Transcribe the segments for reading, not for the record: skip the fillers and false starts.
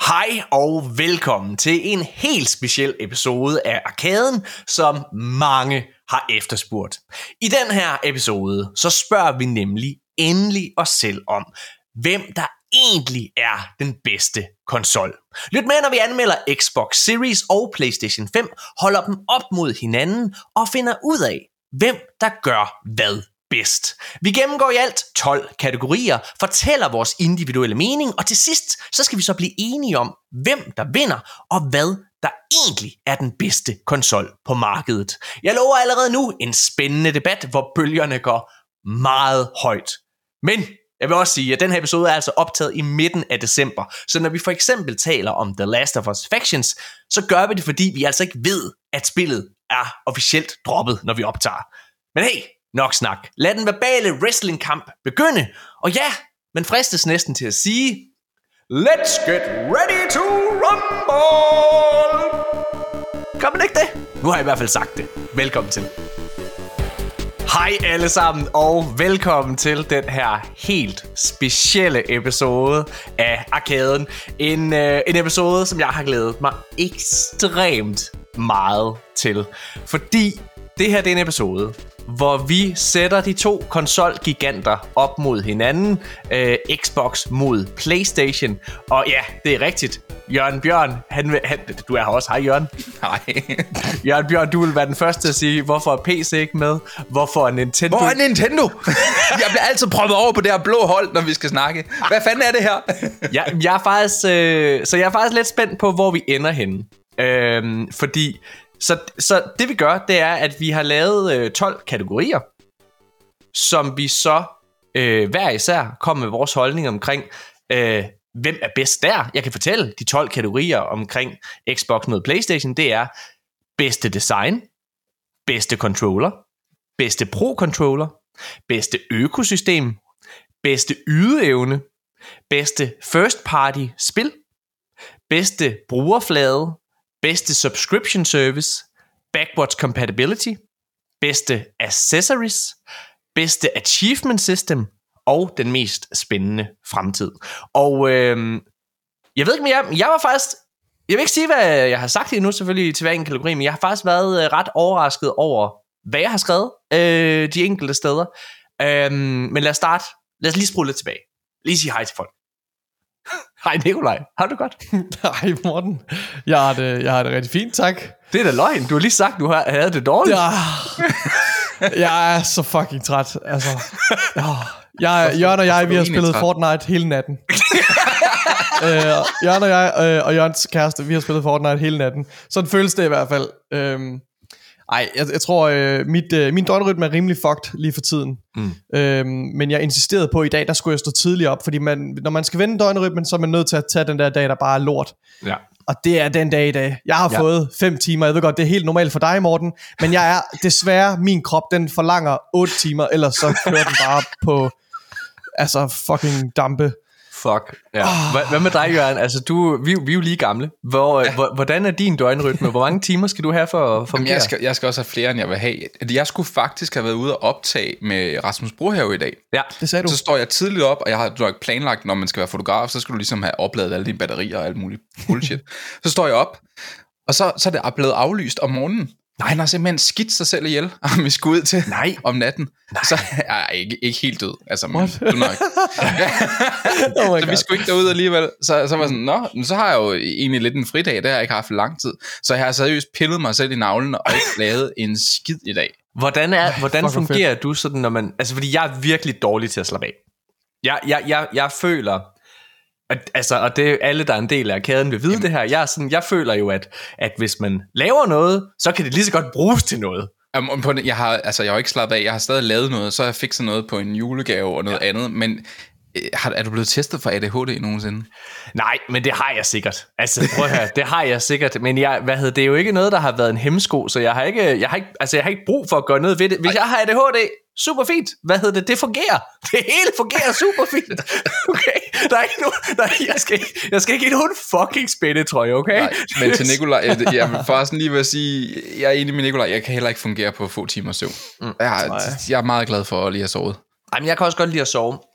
Hej og velkommen til en helt speciel episode af Arkaden, som mange har efterspurgt. I den her episode, så spørger vi nemlig endelig os selv om, hvem der egentlig er den bedste konsol. Lyt med, når vi anmelder Xbox Series og PlayStation 5, holder dem op mod hinanden og finder ud af, hvem der gør hvad bedst. Vi gennemgår i alt 12 kategorier, fortæller vores individuelle mening, og til sidst så skal vi så blive enige om, hvem der vinder, og hvad der egentlig er den bedste konsol på markedet. Jeg lover allerede nu en spændende debat, hvor bølgerne går meget højt. Men jeg vil også sige, at den her episode er altså optaget i midten af december, så når vi for eksempel taler om The Last of Us Factions, så gør vi det, fordi vi altså ikke ved, at spillet er officielt droppet, når vi optager. Men hey, nok snak. Lad den verbale wrestlingkamp begynde. Og ja, man fristes næsten til at sige, let's get ready to rumble! Gør man ikke det? Nu har jeg i hvert fald sagt det. Velkommen til. Hej alle sammen, og velkommen til den her helt specielle episode af Arkaden. En episode, som jeg har glædet mig ekstremt meget til. Fordi det her det er en episode, hvor vi sætter de to konsolgiganter op mod hinanden. Xbox mod PlayStation. Og ja, det er rigtigt. Jørgen Bjørn, du er her også. Hej Jørgen. Hej. Jørgen Bjørn, du vil være den første til at sige, hvorfor er PC ikke med? Hvorfor er Nintendo? Hvor er Nintendo? Jeg bliver altid prøvet over på det her blå hold, når vi skal snakke. Hvad fanden er det her? Jeg er faktisk lidt spændt på, hvor vi ender henne. Fordi Så det vi gør, det er, at vi har lavet 12 kategorier, som vi så hver især kommer med vores holdning omkring, hvem er bedst der. Jeg kan fortælle, de 12 kategorier omkring Xbox mod PlayStation, det er bedste design, bedste controller, bedste pro-controller, bedste økosystem, bedste ydeevne, bedste first party spil, bedste brugerflade, bedste subscription service, backwards compatibility, bedste accessories, bedste achievement system og den mest spændende fremtid. Og jeg ved ikke, men jeg var faktisk, jeg vil ikke sige, hvad jeg har sagt endnu selvfølgelig til hver enkelt kategori, men jeg har faktisk været ret overrasket over, hvad jeg har skrevet de enkelte steder. Men lad os lige spole lidt tilbage. Lige sige hej til folk. Hej Nikolaj, har du godt? Hej Morten, jeg har det rigtig fint, tak. Det er da løgn, du har lige sagt, du havde det dårligt. Jeg er så fucking træt, altså. Jørgen og jeg, vi har spillet Fortnite hele natten. Jørgen og jeg og Jørgens kæreste, vi har spillet Fortnite hele natten. Sådan føles det i hvert fald. Jeg tror min døgnrytme er rimelig fucked lige for tiden. Men jeg insisterede på, at i dag der skulle jeg stå tidligt op, fordi når man skal vende døgnrytmen, så er man nødt til at tage den der dag, der bare er lort. Ja. Og det er den dag i dag. Jeg har fået 5 timer. Jeg ved godt, det er helt normalt for dig, Morten, men jeg er desværre, min krop den forlanger 8 timer, ellers så kører den bare på fucking dampe. Fuck, ja. Hvad med dig, Jørgen? Altså, vi er jo lige gamle. Hvordan er din døgnrytme? Hvor mange timer skal du have for at fungere? Jeg skal også have flere, end jeg vil have. Jeg skulle faktisk have været ude og optage med Rasmus Brohave i dag. Ja, det sagde du. Så står jeg tidligt op, og jeg har nok planlagt, når man skal være fotograf, så skal du ligesom have opladet alle dine batterier og alt muligt bullshit. Så står jeg op, og så er det blevet aflyst om morgenen. Nej, han har simpelthen skidt sig selv ihjel, og vi skulle ud til om natten. Nej. Så jeg er ikke helt død. Altså, men du nok. Så vi skulle ikke derud alligevel. Så var sådan, så har jeg jo egentlig lidt en fridag, det har jeg ikke haft lang tid. Så jeg har seriøst pillet mig selv i navlen, og ikke lavet en skid i dag. Hvordan fungerer du sådan, når man... Altså, fordi jeg er virkelig dårlig til at slappe af. Jeg føler... og det er alle, der er en del af Arkaden vil vide det her. Jeg føler jo, at hvis man laver noget, så kan det lige så godt bruges til noget. Jeg har jo ikke slappet af. Jeg har stadig lavet noget, så har jeg fikset noget på en julegave og noget andet. Men er du blevet testet for ADHD nogensinde? Nej, men det har jeg sikkert. Altså prøv at høre, det har jeg sikkert. Men det er jo ikke noget, der har været en hæmsko, så jeg har ikke brug for at gøre noget ved det. Hvis jeg har ADHD, super fint. Det fungerer. Det hele fungerer super fint. Okay, der er ikke nogen, jeg skal ikke i nogen fucking spændetrøje, okay? Nej, men til Nikolaj, jeg vil faktisk lige vil sige, jeg er enig med Nikolaj, jeg kan heller ikke fungere på få timer søvn. Jeg er meget glad for at lige have sovet. Jamen, jeg kan også godt lide at sove.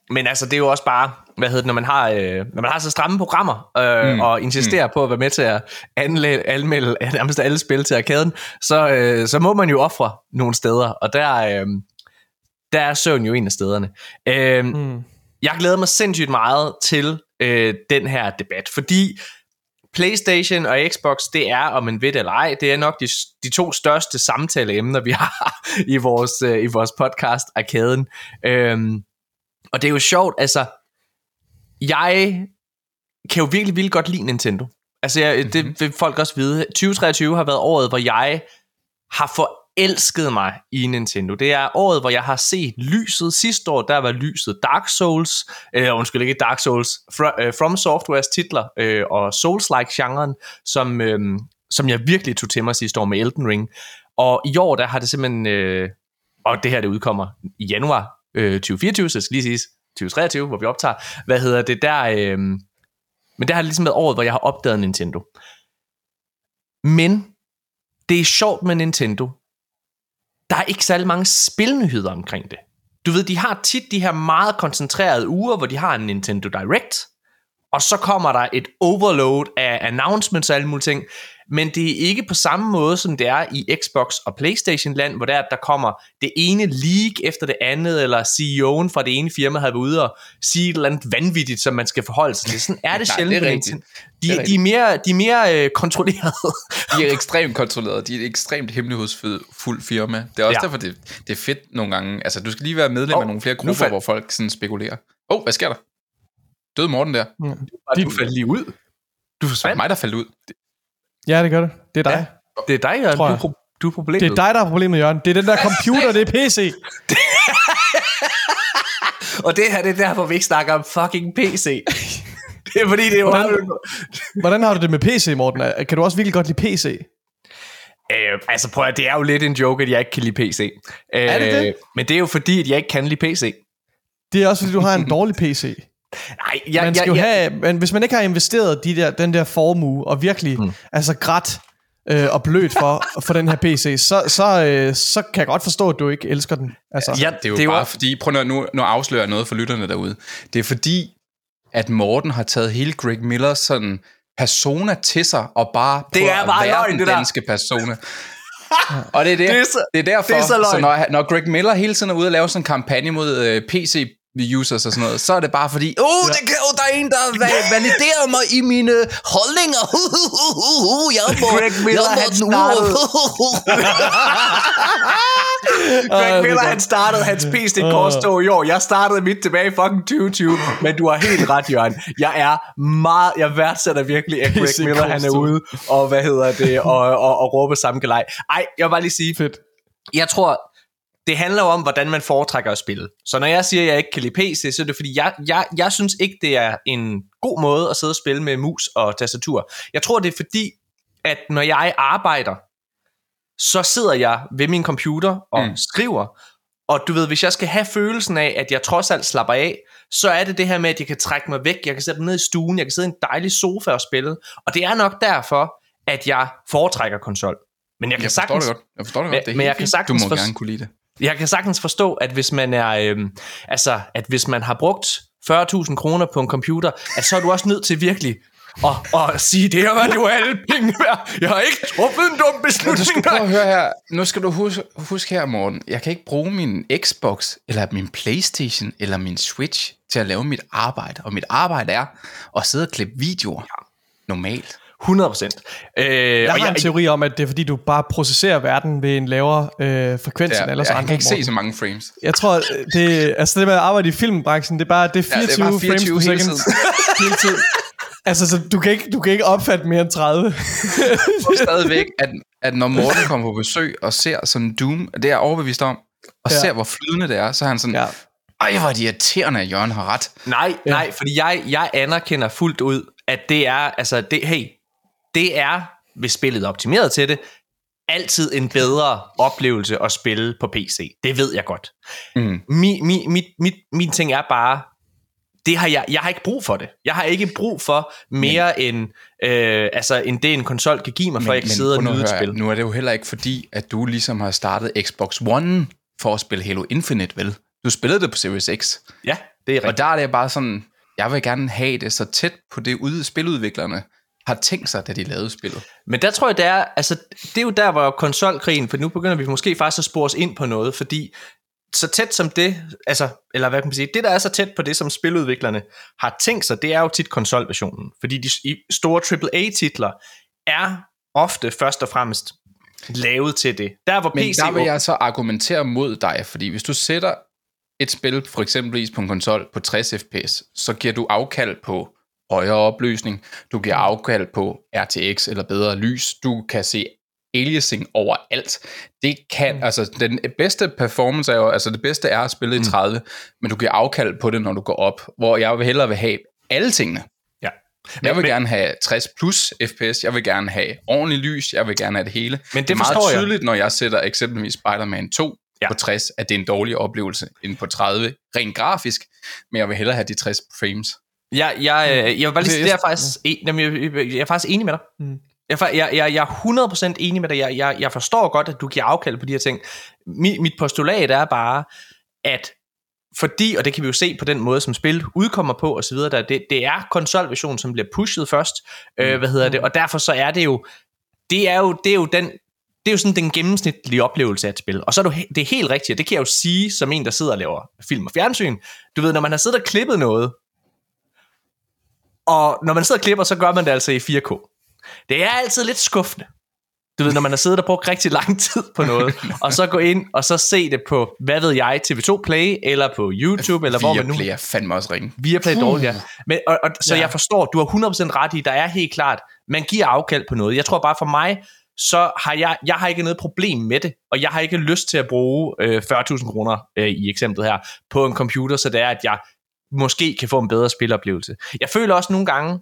Men altså, det er jo også bare, når man har så stramme programmer, og insisterer på at være med til at anmelde nærmest alle spil til arkaden, så må man jo ofre nogle steder, og der er søvn jo en af stederne. Jeg glæder mig sindssygt meget til den her debat, fordi PlayStation og Xbox, det er, om man ved det eller ej, det er nok de to største samtaleemner, vi har i vores podcast Arkaden. Og det er jo sjovt, altså, jeg kan jo virkelig godt lide Nintendo. Altså, det vil folk også vide. 2023 har været året, hvor jeg har forelsket mig i Nintendo. Det er året, hvor jeg har set lyset. Sidste år, der var lyset Dark Souls, ikke Dark Souls, From Softwares titler, og Souls-like-genren, som jeg virkelig tog til mig sidste år med Elden Ring. Og i år, der har det simpelthen, og det her, det udkommer i januar 2024, så det skal lige siges 2023, hvor vi optager, men der har det ligesom været året, hvor jeg har opdaget Nintendo. Men det er sjovt med Nintendo. Der er ikke særlig mange spilnyheder omkring det. Du ved, de har tit de her meget koncentrerede uger, hvor de har en Nintendo Direct, og så kommer der et overload af announcements og alle mulige ting, men det er ikke på samme måde, som det er i Xbox og PlayStation-land, hvor der kommer det ene leak efter det andet, eller CEO'en fra det ene firma har været ude og sige et eller andet vanvittigt, som man skal forholde sig til. Sådan er det sjældent. Det er rigtigt. De er mere kontrolleret. De er ekstremt kontrolleret. De er et ekstremt hemmelighedsfuld firma. Det er også derfor, det er fedt nogle gange. Altså, du skal lige være medlem af nogle flere grupper, hvor folk sådan spekulerer. Hvad sker der? Døde Morten der? Du faldt lige ud. Du forsvandt. Det er mig, der faldt ud. Ja, det gør det. Det er dig. Ja, det er dig, Jørgen. Du er problemet. Det er dig, der er problemet, Jørgen. Det er den der computer, det er PC. Og det her, det er derfor, vi ikke snakker om fucking PC. Det er fordi, det er jo... Hvordan har du det med PC, Morten? Kan du også virkelig godt lide PC? Altså prøv at det er jo lidt en joke, at jeg ikke kan lide PC. Er det? Men det er jo fordi, at jeg ikke kan lide PC. Det er også fordi, du har en dårlig PC. Nej, men hvis man ikke har investeret den der formue og virkelig grædt og blødt for den her PC, så kan jeg godt forstå, at du ikke elsker den. Altså. Ja, det er jo bare fordi, prøv nu afslører jeg noget for lytterne derude. Det er fordi, at Morten har taget hele Greg Millers sådan persona til sig og bare det er bare være løgn, den danske persona. Og det er derfor, det er så når Greg Miller hele tiden er ude og lave sådan en kampagne mod PC users og sådan noget, så er det bare fordi, der er en, der validerer mig i mine holdninger. Greg Miller, han startede hans PC-korstog i år. Jeg startede mit tilbage i fucking 2020, men du har helt ret, Jørgen. Jeg værdsætter virkelig, at Greg Miller, han er ude, og og råber samme galej. Ej, jeg vil bare lige sige, fedt. Jeg tror, det handler jo om, hvordan man foretrækker at spille. Så når jeg siger, at jeg ikke kan lide PC, så er det fordi, jeg synes ikke, det er en god måde at sidde og spille med mus og tastatur. Jeg tror, det er fordi, at når jeg arbejder, så sidder jeg ved min computer og skriver. Og du ved, hvis jeg skal have følelsen af, at jeg trods alt slapper af, så er det her med, at jeg kan trække mig væk. Jeg kan sætte mig ned i stuen, jeg kan sidde i en dejlig sofa og spille. Og det er nok derfor, at jeg foretrækker konsol. Men jeg forstår det godt. Men jeg kan sagtens du må gerne kunne lide det. Jeg kan sagtens forstå, at hvis man er, at hvis man har brugt 40.000 kroner på en computer, at så er du også nødt til virkelig at sige, det her var det jo alle penge værd. Jeg har ikke truffet en dum beslutning. Du skal prøve at høre her. Nu skal du huske her, Morten. Jeg kan ikke bruge min Xbox, eller min PlayStation, eller min Switch til at lave mit arbejde. Og mit arbejde er at sidde og klippe videoer. Normalt. 100%. Jeg har en teori om, at det er fordi, du bare processerer verden ved en lavere frekvens end ellers andre. Jeg kan ikke se så mange frames. Jeg tror, det med at arbejde i filmbranchen, det er 24 frames per second. Hele tiden. Altså, så du kan ikke opfatte mere end 30. Stadigvæk, at når Morten kommer på besøg og ser sådan Doom, det er jeg overbevist om, og ser, hvor flydende det er, så er han sådan, ej, hvor er det irriterende, at Jørgen har ret. Nej, fordi jeg anerkender fuldt ud, at det er, det er, hvis spillet er optimeret til det, altid en bedre oplevelse at spille på PC. Det ved jeg godt. Min ting er bare, jeg har ikke brug for det. Jeg har ikke brug for mere end det en konsol kan give mig, for jeg kan sidde og nyde et spil. Nu er det jo heller ikke fordi, at du ligesom har startet Xbox One for at spille Halo Infinite, vel? Du spillede det på Series X. Ja. Det er rigtigt. Og der er det bare sådan, jeg vil gerne have det så tæt på det spiludviklerne har tænkt sig, da de lavede spillet. Men der tror jeg, det er jo der, hvor konsolkrigen, for nu begynder vi måske faktisk at spore os ind på noget, fordi så tæt som det, altså, eller hvad kan man sige, det der er så tæt på det, som spiludviklerne har tænkt sig, det er jo tit konsolversionen, fordi de store AAA-titler er ofte først og fremmest lavet til det. Der hvor Men PC der vil jeg så argumentere mod dig, fordi hvis du sætter et spil, for eksempel på en konsol på 60 fps, så giver du afkald på højere opløsning, du giver afkald på RTX eller bedre lys, du kan se aliasing overalt. Det kan, altså den bedste performance er jo, altså det bedste er at spille i 30, men du giver afkald på det, når du går op, hvor jeg vil hellere vil have alle tingene. Ja. Jeg vil gerne have 60 plus fps, jeg vil gerne have ordentlig lys, jeg vil gerne have det hele. Men det er meget tydeligt, når jeg sætter eksempelvis Spider-Man 2 på 60, at det er en dårlig oplevelse end på 30, rent grafisk, men jeg vil hellere have de 60 frames. Jeg vil bare lige sige, jeg er faktisk enig med dig. Jeg er 100% enig med dig. Jeg forstår godt, at du giver afkald på de her ting. Mit postulat er bare, at fordi, og det kan vi jo se på den måde, som spil udkommer på og så videre, det er konsolversionen, som bliver pushet først, og derfor så er det jo, det er jo sådan den gennemsnitlige oplevelse af et spil. Og så er det er helt rigtigt, og det kan jeg jo sige som en, der sidder og laver film og fjernsyn. Du ved, når man har siddet og klippet noget, og når man sidder og klipper, så gør man det altså i 4K. Det er altid lidt skuffende. Du ved, når man har siddet og brugt rigtig lang tid på noget, og så gå ind og så se det på, hvad ved jeg, TV2 Play, eller på YouTube, eller hvor man nu... Viaplay er fandme også ringe. Viaplay dårligt, ja. Men, så jeg forstår, du har 100% ret i, der er helt klart, man giver afkald på noget. Jeg tror bare for mig, så har jeg har ikke noget problem med det, og jeg har ikke lyst til at bruge 40.000 kroner i eksemplet her, på en computer, så det er, at jeg måske kan få en bedre spiloplevelse. Jeg føler også nogle gange,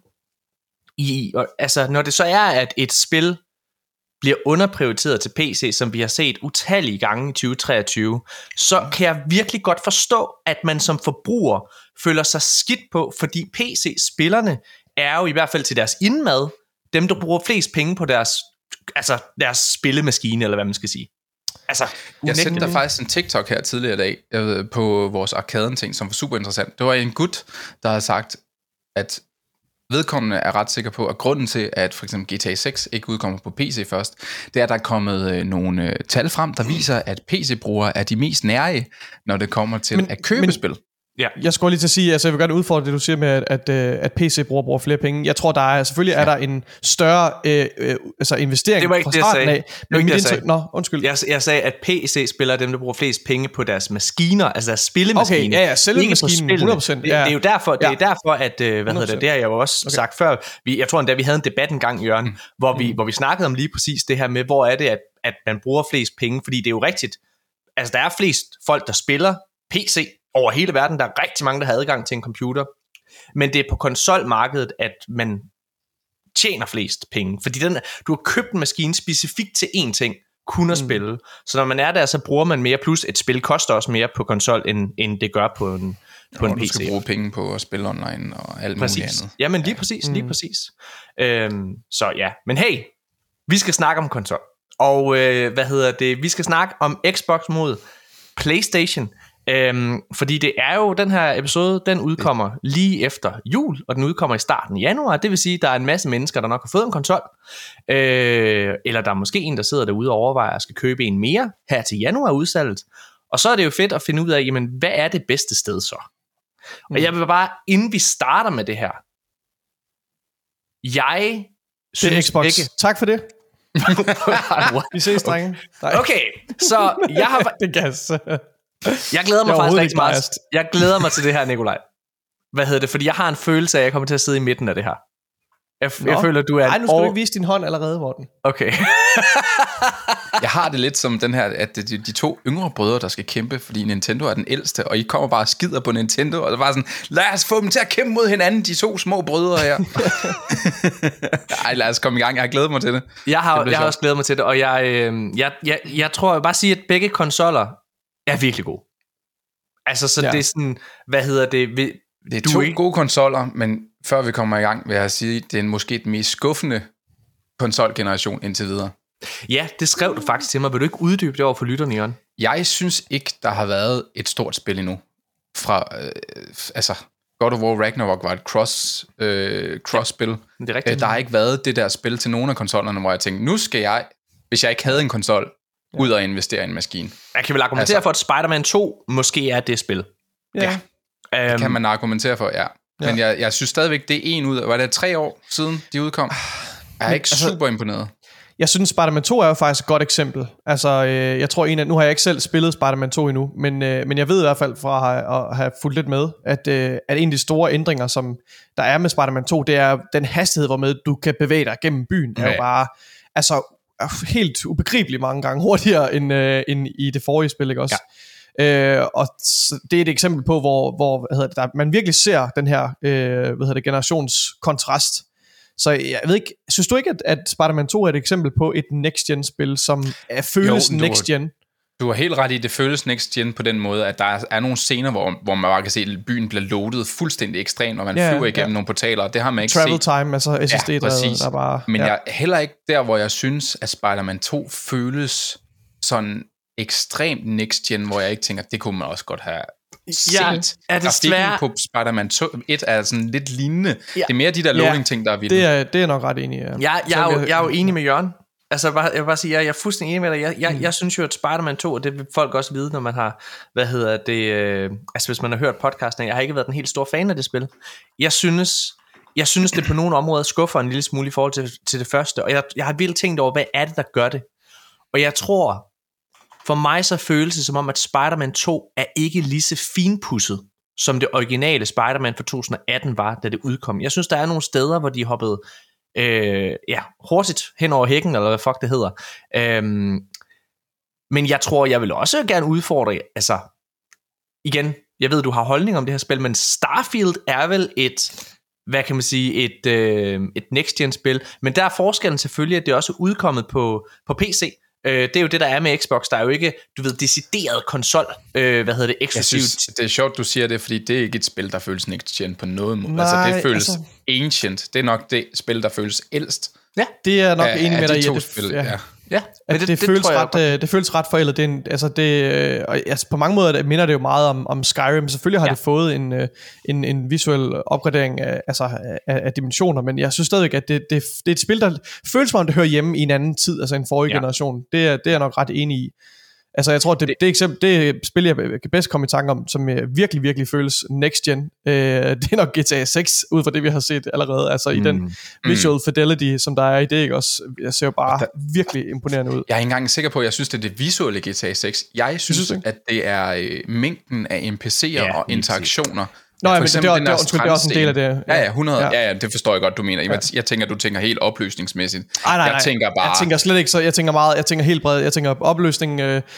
altså når det så er, at et spil bliver underprioriteret til PC, som vi har set utallige gange i 2023, så kan jeg virkelig godt forstå, at man som forbruger føler sig skidt på, fordi PC-spillerne er jo i hvert fald til deres indmad, dem der bruger flest penge på deres spillemaskine, eller hvad man skal sige. Altså, jeg sendte der faktisk en TikTok her tidligere i dag på vores Arkaden-ting, som var super interessant. Det var en gut, der havde sagt, at vedkommende er ret sikker på, at grunden til, at for eksempel GTA 6 ikke udkommer på PC først, det er, at der er kommet nogle tal frem, der viser, at PC-brugere er de mest nærige, når det kommer til at købe spil. Ja. Jeg skulle lige til at sige, altså jeg vil godt udfordre det, du siger med, at PC-brugere bruger flere penge. Jeg tror, der er selvfølgelig er der en større investering fra starten af. Undskyld. Jeg sagde, at PC-spillere er dem, der bruger flest penge på deres maskiner, altså deres spillemaskiner. Okay, ja, selve maskinen, 100%. Det er jo derfor, at, det har jeg jo også sagt før. Jeg tror endda, vi havde en debat en gang, Jørgen, hvor vi snakkede om lige præcis det her med, hvor er det, at man bruger flest penge, fordi det er jo rigtigt. Altså, der er flest folk, der spiller PC over hele verden. Der er rigtig mange, der har adgang til en computer. Men det er på konsolmarkedet, at man tjener flest penge. Fordi du har købt en maskine specifikt til én ting, kun at spille. Så når man er der, så bruger man mere. Plus et spil koster også mere på konsol, end det gør på en PC. Du skal bruge penge på at spille online og alt muligt andet. Jamen lige præcis, lige præcis. Så ja, men hey, vi skal snakke om konsol. Og vi skal snakke om Xbox mod PlayStation. Fordi det er jo, den her episode, den udkommer lige efter jul, og den udkommer i starten af januar. Det vil sige, at der er en masse mennesker, der nok har fået en konsol, eller der er måske en, der sidder derude og overvejer at skal købe en mere her til januar udsalget. Og så er det jo fedt at finde ud af, jamen, hvad er det bedste sted så? Og jeg vil bare, inden vi starter med det her, jeg synes det er Xbox. Ikke... Tak for det. Vi ses, drenge. Okay, så jeg har... Jeg glæder mig faktisk rigtig meget. Jeg glæder mig til det her, Nikolaj. Fordi jeg har en følelse af, at jeg kommer til at sidde i midten af det her. Jeg føler, du er... Nej, nu skal du ikke vise din hånd allerede, Morten. Okay. Jeg har det lidt som den her, at det er de to yngre brødre, der skal kæmpe, fordi Nintendo er den ældste, og I kommer bare og skider på Nintendo, og det var sådan, lad os få dem til at kæmpe mod hinanden, de to små brødre her. Ej, lad os komme i gang, jeg har glædet mig til det. Jeg har også glædet mig til det, og jeg tror, jeg vil bare sige, at begge konsoller er virkelig gode. Altså, så det er sådan, det er to gode konsoller, men før vi kommer i gang, vil jeg sige, det er måske den mest skuffende konsolgeneration indtil videre. Ja, det skrev du faktisk til mig. Vil du ikke uddybe det over for lytterne, Jørgen? Jeg synes ikke, der har været et stort spil endnu, fra altså God of War Ragnarok var et cross-spil. Det er rigtigt. Der har ikke været det der spil til nogle af konsollerne, hvor jeg tænkte, nu skal jeg, hvis jeg ikke havde en konsol, ud og investere i en maskine. Jeg kan vel argumentere for, at Spider-Man 2 måske er det spil. Ja. Det kan man argumentere for, ja. Men jeg synes stadigvæk, det er en ud af, var det 3 år siden, de udkom? Jeg er ikke super imponeret. Jeg synes, Spider-Man 2 er jo faktisk et godt eksempel. Altså, jeg tror nu har jeg ikke selv spillet Spider-Man 2 endnu, men jeg ved i hvert fald fra at have fulgt lidt med, at en af de store ændringer, som der er med Spider-Man 2, det er den hastighed, hvormed du kan bevæge dig gennem byen. Det er jo bare helt ubegribeligt mange gange hurtigere end i det forrige spil, ikke også? Ja. Og det er et eksempel på, hvor man virkelig ser den her generationskontrast. Så jeg ved ikke, synes du ikke, at Spider-Man 2 er et eksempel på et next-gen-spil, som føles next-gen? Du har helt ret i, det føles next-gen på den måde, at der er nogle scener, hvor man bare kan se, at byen bliver loadet fuldstændig ekstremt, og man flyver igennem nogle portaler, og det har man ikke Travel set. time, altså SSD-drevet, der bare... Men jeg er heller ikke der, hvor jeg synes, at Spider-Man 2 føles sådan ekstremt next-gen, hvor jeg ikke tænker, det kunne man også godt have set. Er det svært? På Spider-Man 1 er sådan lidt lignende. Ja. Det er mere de der loading-ting, der er vilde. Det er nok ret enig i. Ja. Jeg er jo enig med Jørgen. Altså, jeg vil bare sige, jeg er fuldstændig enig med dig. Jeg synes jo, at Spider-Man 2, og det vil folk også vide, når man har, hvis man har hørt podcasten, jeg har ikke været den helt store fan af det spil. Jeg synes det på nogle områder skuffer en lille smule i forhold til det første, og jeg har vildt tænkt over, hvad er det, der gør det? Og jeg tror, for mig så føles det som om, at Spider-Man 2 er ikke lige så finpudset, som det originale Spider-Man fra 2018 var, da det udkom. Jeg synes, der er nogle steder, hvor de hoppede hurtigt hen over hækken, eller hvad fuck det hedder. Men jeg tror, jeg vil også gerne udfordre, altså, igen, jeg ved, du har holdning om det her spil, men Starfield er vel et next-gen spil, men der er forskellen selvfølgelig, at det også er udkommet på PC. Det er jo det, der er med Xbox. Der er jo ikke, decideret konsol, eksklusivt. Jeg synes, det er sjovt, du siger det, fordi det er ikke et spil, der føles next-gen på noget måde. Nej, det føles ancient. Det er nok det spil, der føles ældst. Ja, det er nok enig med dig i. Det føles ret forældet. På mange måder minder det jo meget om Skyrim. Selvfølgelig har det fået en visuel opgradering af dimensioner, men jeg synes stadigvæk, at det er et spil, der føles som om det hører hjemme i en anden tid, altså en forrige generation. Det er jeg nok ret enig i. Altså jeg tror, det spil, jeg kan bedst komme i tanke om, som virkelig, virkelig føles next gen, det er nok GTA 6, ud fra det, vi har set allerede. Altså i den visual fidelity, som der er i det, ikke også? Jeg ser jo bare virkelig imponerende ud. Jeg er ikke engang sikker på, at jeg synes, det er det visuelle GTA 6. Jeg synes at det er mængden af NPC'er og interaktioner. Nå, ja, men det er også en del af det. Ja, 100. Ja, det forstår jeg godt, du mener. Jeg tænker, du tænker helt opløsningsmæssigt. Nej. Jeg tænker bare... Jeg tænker slet ikke så. Jeg tænker helt bredt. Jeg tænker opløsning,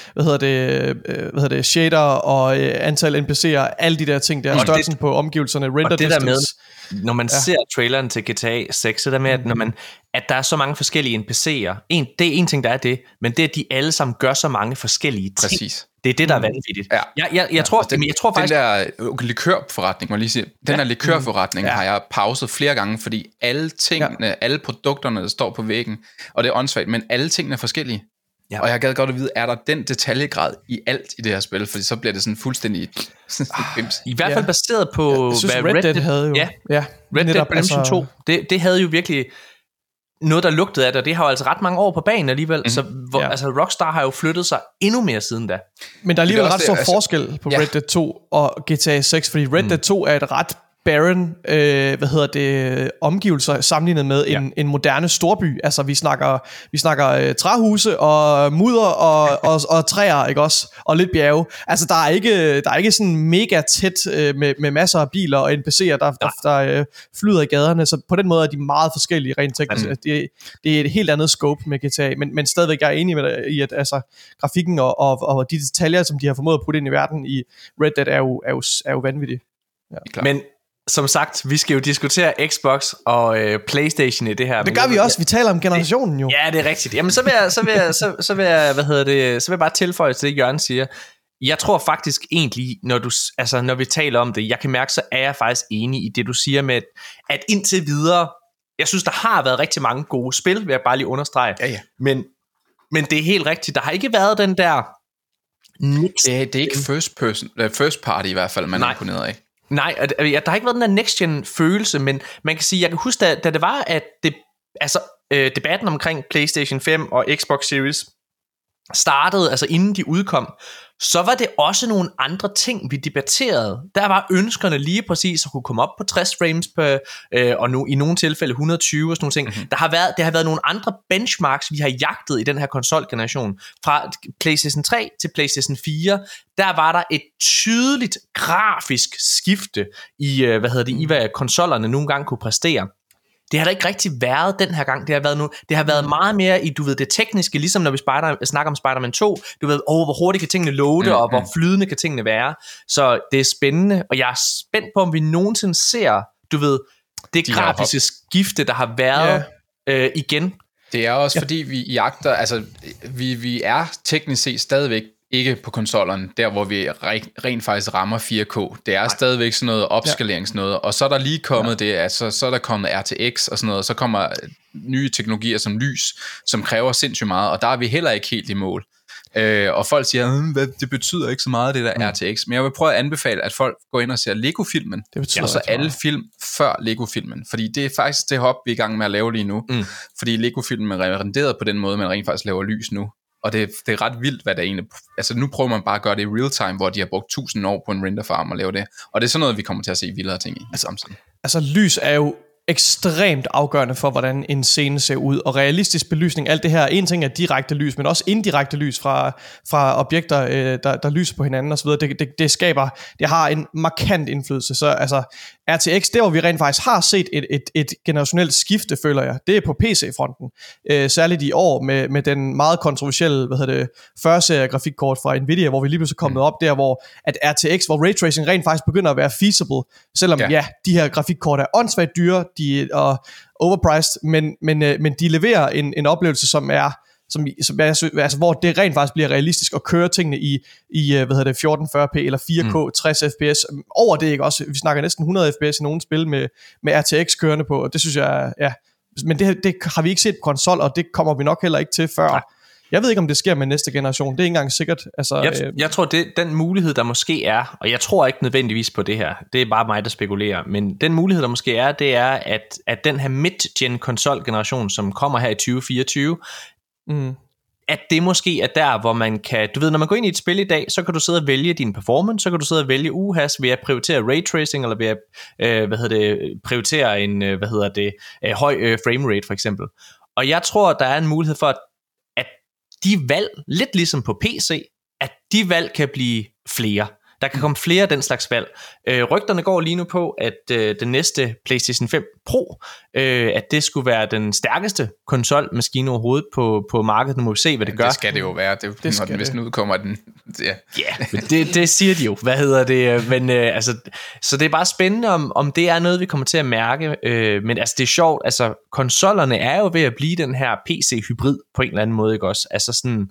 shader og antal NPC'er, alle de der ting der, størrelsen på omgivelserne, render distance. Der med, når man ser traileren til GTA 6, så der med, at der er så mange forskellige NPC'er. Det er en ting, der er det, men det er, at de alle sammen gør så mange forskellige ting. Præcis. Det er det, der er vanvittigt. Ja. Jeg tror faktisk... Den der likørforretning, må jeg lige sige, den der likørforretning har jeg pauset flere gange, fordi alle tingene, alle produkterne, der står på væggen, og det er åndssvagt, men alle tingene er forskellige. Ja. Og jeg gad godt at vide, er der den detaljegrad i alt i det her spil, fordi så bliver det sådan fuldstændig bims. I hvert fald baseret på, hvad Red Dead havde jo. Ja. Red Dead Redemption 2, det havde jo virkelig... noget, der lugtede af det, og det har jo altså ret mange år på banen alligevel, så Rockstar har jo flyttet sig endnu mere siden da. Men der er alligevel ret stor forskel på Red Dead 2 og GTA 6, fordi Red Dead 2 er et ret barren, omgivelser sammenlignet med en moderne storby. Altså vi snakker træhuse og mudder og træer, ikke også? Og lidt bjerge. Altså der er ikke sådan mega tæt med masser af biler og NPC'er, der flyder i gaderne. Så på den måde er de meget forskellige rent teknisk. Det er et helt andet scope med GTA, men stadigvæk jeg er enig med dig i, at altså grafikken og de detaljer, som de har formået at putte ind i verden i Red Dead er jo vanvittige. Ja. Men som sagt, vi skal jo diskutere Xbox og PlayStation i det her. Det gør vi også. Vi taler om generationen jo. Ja, det er rigtigt. Jamen så vil jeg bare tilføje til det, Jørgen siger. Jeg tror faktisk egentlig, når vi taler om det, jeg kan mærke, så er jeg faktisk enig i det, du siger med, at indtil videre, jeg synes, der har været rigtig mange gode spil, vil jeg bare lige understrege. Ja. Men det er helt rigtigt. Der har ikke været den der Det er ikke first party i hvert fald, man er imponeret af. Nej, der har ikke været den der next-gen følelse, men man kan sige, jeg kan huske, da det var, at debatten omkring PlayStation 5 og Xbox Series startede, altså inden de udkom, så var det også nogle andre ting, vi debatterede. Der var ønskerne lige præcis at kunne komme op på 60 frames per, og nu i nogle tilfælde 120 og sådan nogle ting. Mm-hmm. Det har været nogle andre benchmarks, vi har jagtet i den her konsolgeneration. Fra PlayStation 3 til PlayStation 4, der var der et tydeligt grafisk skifte i, hvad konsollerne nogle gange kunne præstere. Det har der ikke rigtig været den her gang. Det har været meget mere i, du ved, det tekniske, ligesom når vi snakker om Spider-Man 2. Du ved, hvor hurtigt kan tingene loade, og hvor flydende kan tingene være. Så det er spændende, og jeg er spændt på, om vi nogensinde ser, du ved, det grafiske skifte, der har været igen. Det er også fordi, vi jagter, altså, vi er teknisk set stadigvæk ikke på konsollerne, der hvor vi rent faktisk rammer 4K. Det er stadigvæk sådan noget opskaleringsnoget, og så er der lige kommet det, altså så er der kommet RTX og sådan noget, og så kommer nye teknologier som lys, som kræver sindssygt meget, og der er vi heller ikke helt i mål. Og folk siger, det betyder ikke så meget, det der RTX, men jeg vil prøve at anbefale, at folk går ind og ser Lego-filmen, og så alle film før Lego-filmen, fordi det er faktisk det hop, vi er i gang med at lave lige nu, fordi Lego-filmen er renderet på den måde, man rent faktisk laver lys nu. Og det er ret vildt, hvad der egentlig... Altså nu prøver man bare at gøre det i real time, hvor de har brugt 1000 år på en renderfarm og lave det. Og det er sådan noget, vi kommer til at se vildere ting i samtidig. Altså lys er jo ekstremt afgørende for, hvordan en scene ser ud. Og realistisk belysning, alt det her, en ting er direkte lys, men også indirekte lys fra objekter, der lyser på hinanden osv. Det har en markant indflydelse. Så altså, RTX, der hvor vi rent faktisk har set et generationelt skifte, føler jeg, det er på PC-fronten. Særligt i år med den meget kontroversielle, 40-serie grafikkort fra Nvidia, hvor vi lige pludselig kommet op der, hvor at RTX, hvor raytracing rent faktisk begynder at være feasible, selvom de her grafikkort er åndssvagt dyre, de er overpriced, men de leverer en oplevelse, som er, altså, hvor det rent faktisk bliver realistisk at køre tingene i 1440p eller 4K 60 fps. Over det, ikke også? Vi snakker næsten 100 fps i nogle spil med RTX kørende på, og det synes jeg, men det har vi ikke set på konsol, og det kommer vi nok heller ikke til før. Nej. Jeg ved ikke, om det sker med næste generation. Det er ikke engang sikkert. Altså, jeg tror, den mulighed, der måske er, og jeg tror ikke nødvendigvis på det her, det er bare mig, der spekulerer, men den mulighed, der måske er, det er, at den her mid-gen konsolgeneration, som kommer her i 2024, at det måske er der, hvor man kan, du ved, når man går ind i et spil i dag, så kan du sidde og vælge din performance, så kan du sidde og vælge ved at prioritere raytracing, eller ved at prioritere en, høj framerate for eksempel. Og jeg tror, der er en mulighed for, at de valg, lidt ligesom på PC, at de valg kan blive flere. Der kan komme flere af den slags valg. Rygterne går lige nu på, at den næste PlayStation 5 Pro, at det skulle være den stærkeste konsolmaskine overhovedet på markedet. Nu må vi se, hvad det gør. Det skal det jo være. Det når den vist udkommer den. Ja, det siger de jo. Men altså, så det er bare spændende, om det er noget, vi kommer til at mærke. Men altså, det er sjovt. Altså, konsollerne er jo ved at blive den her PC-hybrid på en eller anden måde, ikke også? Altså sådan,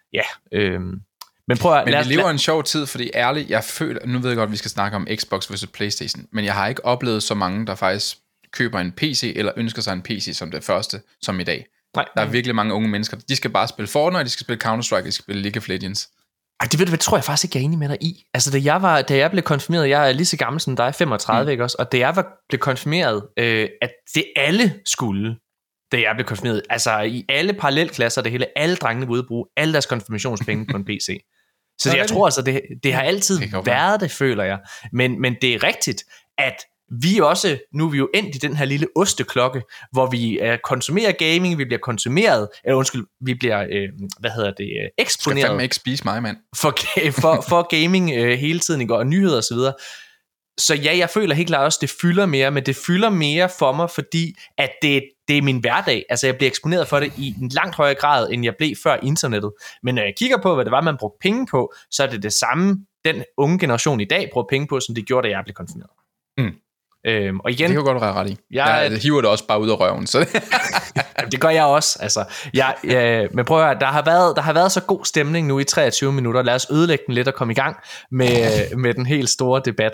Men vi lever en sjov tid, fordi ærligt, jeg føler, nu ved jeg godt, at vi skal snakke om Xbox vs. PlayStation, men jeg har ikke oplevet så mange, der faktisk køber en PC, eller ønsker sig en PC som det første, som i dag. Nej. Der er virkelig mange unge mennesker, de skal bare spille Fortnite, de skal spille Counter-Strike, de skal spille League of Legends. Det ved du, tror jeg faktisk ikke, jeg er enig med dig i. Altså, da jeg blev konfirmeret, jeg er lige så gammel som dig, 35, ikke også? Og da jeg blev konfirmeret, at det alle skulle, da jeg blev konfirmeret, altså i alle parallelklasser, det hele, alle drengene ville bruge alle deres konfirmationspenge på en PC. Så jeg tror altså, det har altid været det, føler jeg. Men det er rigtigt, at vi også, nu er vi jo endt i den her lille osteklokke, hvor vi konsumerer gaming, vi bliver konsumeret, vi bliver, eksponeret. Du skal fandme ikke spise mig, mand. For gaming hele tiden, ikke? Og nyheder og så videre. Så ja, jeg føler helt klart også, at det fylder mere, men det fylder mere for mig, fordi at det er min hverdag. Altså, jeg bliver eksponeret for det i en langt højere grad, end jeg blev før internettet. Men når jeg kigger på, hvad det var, man brugte penge på, så er det det samme, den unge generation i dag bruger penge på, som det gjorde, da jeg blev konfirmeret. Og igen, det kan godt være ret i. Jeg hiver det også bare ud af røven. Så. Det gør jeg også. Altså, men prøv at høre, der har været så god stemning nu i 23 minutter. Lad os ødelægge den lidt og komme i gang med den helt store debat.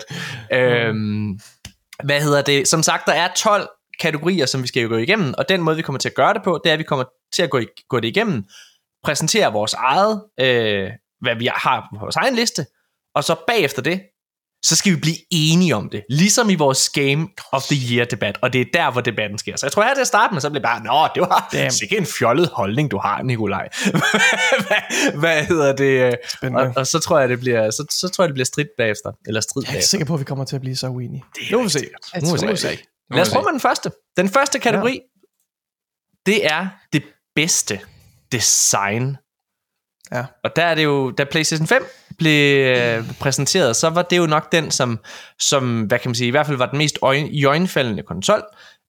Som sagt, der er 12 kategorier, som vi skal gå igennem, og den måde, vi kommer til at gøre det på, det er, at vi kommer til at gå det igennem, præsentere vores eget hvad vi har på vores egen liste, og så bagefter det, så skal vi blive enige om det. Ligesom i vores Game of the Year debat, og det er der, hvor debatten sker. Så jeg tror, her til at starte med, så bliver bare, det var sikkert en fjollet holdning, du har, Nikolaj. hvad hedder det? Og så tror jeg, det bliver, så tror jeg, det bliver strid bagefter. Eller strid bagefter. Jeg er ikke sikker på, at vi kommer til at blive så uenige. Nu må vi se. Lad os prøve med den første. Den første kategori, det er det bedste design. Ja. Og der er det jo, da PlayStation 5 blev præsenteret, så var det jo nok den, som hvad kan man sige, i hvert fald var den mest iøjnefaldende konsol.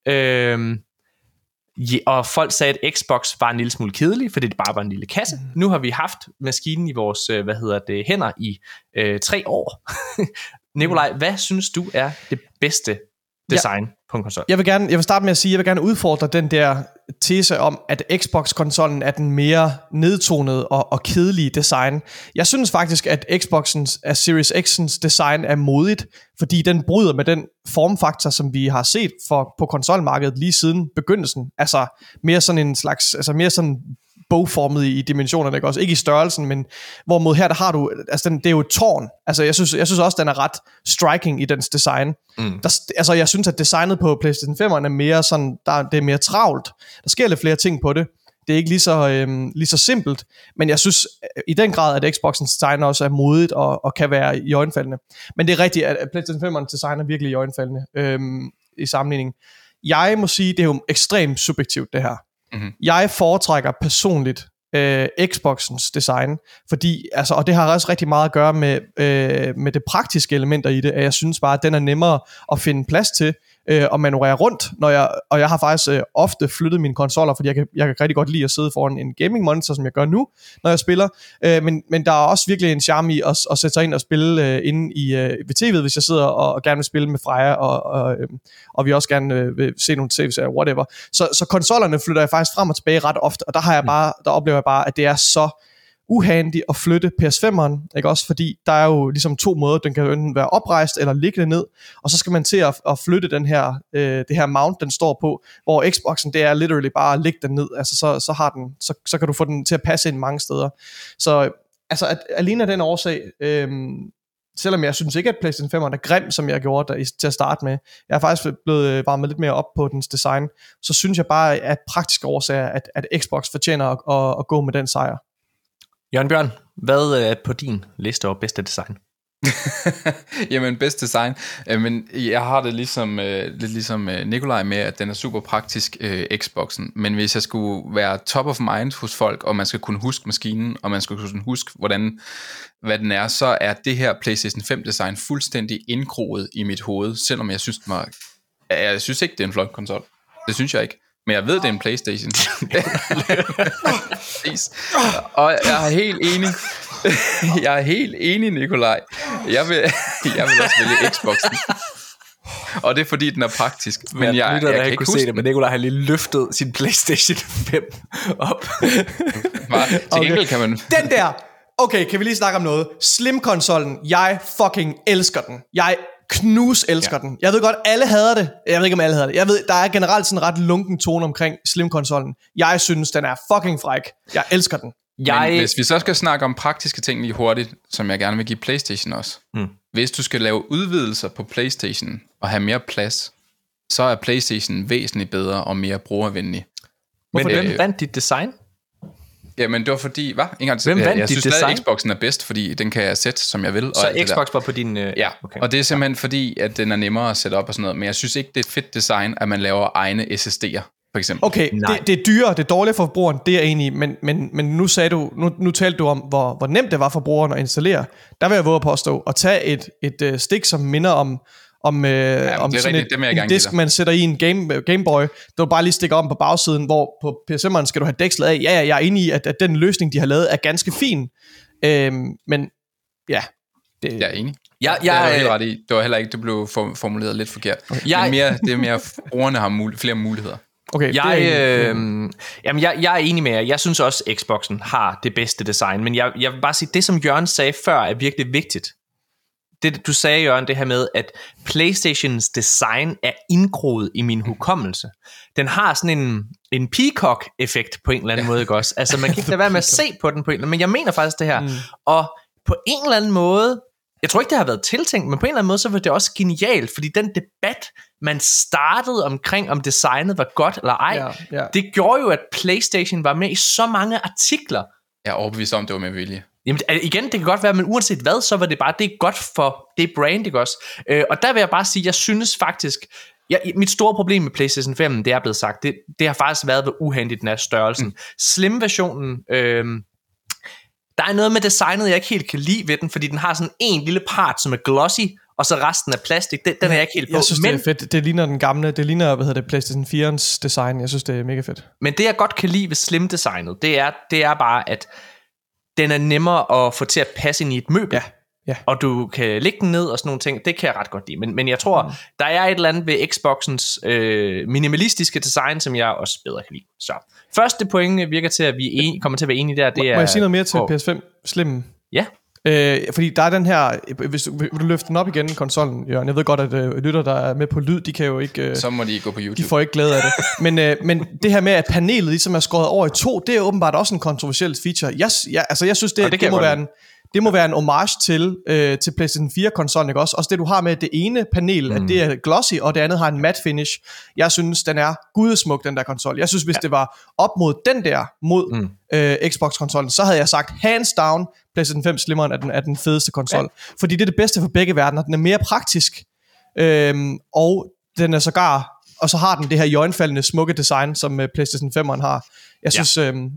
Og folk sagde, at Xbox var en lille smule kedelig, fordi det bare var en lille kasse. Nu har vi haft maskinen i vores, hænder i 3 år. Nikolaj, hvad synes du er det bedste design på en konsol? Jeg vil starte med at sige, at jeg vil gerne udfordre den der tese om, at Xbox-konsollen er den mere nedtonede og kedelige design. Jeg synes faktisk, at Xboxens Series X'ens design er modigt, fordi den bryder med den formfaktor, som vi har set på konsolmarkedet lige siden begyndelsen. Altså mere sådan en slags, mere sådan bogformet i dimensionerne, ikke også? Ikke i størrelsen, men hvorimod her, der har du, altså det er jo et tårn. Altså jeg synes også, den er ret striking i dens design. Jeg synes, at designet på PlayStation 5'eren er mere sådan, det er mere travlt. Der sker lidt flere ting på det. Det er ikke lige så simpelt, men jeg synes i den grad, at Xboxens design også er modigt og kan være iøjnefaldende. Men det er rigtigt, at PlayStation 5'erens design er virkelig iøjnefaldende i sammenligning. Jeg må sige, det er jo ekstremt subjektivt det her. Mm-hmm. Jeg foretrækker personligt Xboxens design, fordi, og det har også rigtig meget at gøre med det praktiske elementer i det, at jeg synes bare, at den er nemmere at finde plads til og manøvrere rundt, og jeg har faktisk ofte flyttet mine konsoller, fordi jeg kan rigtig godt lide at sidde foran en gaming monitor, som jeg gør nu, når jeg spiller, men der er også virkelig en charme i at sætte sig ind og spille inde ved tv'et, hvis jeg sidder og gerne vil spille med Freja, og vi også gerne vil se nogle tv-serier, whatever. Så konsollerne flytter jeg faktisk frem og tilbage ret ofte, og der oplever jeg bare, at det er så uhandig at flytte PS5'eren, ikke også? Fordi der er jo ligesom 2 måder, den kan jo enten være oprejst eller liggende ned, og så skal man til at flytte det her mount, den står på, hvor Xboxen, det er literally bare at lægge den ned, altså så kan du få den til at passe ind mange steder. Så alene af den årsag, selvom jeg synes ikke, at PlayStation 5'eren er grim, som jeg gjorde til at starte med, jeg er faktisk blevet varmet lidt mere op på dens design, så synes jeg bare, at praktiske årsager, at Xbox fortjener at gå med den sejr. Jørgen Bjørn, hvad er på din liste over bedste design? Jamen, bedste design. Men jeg har det lidt ligesom Nikolaj med, at den er super praktisk, Xboxen. Men hvis jeg skulle være top of mind hos folk, og man skal kunne huske maskinen, og man skal kunne huske, hvad den er, så er det her PlayStation 5 design fuldstændig indkroget i mit hoved, selvom jeg synes ikke, det er en flot konsol. Det synes jeg ikke. Men jeg ved, det er en PlayStation. Og jeg er helt enig. Jeg er helt enig, Nikolaj. Jeg vil også vælge Xboxen. Og det er fordi, den er praktisk. Men jeg kan ikke huske det. Men Nikolaj har lige løftet sin PlayStation 5 op. Til gengæld kan man... Den der! Okay, kan vi lige snakke om noget? Slim-konsollen, jeg fucking elsker den. Jeg elsker den. Jeg ved godt, alle hader det. Jeg ved ikke, om alle hader det. Jeg ved, der er generelt sådan en ret lunken tone omkring Slim-konsollen. Jeg synes, den er fucking fræk. Jeg elsker den. Men hvis vi så skal snakke om praktiske ting lige hurtigt, som jeg gerne vil give PlayStation også. Hvis du skal lave udvidelser på PlayStation og have mere plads, så er PlayStation væsentligt bedre og mere brugervenlig. Men hvem vandt dit design? Jamen det var fordi, hvad? Jeg synes stadig, Xboxen er bedst, fordi den kan jeg sætte, som jeg vil. Så Xbox var på din... Ja, okay. Og det er simpelthen fordi, at den er nemmere at sætte op og sådan noget. Men jeg synes ikke, det er et fedt design, at man laver egne SSD'er, for eksempel. Okay, det er dyrere, det er dårligt for forbrugeren, det er jeg enig i. Men nu talte du om, hvor nemt det var for brugeren at installere. Der vil jeg våge at påstå, at tage et stik, som minder om sådan en disk, man sætter i en Game Boy, der bare lige stikker om på bagsiden, hvor på PSM'eren skal du have dækslet af. Ja, jeg er enig i, at den løsning, de har lavet, er ganske fin. Men ja. Jeg er enig. Det var helt ret i. Det var heller ikke, det blev formuleret lidt forkert. Okay. Det er mere, brugerne har flere muligheder. Okay, jeg er enig med jer. Jeg synes også, Xboxen har det bedste design. Men jeg vil bare sige, det som Jørgen sagde før, er virkelig vigtigt. det du sagde, Jørgen, det her med, at PlayStations design er indgroet i min hukommelse. Den har sådan en peacock-effekt på en eller anden måde, ikke også? Altså, man kan ikke lade være med at se på den på en eller anden, men jeg mener faktisk det her. Og på en eller anden måde, jeg tror ikke, det har været tiltænkt, men på en eller anden måde, så var det også genialt, fordi den debat, man startede omkring, om designet var godt eller ej, det gjorde jo, at PlayStation var med i så mange artikler. Jeg er overbevist om, det var med vilje. Jamen igen, det kan godt være, men uanset hvad, så var det bare, det er godt for det brand, ikke også? Og der vil jeg bare sige, jeg synes faktisk, mit store problem med PlayStation 5, det er blevet sagt, det har faktisk været, hvor uhandigt den er størrelsen. Slim-versionen, der er noget med designet, jeg ikke helt kan lide ved den, fordi den har sådan en lille part, som er glossy, og så resten af plastik, den er jeg ikke helt på. Jeg synes, det er fedt. Det ligner den gamle, det ligner, PlayStation 4's design. Jeg synes, det er mega fedt. Men det, jeg godt kan lide ved Slim-designet, det er bare, at den er nemmere at få til at passe ind i et møbel. Ja. Og du kan lægge den ned og sådan nogle ting. Det kan jeg ret godt lide. Men jeg tror, der er et eller andet ved Xboxens minimalistiske design, som jeg også bedre kan lide. Så første point virker til, at vi kommer til at være enige der. Det må jeg sige noget mere til PS5 Slim? Ja. Fordi der er den her, hvis du løfter den op igen, konsollen, Jørgen. Jeg ved godt, at lytter, der er med på lyd, de kan jo ikke... så må de gå på YouTube. De får ikke glæde af det. Men det her med, at panelet ligesom er skåret over i to, det er åbenbart også en kontroversiel feature. Jeg synes, det må være en homage til PlayStation 4-konsollen, ikke også? Også det, du har med det ene panel, at det er glossy, og det andet har en matte finish. Jeg synes, den er gudesmuk, den der konsol. Jeg synes, hvis det var op mod den der, mod Xbox-konsollen, så havde jeg sagt, hands down, PlayStation 5 Slimmeren er den fedeste konsol. Ja. Fordi det er det bedste for begge verdener. Den er mere praktisk, og den er sågar, og så har den det her iøjnefaldende smukke design, som PlayStation 5'eren har. Jeg synes,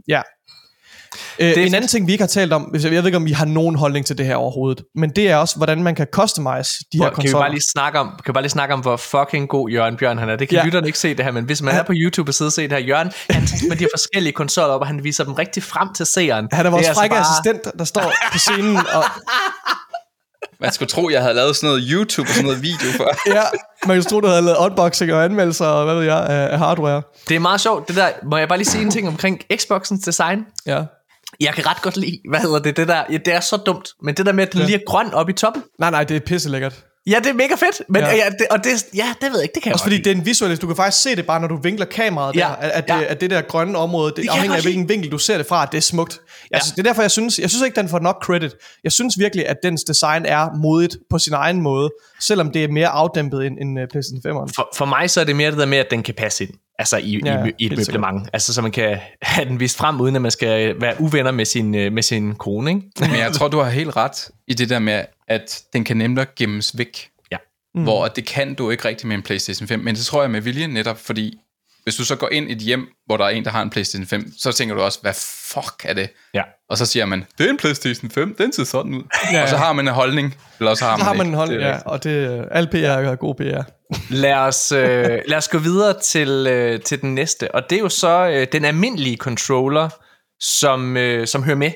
en anden ting, vi ikke har talt om, jeg ved ikke, om vi har nogen holdning til det her overhovedet, men det er også, hvordan man kan customize de her konsoller. Kan vi bare lige snakke om, hvor fucking god Jørgen Bjørn han er. Det kan lytterne ikke se det her, men hvis man er på YouTube og sidder og ser det her, Jørgen, han tager med de her forskellige konsoller op, og han viser dem rigtig frem til seeren. Han er vores frække assistent, der står på scenen og... Man skulle tro, jeg havde lavet sådan noget YouTube og sådan noget video før. Ja, man skulle tro, du havde lavet unboxing og anmeldelser og hvad ved jeg, af hardware. Det er meget sjovt, det der. Må jeg bare lige sige en ting omkring Xboxens design? Ja. Jeg kan ret godt lide, det der, det er så dumt, men det der med, at den lige er grøn oppe i toppen. Nej, det er pisselækkert. Ja, det er mega fedt, men det ved jeg ikke, det kan også fordi det er en visuel, du kan faktisk se det bare, når du vinkler kameraet der, at det der grønne område, det afhænger af hvilken vinkel du ser det fra, at det er smukt. Altså, det er derfor, jeg synes ikke, den får nok credit. Jeg synes virkelig, at dens design er modigt på sin egen måde, selvom det er mere afdæmpet end PlayStation 5'eren. For mig så er det mere det der med, at den kan passe ind. Altså i et møblement. Altså så man kan have den vist frem, uden at man skal være uvenner med sin kone, ikke? Men jeg tror, du har helt ret i det der med, at den kan nemt gemmes væk. Ja. Hvor det kan du ikke rigtig med en PlayStation 5. Men det tror jeg med vilje netop, fordi hvis du så går ind i et hjem, hvor der er en, der har en PlayStation 5, så tænker du også, hvad fuck er det? Ja. Og så siger man, det er en PlayStation 5, den ser sådan ud. Ja. Og så har man en holdning, eller så har man en holdning, ja. Og det al PR er god PR. Lad os gå videre til den næste, og det er jo så den almindelige controller, som hører med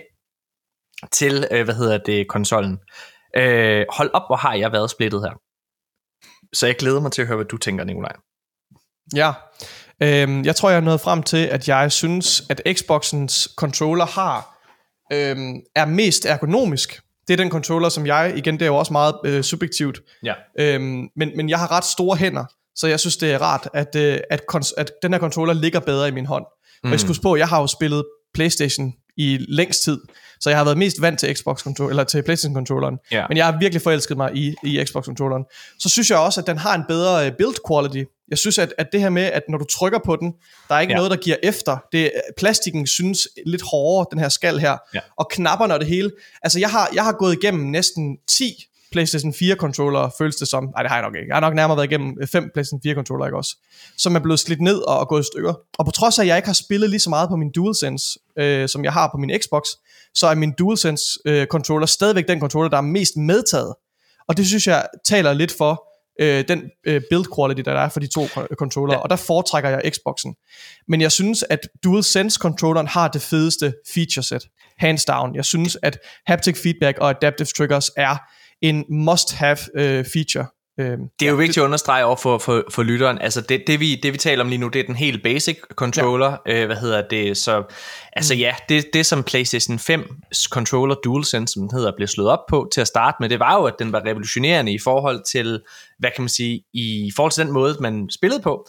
til, konsollen. Hold op, hvor har jeg været splittet her. Så jeg glæder mig til at høre, hvad du tænker, Nikolaj. Ja, jeg tror, jeg er nået frem til, at jeg synes, at Xboxens controller er mest ergonomisk. Det er den controller, som igen, det er jo også meget subjektivt. Ja. Men jeg har ret store hænder, så jeg synes, det er rart, at den her controller ligger bedre i min hånd. Og jeg skal huske på, at jeg har jo spillet PlayStation i længst tid, så jeg har været mest vant til til PlayStation controlleren. Yeah. Men jeg har virkelig forelsket mig i Xbox controlleren. Så synes jeg også, at den har en bedre build quality. Jeg synes, at det her med, at når du trykker på den, der er ikke noget, der giver efter. Plastikken synes lidt hårdere, den her skal her. Yeah. Og knapperne og det hele. Altså, jeg har gået igennem næsten 10 PlayStation 4-controller, føles det som. Nej, det har jeg nok ikke. Jeg har nok nærmere været igennem 5 PlayStation 4-controller, ikke også? Som er blevet slidt ned og gået i stykker. Og på trods af, at jeg ikke har spillet lige så meget på min DualSense, som jeg har på min Xbox, så er min DualSense-controller stadigvæk den controller, der er mest medtaget. Og det synes jeg taler lidt for den build quality, der er for de to controller. Ja. Og der foretrækker jeg Xboxen. Men jeg synes, at DualSense-controlleren har det fedeste feature set. Hands down. Jeg synes, at haptic feedback og adaptive triggers er en must-have feature Det er jo vigtigt at understrege over for lytteren. Altså det vi taler om lige nu, det er den helt basic controller. Så altså det som PlayStation 5's controller DualSense, som den hedder, blev slået op på til at starte med, det var jo, at den var revolutionerende i forhold til, hvad kan man sige, i forhold til den måde man spillede på.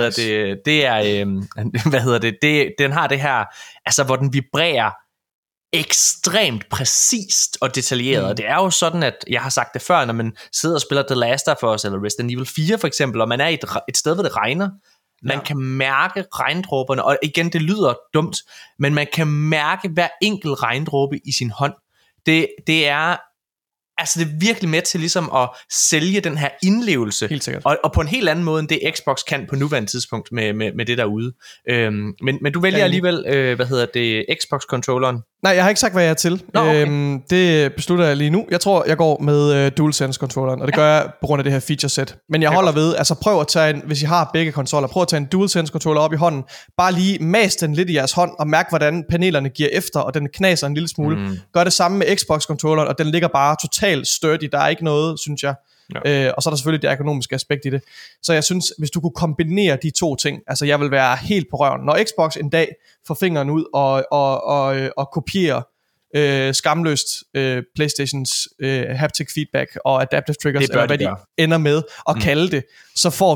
Den har det her, altså hvor den vibrerer ekstremt præcist og detaljeret. Det er jo sådan, at jeg har sagt det før, når man sidder og spiller The Last of Us eller Resident Evil 4 for eksempel, og man er et sted, hvor det regner, man kan mærke regndråberne, og igen, det lyder dumt, men man kan mærke hver enkelt regndråbe i sin hånd. Det er altså det er virkelig med til ligesom at sælge den her indlevelse, helt sikkert. Og på en helt anden måde end det Xbox kan på nuværende tidspunkt med det derude. Men du vælger alligevel Xbox-controlleren. Nej, jeg har ikke sagt, hvad jeg er til. Okay. Det beslutter jeg lige nu. Jeg tror, jeg går med DualSense-controlleren, og det gør jeg på grund af det her feature-set. Men jeg holder ved, altså prøv at tage hvis I har begge controller, prøv at tage en DualSense-controller op i hånden. Bare lige mas den lidt i jeres hånd, og mærk, hvordan panelerne giver efter, og den knaser en lille smule. Gør det samme med Xbox-controlleren, og den ligger bare totalt sturdy. Der er ikke noget, synes jeg. Og så er der selvfølgelig det økonomiske aspekt i det. Så jeg synes, hvis du kunne kombinere de to ting, altså jeg vil være helt på røven. Når Xbox en dag får fingeren ud og kopierer skamløst PlayStations haptic feedback og adaptive triggers, eller hvad de ender med at kalde det, så får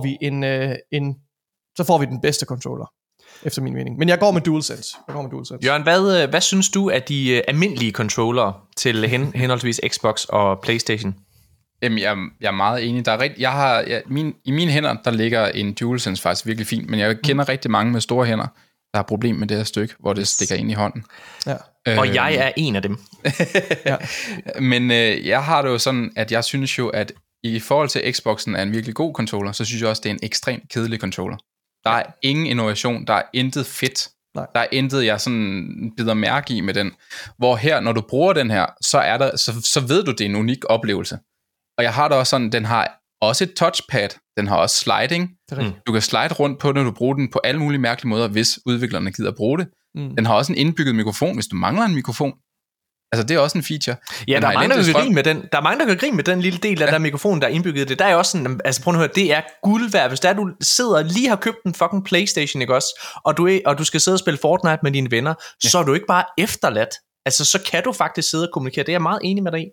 vi den bedste controller, efter min mening. Men jeg går med DualSense. Jørgen, hvad synes du af de almindelige controller til henholdsvis Xbox og PlayStation? Jamen, jeg er meget enig. I mine hænder, der ligger en DualSense faktisk virkelig fint, men jeg kender rigtig mange med store hænder, der har problem med det her stykke, hvor det stikker ind i hånden. Ja. Og jeg er en af dem. Ja. Men jeg har det jo sådan, at jeg synes jo, at i forhold til Xboxen er en virkelig god controller, så synes jeg også, det er en ekstremt kedelig controller. Der er ingen innovation, der er intet fedt. Nej. Der er intet, jeg sådan bider mærke i med den. Hvor her, når du bruger den her, så ved du, det er en unik oplevelse. Og jeg har da også sådan, den har også et touchpad, den har også sliding. Du kan slide rundt på den, du bruger den på alle mulige mærkelige måder, hvis udviklerne gider bruge det. Den har også en indbygget mikrofon, hvis du mangler en mikrofon. Altså det er også en feature. Ja, der er mange, der kan grine med den. Der er mange, der kan grine med den lille del af der mikrofon, der er indbygget det. Der er også sådan, altså prøv at høre, det er guld værd. Hvis der du sidder og lige har købt en fucking PlayStation, ikke også? Og du skal sidde og spille Fortnite med dine venner, så er du ikke bare efterladt. Altså så kan du faktisk sidde og kommunikere. Det er jeg meget enig med dig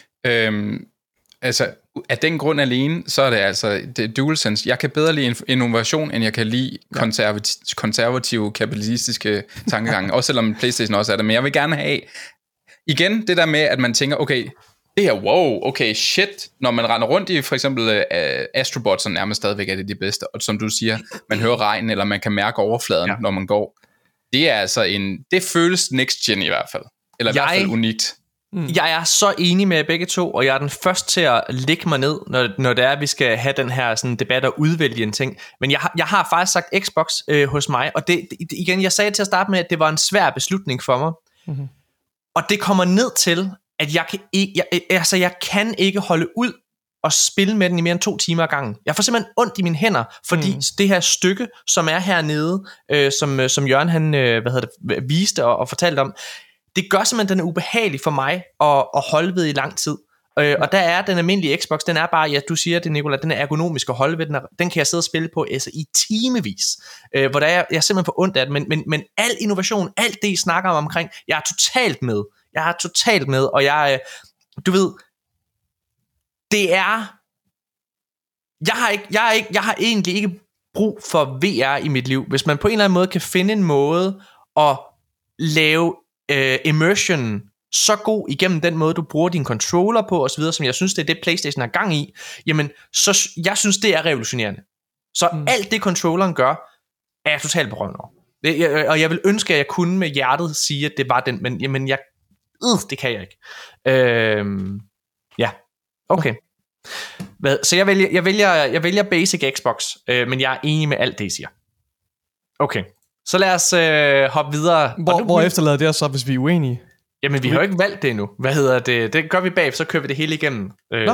i. Altså, af den grund alene, så er det altså det DualSense. Jeg kan bedre lide innovation, end jeg kan lide konservative, kapitalistiske tankegange. Også selvom PlayStation også er det. Men jeg vil gerne have, igen, det der med, at man tænker, okay, det her, wow, okay, shit. Når man render rundt i for eksempel Astrobot, så nærmest stadigvæk er det de bedste. Og som du siger, man hører regn, eller man kan mærke overfladen, når man går. Det er altså det føles next gen i hvert fald. Eller i hvert fald unikt. Jeg er så enig med begge to, og jeg er den første til at lægge mig ned, når det er, at vi skal have den her sådan, debat og udvælge en ting. Men jeg har faktisk sagt Xbox hos mig, og det igen, jeg sagde til at starte med, at det var en svær beslutning for mig. Mm-hmm. Og det kommer ned til, at jeg kan ikke holde ud og spille med den i mere end 2 timer ad gangen. Jeg får simpelthen ondt i mine hænder, fordi det her stykke, som er hernede, som Jørgen han viste og fortalte om, det gør simpelthen, den er ubehagelig for mig at holde ved i lang tid. Og der er den almindelige Xbox, den er bare, ja, du siger det, Nicolai, den er ergonomisk at holde ved, den kan jeg sidde og spille på altså, i timevis. Hvor der jeg simpelthen får ondt af det, men al innovation, alt det I snakker om omkring, jeg er totalt med. Og jeg, du ved, det er, jeg har egentlig ikke brug for VR i mit liv. Hvis man på en eller anden måde kan finde en måde at lave immersion så god igennem den måde du bruger din controller på og så videre, som jeg synes det er det PlayStation har gang i, jamen så jeg synes det er revolutionerende. Så alt det controlleren gør er jeg totalt på røven over. Og jeg vil ønske at jeg kunne med hjertet sige at det var den, men jamen det kan jeg ikke. Ja. Okay. Så jeg vælger basic Xbox, men jeg er enig med alt det I siger. Okay. Så lad os hoppe videre. Hvor efterlader det os så, hvis vi er uenige? Jamen, vi har jo ikke valgt det endnu. Det gør vi bag, så kører vi det hele igennem.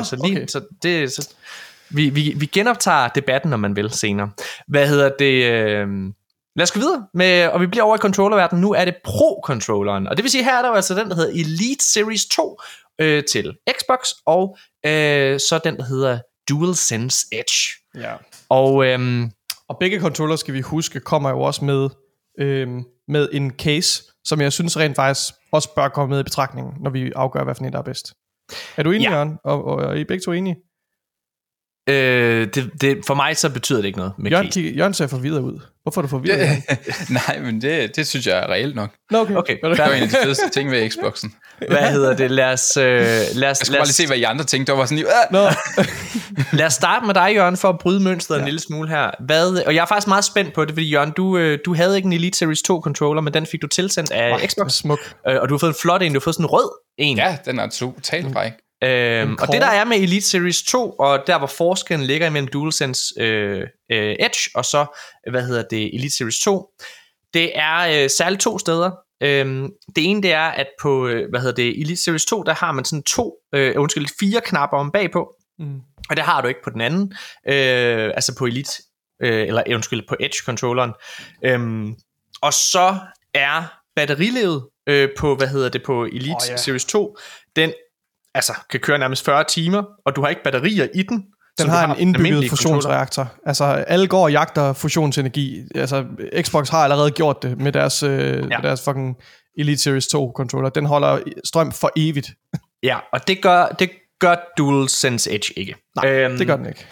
Vi genoptager debatten, når man vil, senere. Lad os gå videre, og vi bliver over i controllerverdenen. Nu er det Pro-controlleren. Og det vil sige, her er der jo altså den, der hedder Elite Series 2 til Xbox, og så den, der hedder DualSense Edge. Ja. Og begge controller, skal vi huske, kommer jo også med en case, som jeg synes rent faktisk også bør komme med i betragtningen, når vi afgør, hvad for en der er bedst. Er du enig, Jørgen? Og er I begge to enige? For mig så betyder det ikke noget med Jørgen ser forvirret ud. Hvorfor er du forvirret? Nej, men det synes jeg er reelt nok. Nå, okay. Det var en af de fedeste ting ved Xboxen. Hvad hedder det? Lad os jeg skulle bare lige se, hvad I andre tænkte. Det var sådan lige... Lad os starte med dig, Jørgen, for at bryde mønstret en lille smule her. Og jeg er faktisk meget spændt på det, fordi Jørgen, du havde ikke en Elite Series 2 controller, men den fik du tilsendt af Xbox. Smuk. Og du har fået en flot en, du har fået sådan en rød en. Ja, den er totalt fræk. Og det der er med Elite Series 2, og der hvor forskellen ligger imellem DualSense Edge og så Elite Series 2, det er særligt 2 steder. Det ene det er at på Elite Series 2, der har man sådan 4 knapper om bagpå. Og det har du ikke på den anden, altså på Elite på Edge controlleren. Og så er batterilevet på Elite Series 2, den kan køre nærmest 40 timer, og du har ikke batterier i den. Den har en indbygget fusionsreaktor. Altså alle går og jagter fusionsenergi. Altså Xbox har allerede gjort det med deres fucking Elite Series 2 controller. Den holder strøm for evigt. Ja, og det gør DualSense Edge ikke. Nej, det gør den ikke.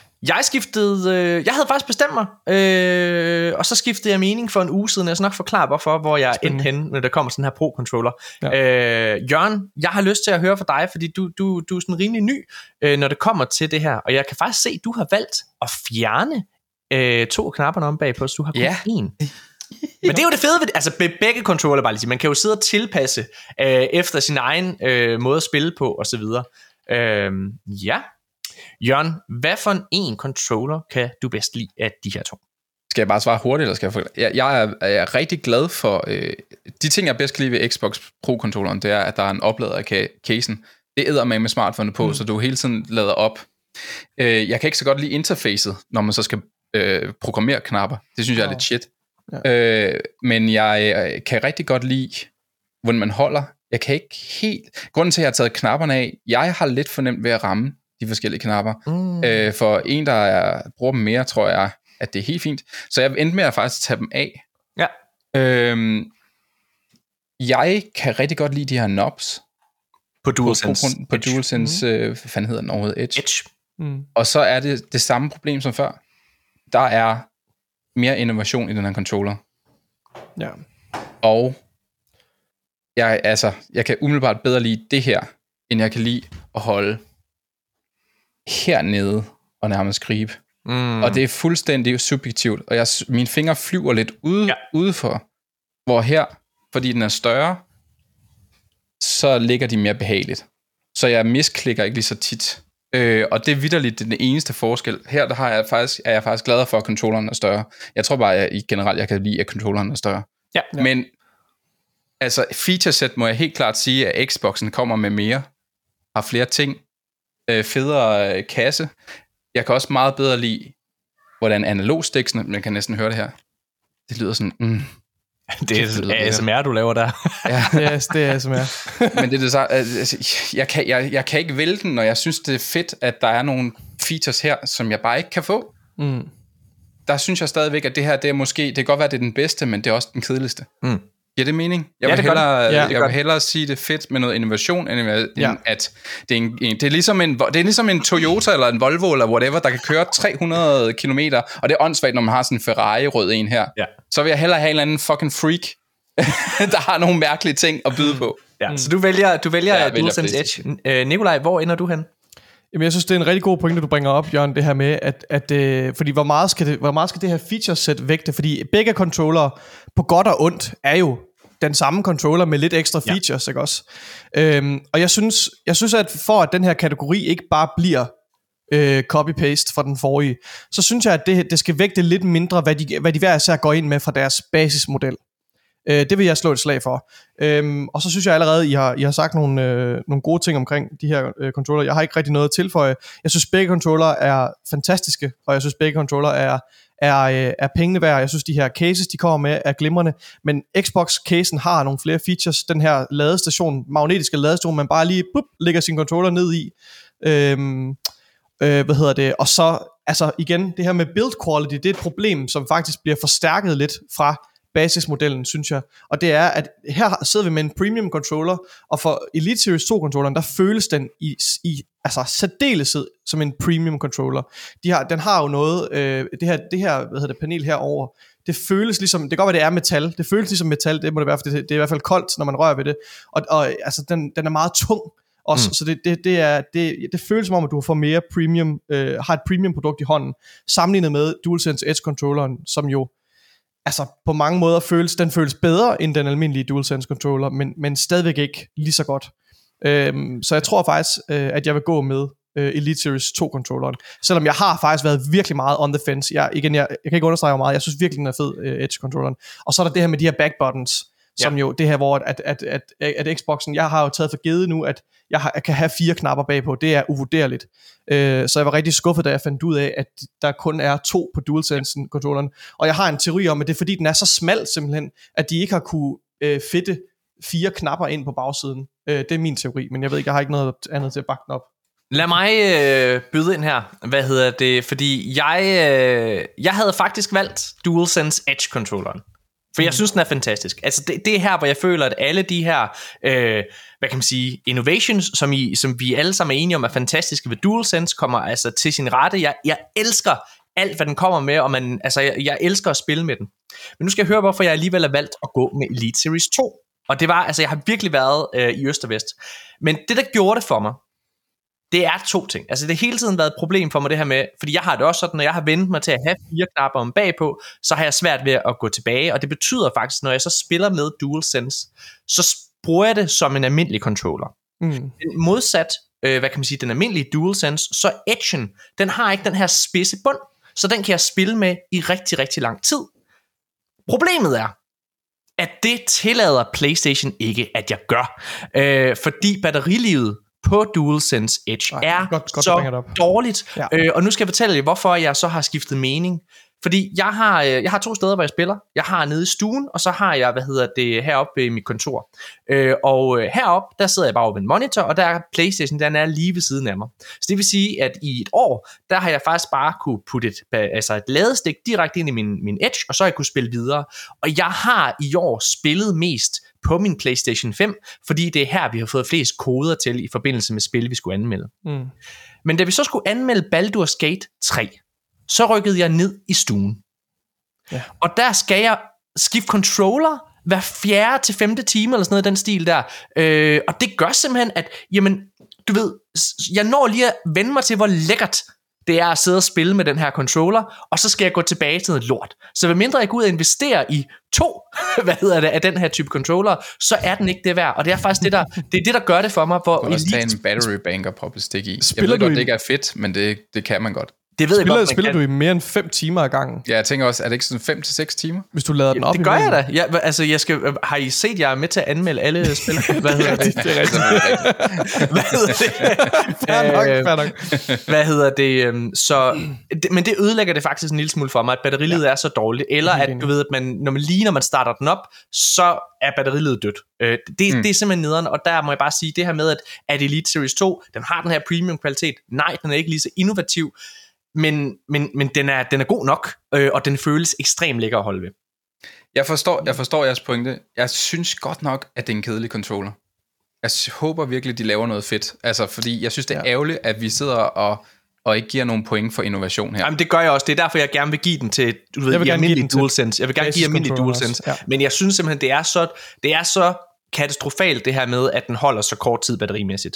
Jeg havde faktisk bestemt mig, og så skiftede jeg mening for en uge siden. Jeg skal nok forklare hvorfor, hvor jeg endte henne, når der kommer sådan her Pro-controller. Ja. Jørgen, jeg har lyst til at høre fra dig, fordi du er sådan rimelig ny, når det kommer til det her. Og jeg kan faktisk se, at du har valgt at fjerne 2 af knapperne om bagpå, så du har kun én. Men det er jo det fede ved det. Altså begge controller, bare lige sige. Man kan jo sidde og tilpasse efter sin egen måde at spille på, og så videre. Ja. Jørgen, hvad for en controller kan du bedst lide af de her 2? Skal jeg bare svare hurtigt, eller skal jeg forklare? Jeg er rigtig glad for... de ting, jeg bedst kan lide ved Xbox Pro-controlleren, det er, at der er en oplader af casen. Det æder med smartphone på, så du hele tiden lader op. Jeg kan ikke så godt lide interfacet, når man så skal programmere knapper. Det synes jeg er lidt shit. Ja. Men jeg kan rigtig godt lide, hvordan man holder. Jeg kan ikke helt... Grunden til, at jeg har taget knapperne af, jeg har lidt fornemt ved at ramme de forskellige knapper. For en, der bruger dem mere, tror jeg, at det er helt fint. Så jeg endte med at faktisk tage dem af. Ja. Jeg kan rigtig godt lide de her knobs. På DualSense. På DualSense, hvad fanden hedder den overhovedet? Edge. Og så er det samme problem som før. Der er mere innovation i den her controller. Ja. Og jeg kan umiddelbart bedre lide det her, end jeg kan lide at holde hernede og nærmest gribe. Og det er fuldstændig subjektivt, og mine fingre flyver lidt udefor, hvor her, fordi den er større, så ligger de mere behageligt. Så jeg misklikker ikke lige så tit. Og det er vitterligt den eneste forskel. Her der er jeg faktisk glad for, at controlleren er større. Jeg tror bare, at jeg kan lide, at controlleren er større. Ja. Men altså, featureset må jeg helt klart sige, at Xboxen kommer med mere. Har flere ting. Federe kasse. Jeg kan også meget bedre lide, hvordan analogstiksene, man kan næsten høre det her. Det lyder sådan... Det er ASMR, du laver der. Ja, det er ASMR. Men det er så, jeg kan ikke vælge den, og jeg synes, det er fedt, at der er nogle features her, som jeg bare ikke kan få. Der synes jeg stadigvæk, at det her, det er måske, det kan godt være, at det er den bedste, men det er også den kedeligste. Giver det mening? Jeg vil hellere sige, det er fedt med noget innovation, end at det er ligesom en Toyota eller en Volvo eller whatever, der kan køre 300 kilometer, og det er åndssvagt, når man har sådan en Ferrari-rød en her. Ja. Så vil jeg hellere have en eller anden fucking freak, der har nogle mærkelige ting at byde på. Ja. Så du vælger DualSense Edge. Nikolaj, hvor ender du hen? Jamen, jeg synes, det er en rigtig god pointe, du bringer op, Jørgen, det her med, at fordi hvor meget skal det her featureset vægte? Fordi begge controller, på godt og ondt, er jo den samme controller med lidt ekstra features, ikke også? Og jeg synes, at for at den her kategori ikke bare bliver copy-paste fra den forrige, så synes jeg, at det skal vægte lidt mindre, hvad de hver især går ind med fra deres basismodel. Det vil jeg slå et slag for. Og så synes jeg allerede, I har sagt nogle gode ting omkring de her controller. Jeg har ikke rigtig noget at tilføje. Jeg synes, begge controller er fantastiske, og jeg synes, begge controller er pengene værd. Jeg synes, de her cases, de kommer med, er glimrende. Men Xbox-casen har nogle flere features. Den her magnetiske ladestation, man bare lige lægger sin controller ned i. Og så, altså igen, det her med build quality, det er et problem, som faktisk bliver forstærket lidt fra basismodellen, synes jeg. Og det er, at her sidder vi med en premium controller, og for Elite Series 2 controlleren, der føles den i altså særdeleshed som en premium controller. Den har jo noget, det her panel herover. Det føles ligesom, det kan godt være, det er metal. Det føles ligesom metal, det må det være, for det er i hvert fald koldt, når man rører ved det. Og altså, den er meget tung også, så det føles som om, at du får mere premium, har et premium produkt i hånden, sammenlignet med DualSense Edge controlleren, som jo altså på mange måder føles bedre end den almindelige DualSense controller, men stadigvæk ikke lige så godt. Så jeg tror faktisk, at jeg vil gå med Elite Series 2 controlleren, selvom jeg har faktisk været virkelig meget on the fence. Jeg kan ikke understrege meget. Jeg synes virkelig, den er fed, Edge controlleren. Og så er der det her med de her back buttons, som jo det her, hvor at Xboxen, jeg har jo taget for givet nu, at jeg kan have 4 knapper bagpå. Det er uvurderligt. Så jeg var rigtig skuffet, da jeg fandt ud af, at der kun er 2 på DualSense-controlleren. Og jeg har en teori om, at det er fordi, den er så smal simpelthen, at de ikke har kunne fitte 4 knapper ind på bagsiden. Det er min teori, men jeg ved ikke, jeg har ikke noget andet til at bakke den op. Lad mig byde ind her. Fordi jeg havde faktisk valgt DualSense Edge controlleren. For jeg synes, den er fantastisk. Altså det er her, hvor jeg føler, at alle de her, hvad kan man sige, innovations, som vi alle sammen er enige om er fantastiske ved DualSense, kommer altså til sin rette. Jeg elsker alt, hvad den kommer med, og jeg elsker at spille med den. Men nu skal jeg høre, hvorfor jeg alligevel har valgt at gå med Elite Series 2. Og det var, jeg har virkelig været i øst og vest. Men det, der gjorde det for mig, det er 2 ting. Altså det har hele tiden været et problem for mig det her med, fordi jeg har det også sådan, når jeg har vendt mig til at have 4 knapper om bagpå, så har jeg svært ved at gå tilbage, og det betyder faktisk, når jeg så spiller med DualSense, så bruger jeg det som en almindelig controller. Modsat, hvad kan man sige, den almindelige DualSense, så Edgen, den har ikke den her spidse bund, så den kan jeg spille med i rigtig, rigtig lang tid. Problemet er, at det tillader PlayStation ikke, at jeg gør, fordi batterilivet på DualSense Edge er så dårligt. Ja. Og nu skal jeg fortælle jer, hvorfor jeg så har skiftet mening. Fordi jeg har 2 steder, hvor jeg spiller. Jeg har nede i stuen, og så har jeg, heroppe i mit kontor. Og heroppe, der sidder jeg bare over ved en monitor, og der er PlayStation, den er lige ved siden af mig. Så det vil sige, at i et år, der har jeg faktisk bare kunne putte et ladestik direkte ind i min Edge, og så har jeg kunne spille videre. Og jeg har i år spillet mest på min PlayStation 5, fordi det er her, vi har fået flest koder til i forbindelse med spil, vi skulle anmelde. Men da vi så skulle anmelde Baldur's Gate 3, så rykkede jeg ned i stuen. Ja. Og der skal jeg skifte controller hver 4. til 5. time, eller sådan noget i den stil der. Og det gør simpelthen, at jamen, du ved, jeg når lige at vende mig til, hvor lækkert det er at sidde og spille med den her controller, og så skal jeg gå tilbage til noget lort. Så hvad mindre jeg går ud og investerer i 2 af den her type controller, så er den ikke det værd. Og det er faktisk det, der gør det for mig. Hvor du kan også tage en battery bank og proppe et stik i. Jeg ved godt, det ikke er fedt, men det kan man godt. Det ved jeg godt, spiller du i mere end 5 timer ad gangen? Ja, jeg tænker også, er det ikke sådan 5 til 6 timer? Hvis du lader den op. Det gør jeg da. Har I set, jeg er med til at anmelde alle spil? Hvad hedder det? Det er rigtigt. Fair nok. Hvad hedder det? Men det ødelægger det faktisk en lille smule for mig, at batteriet er så dårligt. Eller at du ved, at når man starter den op, så er batteriet dødt. Det er simpelthen nederen. Og der må jeg bare sige, det her med, at Elite Series 2, den har den her premium kvalitet. Nej, den er ikke lige så innovativ. Men den er god nok, og den føles ekstremt lækker at holde ved. Jeg forstår jeres pointe. Jeg synes godt nok, at det er en kedelig controller. Jeg håber virkelig, de laver noget fedt. Altså, fordi jeg synes, det er ærgerligt, at vi sidder og ikke giver nogen point for innovation her. Jamen, det gør jeg også. Det er derfor, jeg gerne vil give den til almindelig DualSense. Jeg vil gerne give almindelig DualSense. Ja. Men jeg synes simpelthen, det er så katastrofalt, det her med, at den holder så kort tid batterimæssigt.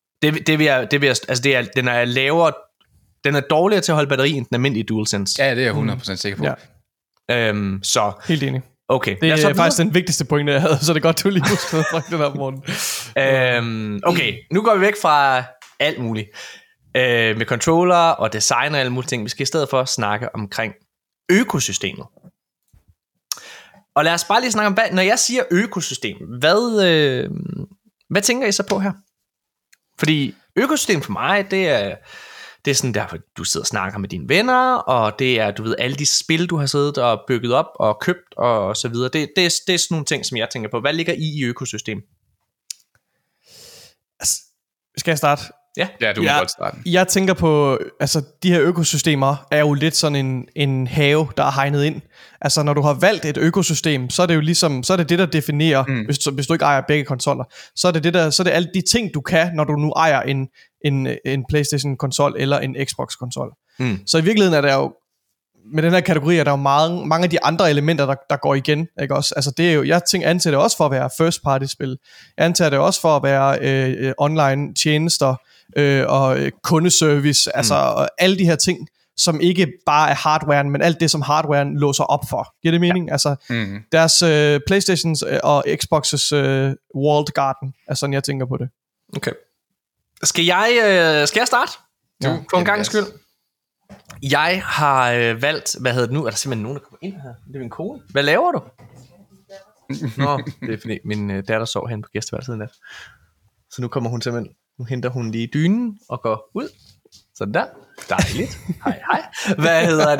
Den er lavere. Den er dårligere til at holde batteri end den almindelige DualSense. Ja, det er jeg 100% sikker på. Ja. Så helt enig. Okay. Det er faktisk den vigtigste pointe, jeg havde, så det er godt, du lige husker fra den her morgen. Okay, nu går vi væk fra alt muligt. Med controller og design og alle mulige ting. Vi skal i stedet for snakke omkring økosystemet. Og lad os bare lige snakke om, når jeg siger økosystem, hvad tænker I så på her? Fordi økosystem for mig, det er sådan der, du sidder og snakker med dine venner, og det er, du ved, alle de spil, du har siddet og bygget op og købt og så videre. Det er sådan nogle ting, som jeg tænker på. Hvad ligger I økosystem? Altså, skal jeg starte? Ja, du må godt starte. Jeg tænker på, altså de her økosystemer er jo lidt sådan en have, der er hegnet ind. Altså når du har valgt et økosystem, så er det jo ligesom, så er det der definerer, hvis du ikke ejer begge konsoller, så er det alle de ting, du kan, når du nu ejer en PlayStation-konsol eller en Xbox-konsol. Så i virkeligheden er der jo, med den her kategori er der jo mange af de andre elementer, der går igen, ikke også? Altså det er jo, antager det også for at være first party spil. Jeg antager det også for at være online tjenester og kundeservice, altså og alle de her ting, som ikke bare er hardwaren, men alt det, som hardwaren låser op for. Giver det mening? Ja. Altså deres PlayStations og Xbox's walled garden, er sådan jeg tænker på det. Okay. Skal jeg starte? Ja. For en gang skyld. Jeg har valgt, hvad hedder det nu? Er der simpelthen nogen, der kommer ind her? Det er min kone. Hvad laver du? Nå, det er fordi min datter sov hen på gæsteværelset i nat. Så nu kommer hun simpelthen, nu henter hun lige dynen og går ud. Sådan der. Dejligt. Hej. Hvad hedder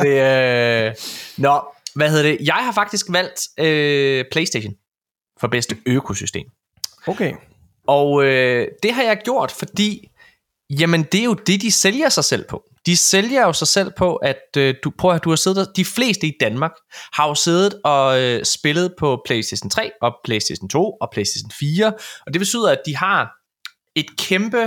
det? Jeg har faktisk valgt PlayStation for bedste økosystem. Okay. Og det har jeg gjort, fordi jamen det er jo det, de sælger sig selv på. De sælger jo sig selv på, at du har siddet, de fleste i Danmark har jo siddet og spillet på PlayStation 3 og PlayStation 2 og PlayStation 4, og det betyder, at de har et kæmpe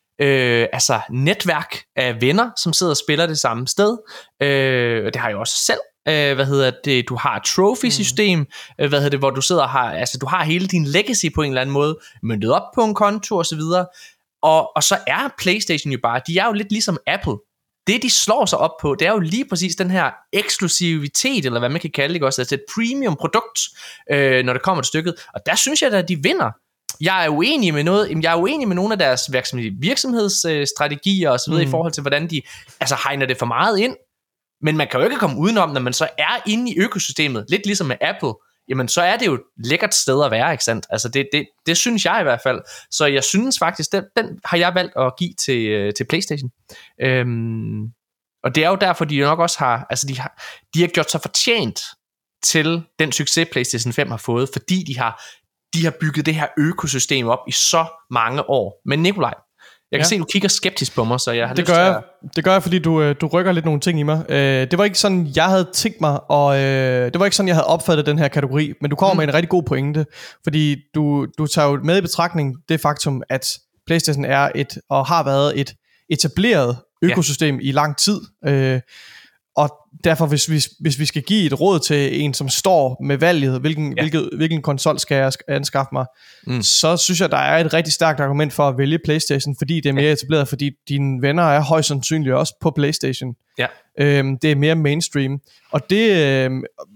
netværk af venner, som sidder og spiller det samme sted, og det har jeg også selv. Du har et trophy-system, hvor du sidder og har, du har hele din legacy på en eller anden måde, møntet op på en konto og så videre, og så er PlayStation jo bare, de er jo lidt ligesom Apple. Det de slår sig op på, det er jo lige præcis den her eksklusivitet, eller hvad man kan kalde det også, altså et premium produkt, når det kommer til stykket, og der synes jeg at de vinder. Jeg er uenig med nogle af deres virksomhedsstrategier og så videre i forhold til, hvordan de hegner det for meget ind, men man kan jo ikke komme udenom, når man så er inde i økosystemet, lidt ligesom med Apple, jamen så er det jo et lækkert sted at være, ikke sandt? Altså det synes jeg i hvert fald. Så jeg synes faktisk, den har jeg valgt at give til PlayStation. Og det er jo derfor, de nok også har, de har gjort sig fortjent til den succes, PlayStation 5 har fået, fordi de har bygget det her økosystem op i så mange år. Men Nikolaj, jeg kan se, du kigger skeptisk på mig, så jeg har lyst til at... Det gør jeg, fordi du rykker lidt nogle ting i mig. Det var ikke sådan, jeg havde tænkt mig, og det var ikke sådan, jeg havde opfattet den her kategori, men du kommer med en rigtig god pointe, fordi du tager jo med i betragtning det faktum, at PlayStation er og har været et etableret økosystem i lang tid, og derfor, hvis vi skal give et råd til en, som står med valget, hvilken konsol skal jeg anskaffe mig, så synes jeg, der er et rigtig stærkt argument for at vælge PlayStation, fordi det er mere etableret, fordi dine venner er højst sandsynligt også på PlayStation. Ja. Det er mere mainstream. Og det...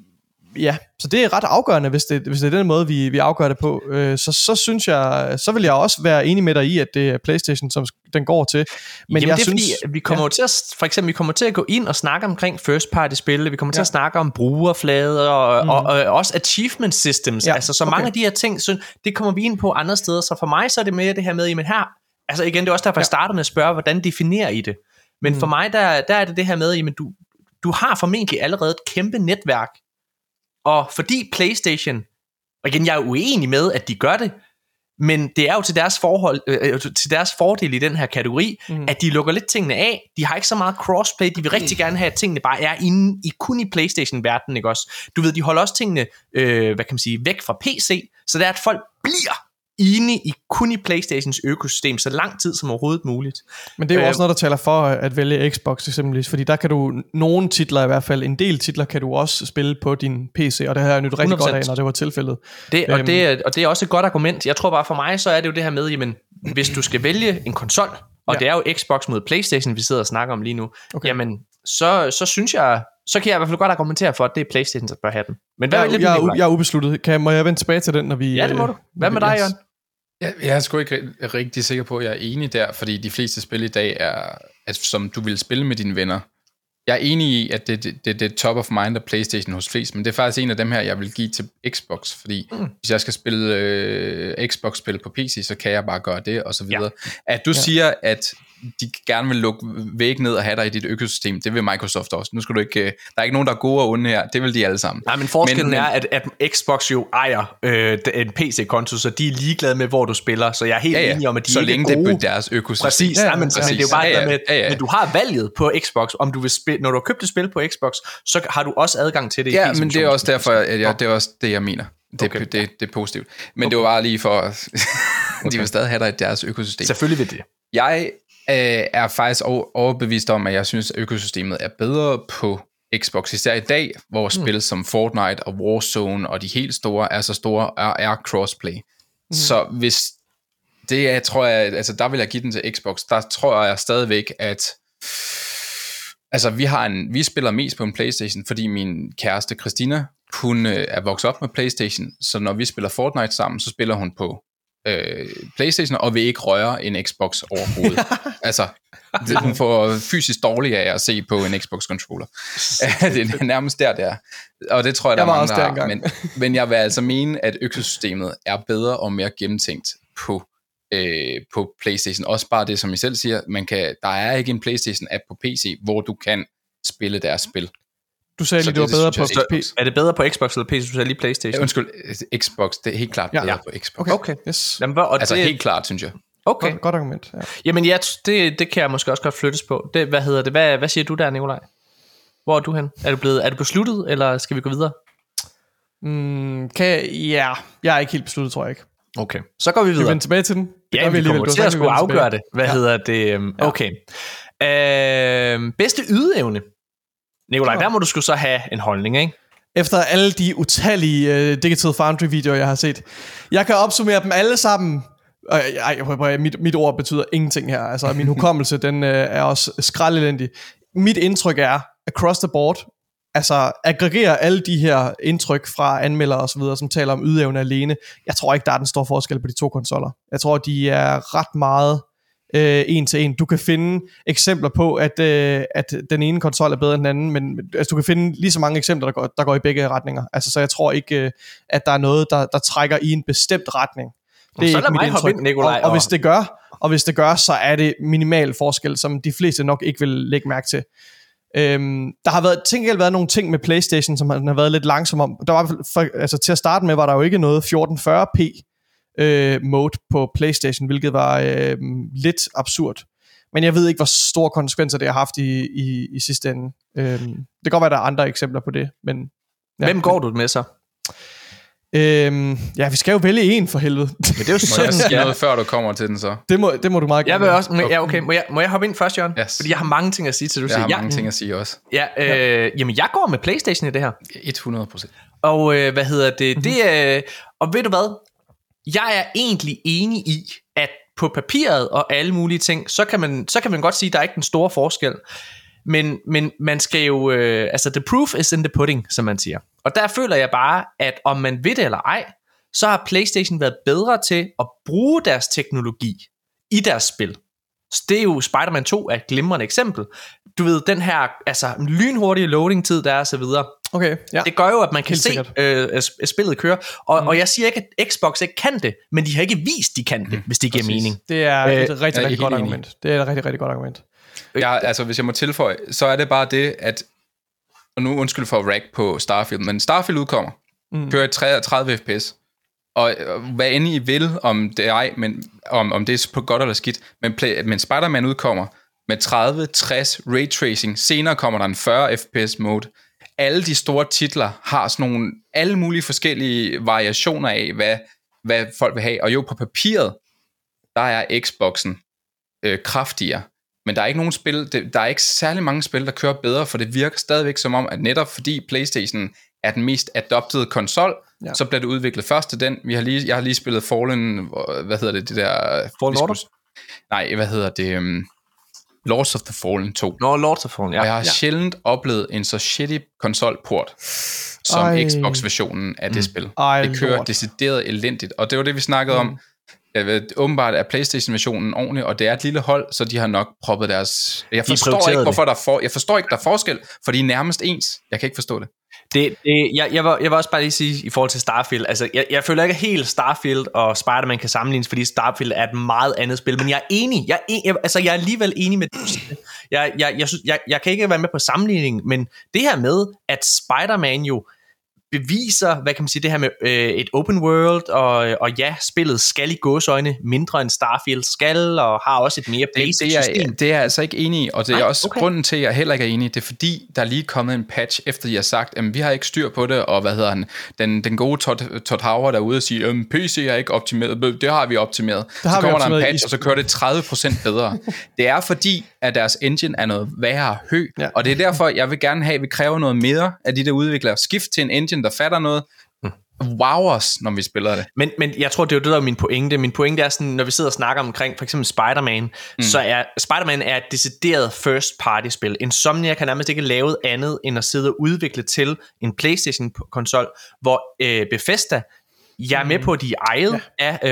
så det er ret afgørende, hvis det er den måde, vi afgør det på. Så synes jeg, så vil jeg også være enig med dig i, at det er PlayStation, som den går til. Men jeg synes, fordi vi kommer til at, for eksempel, vi kommer til at gå ind og snakke omkring first party spil, vi kommer til at snakke om brugerflader og også achievement systems. Så mange af de her ting, så det kommer vi ind på andre steder. Så for mig så er det mere det her med, jamen her, igen, det er også derfor jeg starter med at spørge, hvordan definerer I det? Men for mig der er det her med, jamen du har formentlig allerede et kæmpe netværk. Og fordi PlayStation, og igen, jeg er uenig med, at de gør det, men det er jo til deres fordel i den her kategori, at de lukker lidt tingene af. De har ikke så meget crossplay. De vil rigtig gerne have, at tingene bare er kun i PlayStation-verdenen, ikke også? Du ved, de holder også tingene, væk fra PC, så det er, at folk bliver kun i PlayStations økosystem så lang tid som overhovedet muligt. Men det er jo også noget, der taler for at vælge Xbox eksempelvis, fordi der kan du, nogle titler i hvert fald, en del titler kan du også spille på din PC, og det har jeg nyt rigtig 100%. Godt af, når det var tilfældet. Det er også et godt argument. Jeg tror bare for mig, så er det jo det her med, jamen, hvis du skal vælge en konsol, og det er jo Xbox mod PlayStation, vi sidder og snakker om lige nu, jamen, så synes jeg, så kan jeg i hvert fald godt argumentere for, at det er PlayStation, der bør have den. Men hvad vælger du? Jeg er ubesluttet. Må jeg vende tilbage til den, når vi... Ja, det må du. Hvad med dig, Jørgen? Jeg er sgu ikke rigtig sikker på, at jeg er enig der, fordi de fleste spil i dag er, som du vil spille med dine venner. Jeg er enig i, at det er top of mind af PlayStation hos flest, men det er faktisk en af dem her, jeg vil give til Xbox, fordi hvis jeg skal spille Xbox-spil på PC, så kan jeg bare gøre det, og så videre. Ja. At du siger, at de gerne vil lukke væk ned og have dig i dit økosystem, det vil Microsoft også. Nu skal du ikke, der er ikke nogen, der er gode og onde her, det vil de alle sammen. Nej, men forskellen er, at Xbox jo ejer en PC-konto, så de er ligeglade med, hvor du spiller, så jeg er helt enig om, at de så ikke længe er gode. Det er deres økosystem. Præcis, men det er jo bare det med, at du har valget på Xbox, om du vil spille, når du har købt et spil på Xbox, så har du også adgang til det. Ja, men det er også derfor, det er også det, jeg mener. Det er positivt. Men det var bare lige for, de vil stadig have dig i deres økosystem. Selvfølgelig vil det. Jeg er faktisk overbevist om, at jeg synes, at økosystemet er bedre på Xbox, især i dag, hvor spil som Fortnite og Warzone og de helt store er så store og er crossplay. Så hvis det tror jeg, altså der vil jeg give den til Xbox. Der tror jeg stadigvæk, at altså vi spiller mest på en PlayStation, fordi min kæreste Christina, hun er vokset op med PlayStation, så når vi spiller Fortnite sammen, så spiller hun på PlayStation, og vil ikke røre en Xbox overhovedet. Altså, hun får fysisk dårligt af at se på en Xbox-controller. Det er nærmest det er. Og det tror jeg, der er mange, der har. Men jeg vil altså mene, at økosystemet er bedre og mere gennemtænkt på PlayStation. Også bare det, som I selv siger, der er ikke en PlayStation-app på PC, hvor du kan spille deres spil. Du sagde lige, du var bedre på PC. Er det bedre på Xbox eller PC? Du sagde lige PlayStation. Undskyld, Xbox. Det er helt klart bedre på Xbox. Okay. Yes. Jamen, altså helt klart, synes jeg. Okay. Godt argument. Ja. Jamen ja, det kan jeg måske også godt flyttes på. Hvad siger du der, Nikolaj? Hvor er du hen? Er du besluttet, eller skal vi gå videre? Jeg er ikke helt besluttet, tror jeg ikke. Okay, så går vi videre. Vi vender tilbage til den. Ja, vi kommer til at skulle afgøre det. Hvad hedder det? Okay. Bedste ydeevne. Nikolaj, der må du sgu så have en holdning, ikke? Efter alle de utallige Digital Foundry-videoer, jeg har set. Jeg kan opsummere dem alle sammen. Mit ord betyder ingenting her. Altså, min hukommelse, den er også skraldelendig. Mit indtryk er, across the board, altså aggregerer alle de her indtryk fra anmeldere og så videre, som taler om ydeevne alene. Jeg tror ikke, der er den store forskel på de to konsoller. Jeg tror, de er ret meget en til en. Du kan finde eksempler på, at den ene konsol er bedre end den anden, men altså, du kan finde lige så mange eksempler, der går i begge retninger. Altså, så jeg tror ikke, at der er noget, der trækker i en bestemt retning. Det er ikke mit indtryk. Nikolaj, og hvis det gør, så er det minimal forskel, som de fleste nok ikke vil lægge mærke til. Der har været nogle ting med PlayStation, som har været lidt langsom om. Der var, til at starte med var der jo ikke noget 1440p mode på PlayStation, hvilket var lidt absurd. Men jeg ved ikke, hvor store konsekvenser det har haft i sidste ende. Det kan godt være, der er andre eksempler på det. Men, ja. Hvem går du med så? Vi skal jo vælge en for helvede. Men det er jo sådan, må jeg noget, før du kommer til den så? Det må du meget gerne. Jeg vil også, okay. Må jeg hoppe ind først, Jørgen? Yes. Fordi jeg har mange ting at sige til, du siger. Jeg har mange ting at sige også. Jamen, jeg går med PlayStation i det her. 100%. Og hvad hedder det? Og ved du hvad? Jeg er egentlig enig i, at på papiret og alle mulige ting, så kan man godt sige, at der er ikke den store forskel. Men man skal jo, the proof is in the pudding, som man siger. Og der føler jeg bare, at om man ved det eller ej, så har PlayStation været bedre til at bruge deres teknologi i deres spil. Så det er jo Spider-Man 2 er et glimrende eksempel. Du ved, den her lynhurtige loading-tid, der er og så videre. Okay, ja. Det gør jo, at man kan se spillet køre. Og jeg siger ikke, at Xbox ikke kan det, men de har ikke vist, de kan det, hvis det giver mening. Det er et rigtig godt argument. Det er et rigtig, rigtig godt argument. Hvis jeg må tilføje, så er det bare det, at, og nu undskyld for rag på Starfield, men Starfield udkommer, kører i 30 fps, og hvad end I vil, om det er ej, men om det er på godt eller skidt, men Spider-Man udkommer med 30, 60 raytracing, senere kommer der en 40 fps mode. Alle de store titler har sådan nogle, alle mulige forskellige variationer af, hvad folk vil have, og jo på papiret, der er Xboxen kraftigere. Men der er ikke nogen spil, der er ikke særlig mange spil, der kører bedre, for det virker stadigvæk som om, at netop fordi PlayStation er den mest adoptede konsol, så bliver det udviklet først til den. Jeg har lige spillet Fallen, hvad hedder det der? Fallen Order? Nej, hvad hedder det? Lords of the Fallen 2. Lords of Fallen, ja. Og jeg har sjældent oplevet en så shitty konsolport som Xbox-versionen af det spil. Det kører decideret elendigt, og det var det, vi snakkede om. Jeg ved, åbenbart er PlayStation-versionen ordentlig, og det er et lille hold, så de har nok proppet deres... Jeg forstår ikke, hvorfor jeg forstår ikke, der er forskel, for de er nærmest ens. Jeg kan ikke forstå det. Jeg vil også bare lige sige i forhold til Starfield, altså jeg føler ikke helt Starfield og Spider-Man kan sammenlignes, fordi Starfield er et meget andet spil, men jeg er enig, jeg er alligevel enig med det. Jeg kan ikke være med på sammenligningen, men det her med, at Spider-Man jo beviser, hvad kan man sige, det her med et open world, og ja, spillet skal i gåseøjne mindre end Starfield skal, og har også et mere basic system. Det er jeg altså ikke enig i, og det er også grunden til, at jeg heller ikke er enig. Det er fordi, der er lige kommet en patch, efter de har sagt, at vi har ikke styr på det, og hvad hedder han, den gode Todd Howard derude og siger, PC er ikke optimeret, det har vi optimeret. Så kommer der en patch, og så kører det 30% bedre. Det er fordi, at deres engine er noget værre hø, og det er derfor, jeg vil gerne have, at vi kræver noget mere af de der udviklere. Skift til en engine, der fatter noget, wow os, når vi spiller det. Men jeg tror, det er jo det, der er min pointe. Min pointe er sådan, når vi sidder og snakker omkring for eksempel Spider-Man, så er Spider-Man et decideret first party spil. Insomniac kan nærmest ikke lavet andet, end at sidde og udvikle til en PlayStation-konsol, hvor Bethesda, jeg er med på, at de er ejet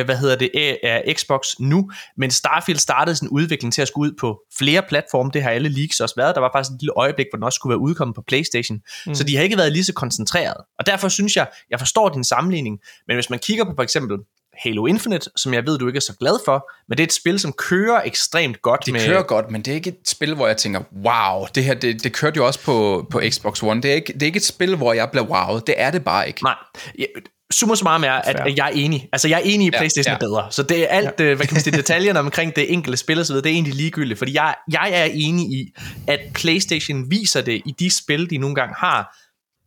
af, af Xbox nu, men Starfield startede sin udvikling til at skulle ud på flere platforme. Det har alle leaks også været. Der var faktisk et lille øjeblik, hvor den også skulle være udkommet på PlayStation. Så de har ikke været lige så koncentreret. Og derfor synes jeg forstår din sammenligning, men hvis man kigger på for eksempel Halo Infinite, som jeg ved, du ikke er så glad for, men det er et spil, som kører ekstremt godt. Det kører godt, men det er ikke et spil, hvor jeg tænker, wow, det her, det kørte jo også på Xbox One. Det er ikke et spil, hvor jeg bliver wowet. Det er det bare ikke. Nej, summa summarum er, at jeg er enig. Altså, jeg er enig i, PlayStation er bedre. Så det er alt, hvad kan man sige, detaljerne omkring det enkelte spil og så videre, det er egentlig ligegyldigt, fordi jeg er enig i, at PlayStation viser det i de spil, de nogle gange har,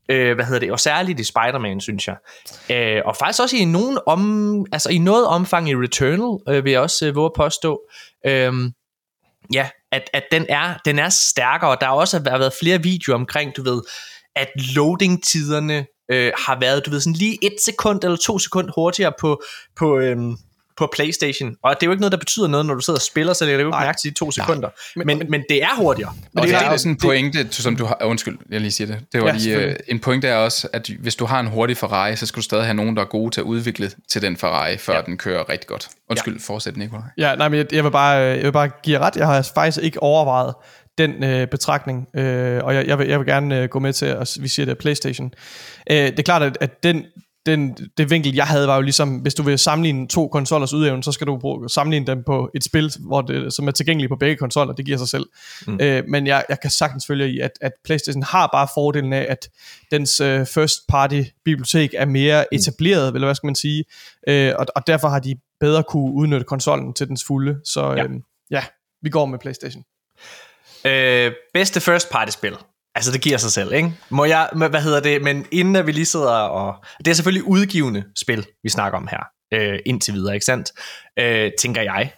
og særligt i Spider-Man, synes jeg. Og faktisk også i noget omfang i Returnal, vil jeg også våge at påstå. At den er stærkere, og der har også været flere videoer omkring, du ved, at loading-tiderne har været, du ved, sådan lige 1 sekund eller 2 sekunder hurtigere på PlayStation. Og det er jo ikke noget, der betyder noget, når du sidder og spiller, så det er jo ikke mærke til de 2 sekunder. Men det er hurtigere. Og det er også en pointe, som du har... Undskyld, jeg lige siger det. Det var lige... En pointe er også, at hvis du har en hurtig Ferrari, så skal du stadig have nogen, der er gode til at udvikle til den Ferrari, før den kører rigtig godt. Undskyld, fortsæt, Nikolaj. Ja, nej, men jeg vil bare give ret. Jeg har faktisk ikke overvejet den betragtning, og jeg vil gerne gå med til, at vi siger det PlayStation. Det er klart, at det vinkel, jeg havde, var jo ligesom, hvis du vil sammenligne 2 konsollers udevne, så skal du sammenligne dem på et spil, som er tilgængeligt på begge konsoller. Det giver sig selv. Men jeg kan sagtens følge i, at PlayStation har bare fordelen af, at dens first party bibliotek er mere etableret, eller hvad skal man sige, og derfor har de bedre kunne udnytte konsollen til dens fulde. Så vi går med PlayStation. Bedste first party spil. Altså det giver sig selv, ikke? Må jeg, men inden vi lige sidder og... Det er selvfølgelig udgivende spil, vi snakker om her, indtil videre, ikke sandt? Tænker jeg.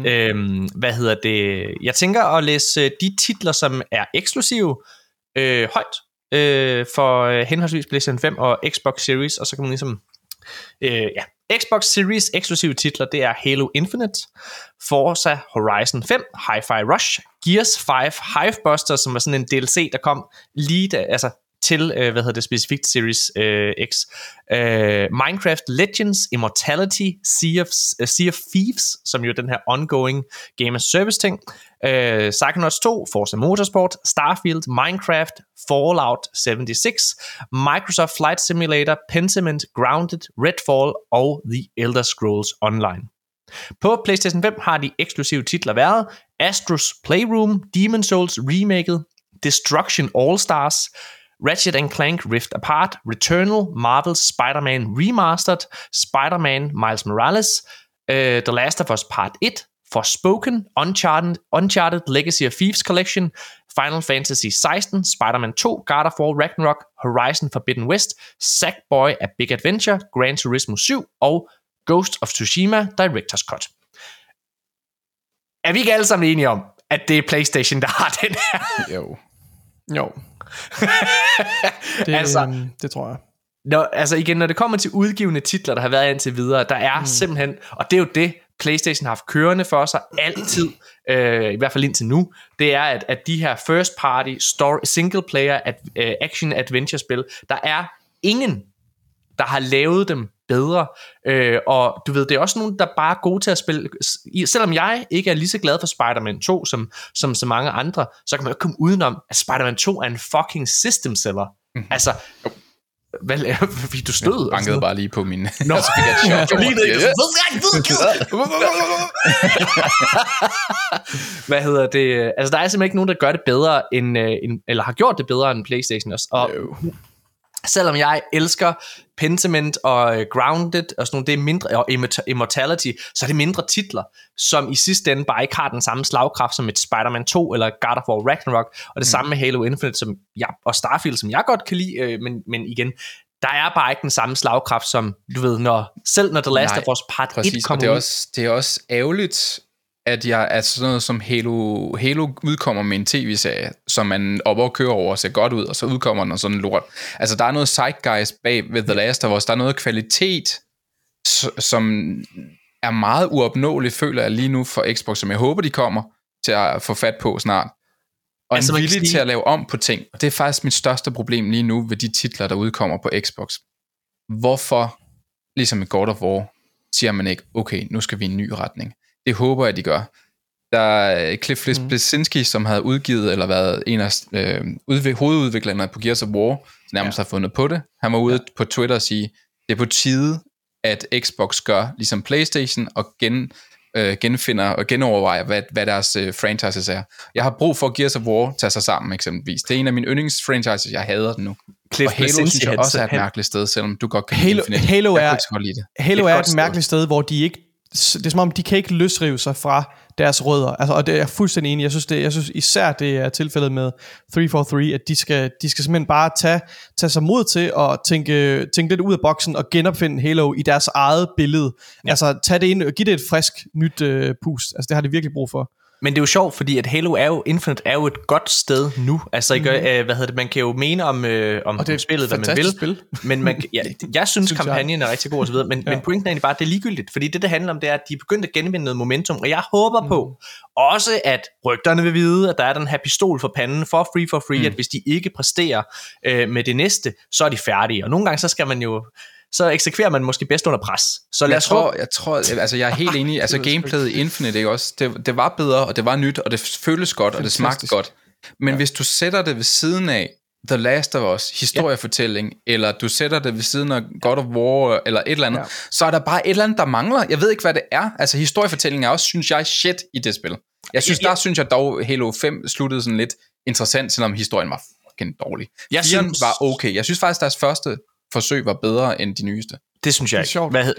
Jeg tænker at læse de titler, som er eksklusive, højt, for henholdsvis PlayStation 5 og Xbox Series, og så kan man ligesom... Xbox Series eksklusive titler, det er Halo Infinite, Forza Horizon 5, Hi-Fi Rush, Gears 5, Hivebuster, som var sådan en DLC, der kom lige til, specifikt Series X, Minecraft Legends, Immortality, Sea of Thieves, som jo er den her ongoing Game as Service ting, Psychonauts 2, Forza Motorsport, Starfield, Minecraft, Fallout 76, Microsoft Flight Simulator, Pentiment, Grounded, Redfall og The Elder Scrolls Online. På PlayStation 5 har de eksklusive titler været Astro's Playroom, Demon's Souls Remaket, Destruction All-Stars, Ratchet & Clank Rift Apart, Returnal, Marvel's Spider-Man Remastered, Spider-Man Miles Morales, The Last of Us Part 1, Forspoken, Uncharted Legacy of Thieves Collection, Final Fantasy 16, Spider-Man 2, God of War Ragnarok, Horizon Forbidden West, Sackboy: A Big Adventure, Gran Turismo 7 og Ghost of Tsushima Director's Cut. Er vi ikke alle sammen enige om, at det er PlayStation, der har den her? Jo. Det tror jeg. Når det kommer til udgivende titler, der har været indtil videre, der er simpelthen, og det er jo det, PlayStation har haft kørende for sig altid, i hvert fald indtil nu, det er, at de her first party, single player, action adventure spil, der er ingen, der har lavet dem bedre. Og du ved, det er også nogen, der bare er gode til at spille. Selvom jeg ikke er lige så glad for Spider-Man 2 som så mange andre, så kan man jo ikke komme udenom, at Spider-Man 2 er en fucking system seller. Altså, fordi du stod. Jeg bankede bare lige på min. Nå, så fik jeg et chok. Hvad hedder det? Altså, der er simpelthen ikke nogen, der gør det bedre eller har gjort det bedre end PlayStation også. Og selvom jeg elsker Pentiment og Grounded og sådan noget, det er mindre, og Immortality, så er det mindre titler, som i sidste ende bare ikke har den samme slagkraft som et Spider-Man 2 eller God of War Ragnarok, og det samme med Halo Infinite og Starfield, som jeg godt kan lide, men igen, der er bare ikke den samme slagkraft som, du ved, når The Last of Us Part 1 kommer ud. Det er også ærgerligt, at sådan noget som Halo udkommer med en tv-serie, som man op og kører over og ser godt ud, og så udkommer den og sådan lort. Altså, der er noget zeitgeist bag ved The Last of Us. Der er noget kvalitet, som er meget uopnåeligt, føler jeg lige nu for Xbox, som jeg håber, de kommer til at få fat på snart. Og altså, en vilje til at lave om på ting. Og det er faktisk mit største problem lige nu ved de titler, der udkommer på Xbox. Hvorfor, ligesom i God of War, siger man ikke, okay, nu skal vi i en ny retning. Det håber jeg, de gør. Der er Cliff Bleszinski, som havde udgivet, eller været en af hovedudviklerne på Gears of War, nærmest har fundet på det. Han var ude på Twitter og sige, det er på tide, at Xbox gør ligesom PlayStation, og genfinder og genovervejer, hvad deres franchises er. Jeg har brug for, at Gears of War tager sig sammen, eksempelvis. Det er en af mine yndlingsfranchises, jeg hader den nu. Og Halo synes jeg også er et mærkeligt sted, selvom du godt kan lide Infinite. Halo er et mærkeligt sted, hvor de ikke, det er som om, de kan ikke løsrive sig fra deres rødder. Altså, og det er jeg fuldstændig enig. Jeg synes især, det er tilfældet med 343, at de skal simpelthen bare tage sig mod til at tænke lidt ud af boksen og genopfinde Halo i deres eget billede. Ja. Altså, tage det ind og give det et frisk, nyt pust. Altså, det har de virkelig brug for. Men det er jo sjovt, fordi at Halo Infinite er jo et godt sted nu. Altså, man kan jo mene om spillet, hvad man vil. Spil. Men jeg synes, kampagnen er rigtig god og så videre. Men pointen er egentlig bare, at det er ligegyldigt. Fordi det handler om, det er, at de er begyndt at genvinde noget momentum. Og jeg håber på også, at rygterne vil vide, at der er den her pistol for panden for Free, at hvis de ikke præsterer med det næste, så er de færdige. Og nogle gange, så skal man jo... så eksekverer man måske bedst under pres. Så jeg tror, altså jeg er helt enig, altså gameplayet i Infinite, ikke også? Det var bedre, og det var nyt, og det føltes godt, og det smagte godt. Men hvis du sætter det ved siden af The Last of Us, historiefortælling, eller du sætter det ved siden af God of War, eller et eller andet, så er der bare et eller andet, der mangler. Jeg ved ikke, hvad det er. Altså historiefortælling er også, synes jeg, shit i det spil. Jeg synes, der synes jeg dog, Halo 5 sluttede sådan lidt interessant, selvom historien var fucking dårlig. 4'eren var okay. Jeg synes faktisk, deres første forsøg var bedre end de nyeste. Det synes jeg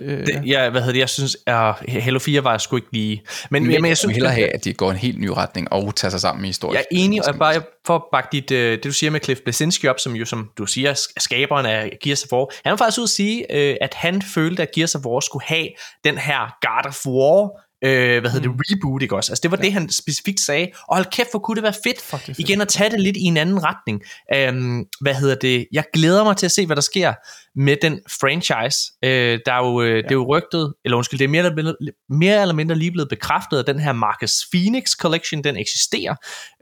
ikke. Jeg synes, Halo 4 var sgu ikke lige... Men jeg synes, hellere have, at de går en helt ny retning og tager sig sammen i historien. Jeg er enig, og bare for at bakke det du siger med Cliff Bleszinski op, som du siger, skaberen af Gears of War. Han var faktisk ude at sige, at han følte, at Gears of War skulle have den her God of War reboot, ikke også? Altså det var det, han specifikt sagde. Og hold kæft, hvor kunne det være fedt igen at tage det lidt i en anden retning. Jeg glæder mig til at se, hvad der sker med den franchise. Der er jo, det er jo rygtet, eller undskyld, det er mere eller mindre lige blevet bekræftet, at den her Marcus Phoenix Collection, den eksisterer.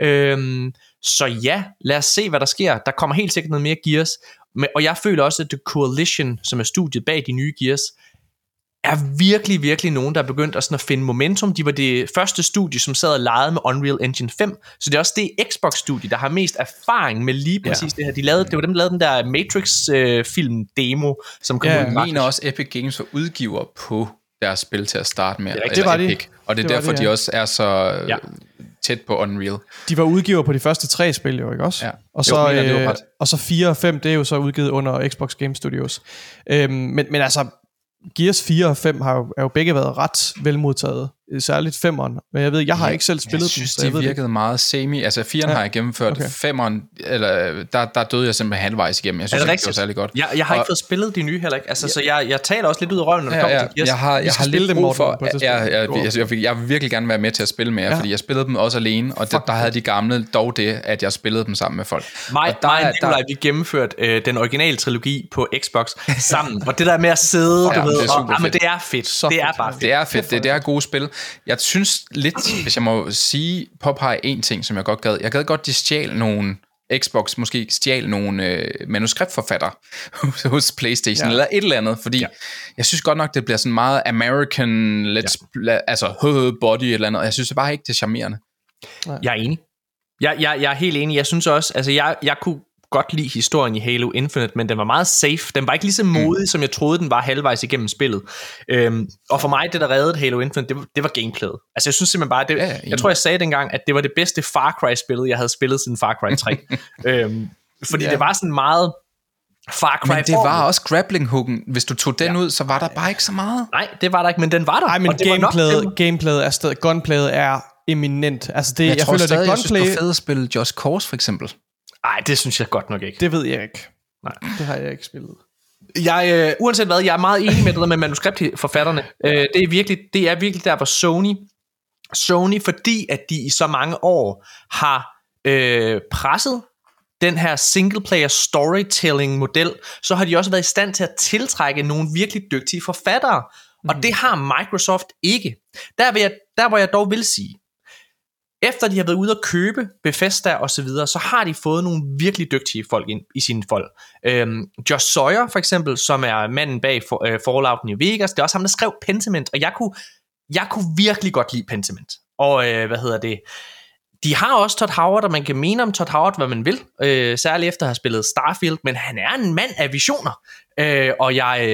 Så ja, lad os se, hvad der sker. Der kommer helt sikkert noget mere Gears. Og jeg føler også, at The Coalition, som er studiet bag de nye Gears, er virkelig, virkelig nogen, der er begyndt at finde momentum. De var det første studie, som sad og legede med Unreal Engine 5, så det er også det Xbox-studie, der har mest erfaring med lige præcis det her. Det var dem, der lavede den der Matrix-film-demo, som kom ud. Jeg mener også, Epic Games var udgiver på deres spil til at starte med. Det var Epic. Og det er derfor, de også er så tæt på Unreal. De var udgiver på de første 3 spil, jo, ikke også? Ja. Og så 4 og 5, det er jo så udgivet under Xbox Game Studios. Men altså, Gears 4 og 5 er jo begge været ret velmodtaget, særligt 5'eren. Men jeg ved, jeg har ikke selv spillet dem. Jeg synes, de virkede meget semi. Altså 4'eren har jeg gennemført. Okay. 5'eren, eller der døde jeg simpelthen halvvejs igennem. Jeg synes ikke, det var særlig godt. Jeg har ikke fået spillet de nye heller ikke. Altså, så jeg taler også lidt ud af røven, når det kommer til Gears. Jeg har lidt brug for... Jeg vil virkelig gerne være med til at spille med jer, fordi jeg spillede dem også alene, og der havde de gamle dog det, at jeg spillede dem sammen med folk. Vi gennemførte den originale trilogi på Xbox sammen, og det der med at sidde, du ved, men det er fedt. Det er bare fedt. Det er fedt. Det er gode spil. Jeg synes lidt, hvis jeg må påpege en ting, som jeg godt gad. Jeg gad godt, de stjal nogle Xbox måske stjal nogle manuskriptforfattere hos PlayStation, eller et eller andet, fordi jeg synes godt nok, det bliver sådan meget American, body eller andet, og jeg synes bare ikke, det er charmerende. Jeg er enig. Jeg er helt enig. Jeg synes også, altså jeg kunne godt lide historien i Halo Infinite, men den var meget safe. Den var ikke lige så modig, som jeg troede, den var halvvejs igennem spillet. Og for mig, det der reddede Halo Infinite, det var gameplayet. Altså jeg synes simpelthen bare, jeg tror jeg sagde dengang, at det var det bedste Far Cry-spil, jeg havde spillet siden Far Cry 3. Fordi det var sådan meget Far Cry. Men det var også grappling-hooken. Hvis du tog den ud, så var der bare ikke så meget. Nej, det var der ikke, men den var der. Nej, men gameplayet er stadig, gunplayet er eminent. Altså det, jeg tror føler, stadig, det gunplay. Jeg synes, det er fedt at spille Just Cause, for eksempel. Nej, det synes jeg godt nok ikke. Det ved jeg ikke. Nej, det har jeg ikke spillet. Uanset hvad, jeg er meget enig med det der med manuskriptforfatterne. Det er virkelig der, hvor Sony, fordi at de i så mange år har presset den her single-player storytelling model, så har de også været i stand til at tiltrække nogle virkelig dygtige forfattere. Og det har Microsoft ikke. Der hvor jeg dog vil sige, efter de har været ude at købe Bethesda og så videre, så har de fået nogle virkelig dygtige folk ind i sine folk. Josh Sawyer for eksempel, som er manden bag Fallout New Vegas, det er også ham, der skrev Pentiment, og jeg kunne virkelig godt lide Pentiment. Og de har også Todd Howard, og man kan mene om Todd Howard, hvad man vil, særligt efter at have spillet Starfield, men han er en mand af visioner. Og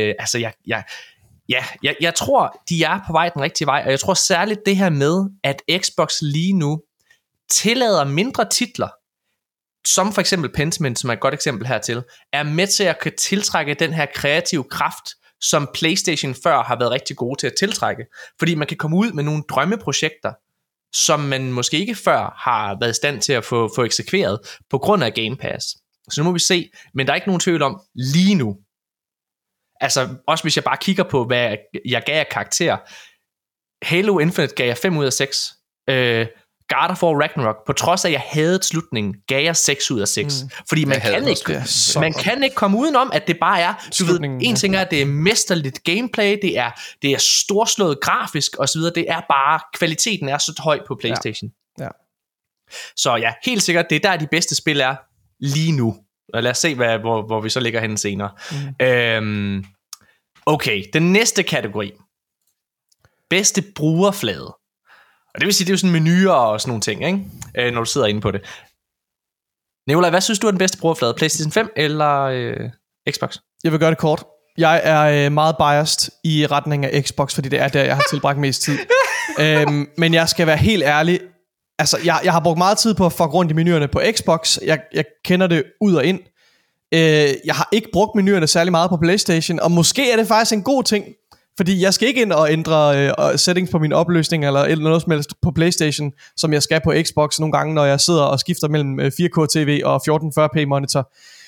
jeg tror, de er på vej den rigtige vej, og jeg tror særligt det her med, at Xbox lige nu tillader mindre titler, som for eksempel Pentiment, som er et godt eksempel hertil, er med til at kan tiltrække den her kreative kraft, som PlayStation før har været rigtig gode til at tiltrække. Fordi man kan komme ud med nogle drømmeprojekter, som man måske ikke før har været i stand til at få eksekveret, på grund af Game Pass. Så nu må vi se, men der er ikke nogen tvivl om lige nu. Altså, også hvis jeg bare kigger på, hvad jeg gav af karakter. Halo Infinite gav jeg 5 ud af 6. God of War Ragnarok, på trods af, at jeg havde slutningen, gav jeg 6 ud af 6. Fordi man kan ikke komme udenom, at det bare er, du ved, en ting er, at det er mesterligt gameplay, det er storslået grafisk osv., det er bare, kvaliteten er så høj på PlayStation. Ja. Så ja, helt sikkert, det er der de bedste spil er lige nu. Lad os se, hvor vi så ligger henne senere. Okay, den næste kategori. Bedste brugerflade. Og det vil sige, det er jo sådan menuer og sådan nogle ting, ikke? Når du sidder inde på det. Nikolaj, hvad synes du er den bedste brugerflade? PlayStation 5 eller Xbox? Jeg vil gøre det kort. Jeg er meget biased i retning af Xbox, fordi det er der, jeg har tilbragt mest tid. Men jeg skal være helt ærlig. Altså, jeg har brugt meget tid på at fuck rundt i menuerne på Xbox. Jeg kender det ud og ind. Jeg har ikke brugt menuerne særlig meget på PlayStation, og måske er det faktisk en god ting, fordi jeg skal ikke ind og ændre settings på min opløsning eller noget som helst på PlayStation, som jeg skal på Xbox nogle gange, når jeg sidder og skifter mellem 4K TV og 1440p monitor.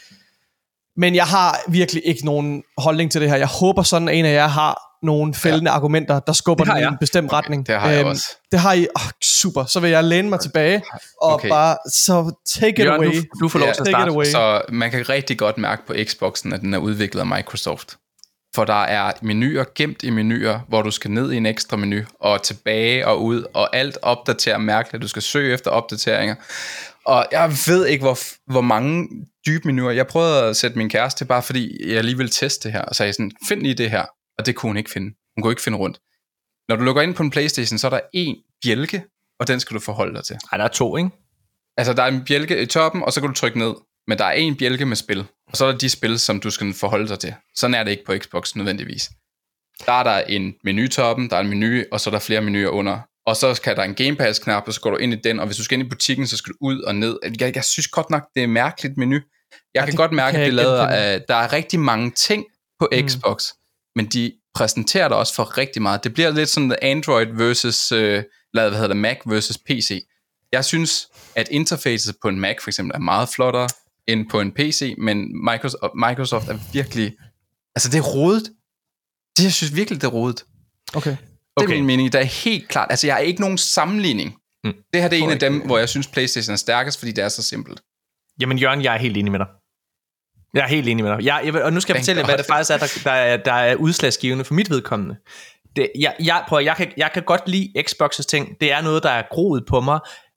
Men jeg har virkelig ikke nogen holdning til det her. Jeg håber sådan, en af jer har nogle fældende argumenter, der skubber den i en bestemt retning. Det har jeg også. Det har I. Super. Så vil jeg læne mig tilbage og bare, så take it away. Du får lov til at starte. Så man kan rigtig godt mærke på Xboxen, at den er udviklet af Microsoft. For der er menuer gemt i menuer, hvor du skal ned i en ekstra menu, og tilbage og ud, og alt opdaterer mærkeligt. Du skal søge efter opdateringer. Og jeg ved ikke, hvor mange dybe menuer. Jeg prøvede at sætte min kæreste til, bare fordi jeg lige ville teste det her, og sagde sådan, find lige det her. Og det kunne hun ikke finde. Hun kunne ikke finde rundt. Når du lukker ind på en PlayStation, så er der en bjælke, og den skal du forholde dig til. Ej, der er 2, ikke? Altså, der er en bjælke i toppen, og så kan du trykke ned. Men der er en bjælke med spil, og så er der de spil, som du skal forholde dig til. Sådan er det ikke på Xbox nødvendigvis. Der er der en menu i toppen, der er en menu, og så er der flere menuer under. Og så kan der en Game Pass-knap, og så går du ind i den, og hvis du skal ind i butikken, så skal du ud og ned. Jeg synes godt nok, det er mærkeligt menu. Jeg kan godt mærke, at der er rigtig mange ting på Xbox, men de præsenterer det også for rigtig meget. Det bliver lidt sådan Android versus, Mac versus PC. Jeg synes, at interfacet på en Mac for eksempel er meget flottere end på en PC, men Microsoft er virkelig, altså det er rodet. Jeg synes virkelig, det er rodet. Okay. Det er min mening. Der er helt klart, altså jeg har ikke nogen sammenligning. Det her det er en af dem, hvor jeg synes PlayStation er stærkest, fordi det er så simpelt. Jamen Jørgen, jeg er helt enig med dig. Og nu skal jeg fortælle jer, hvad det faktisk er, der er udslagsgivende for mit vedkommende. Jeg kan godt lide Xbox's ting. Det er noget, der er groet på mig.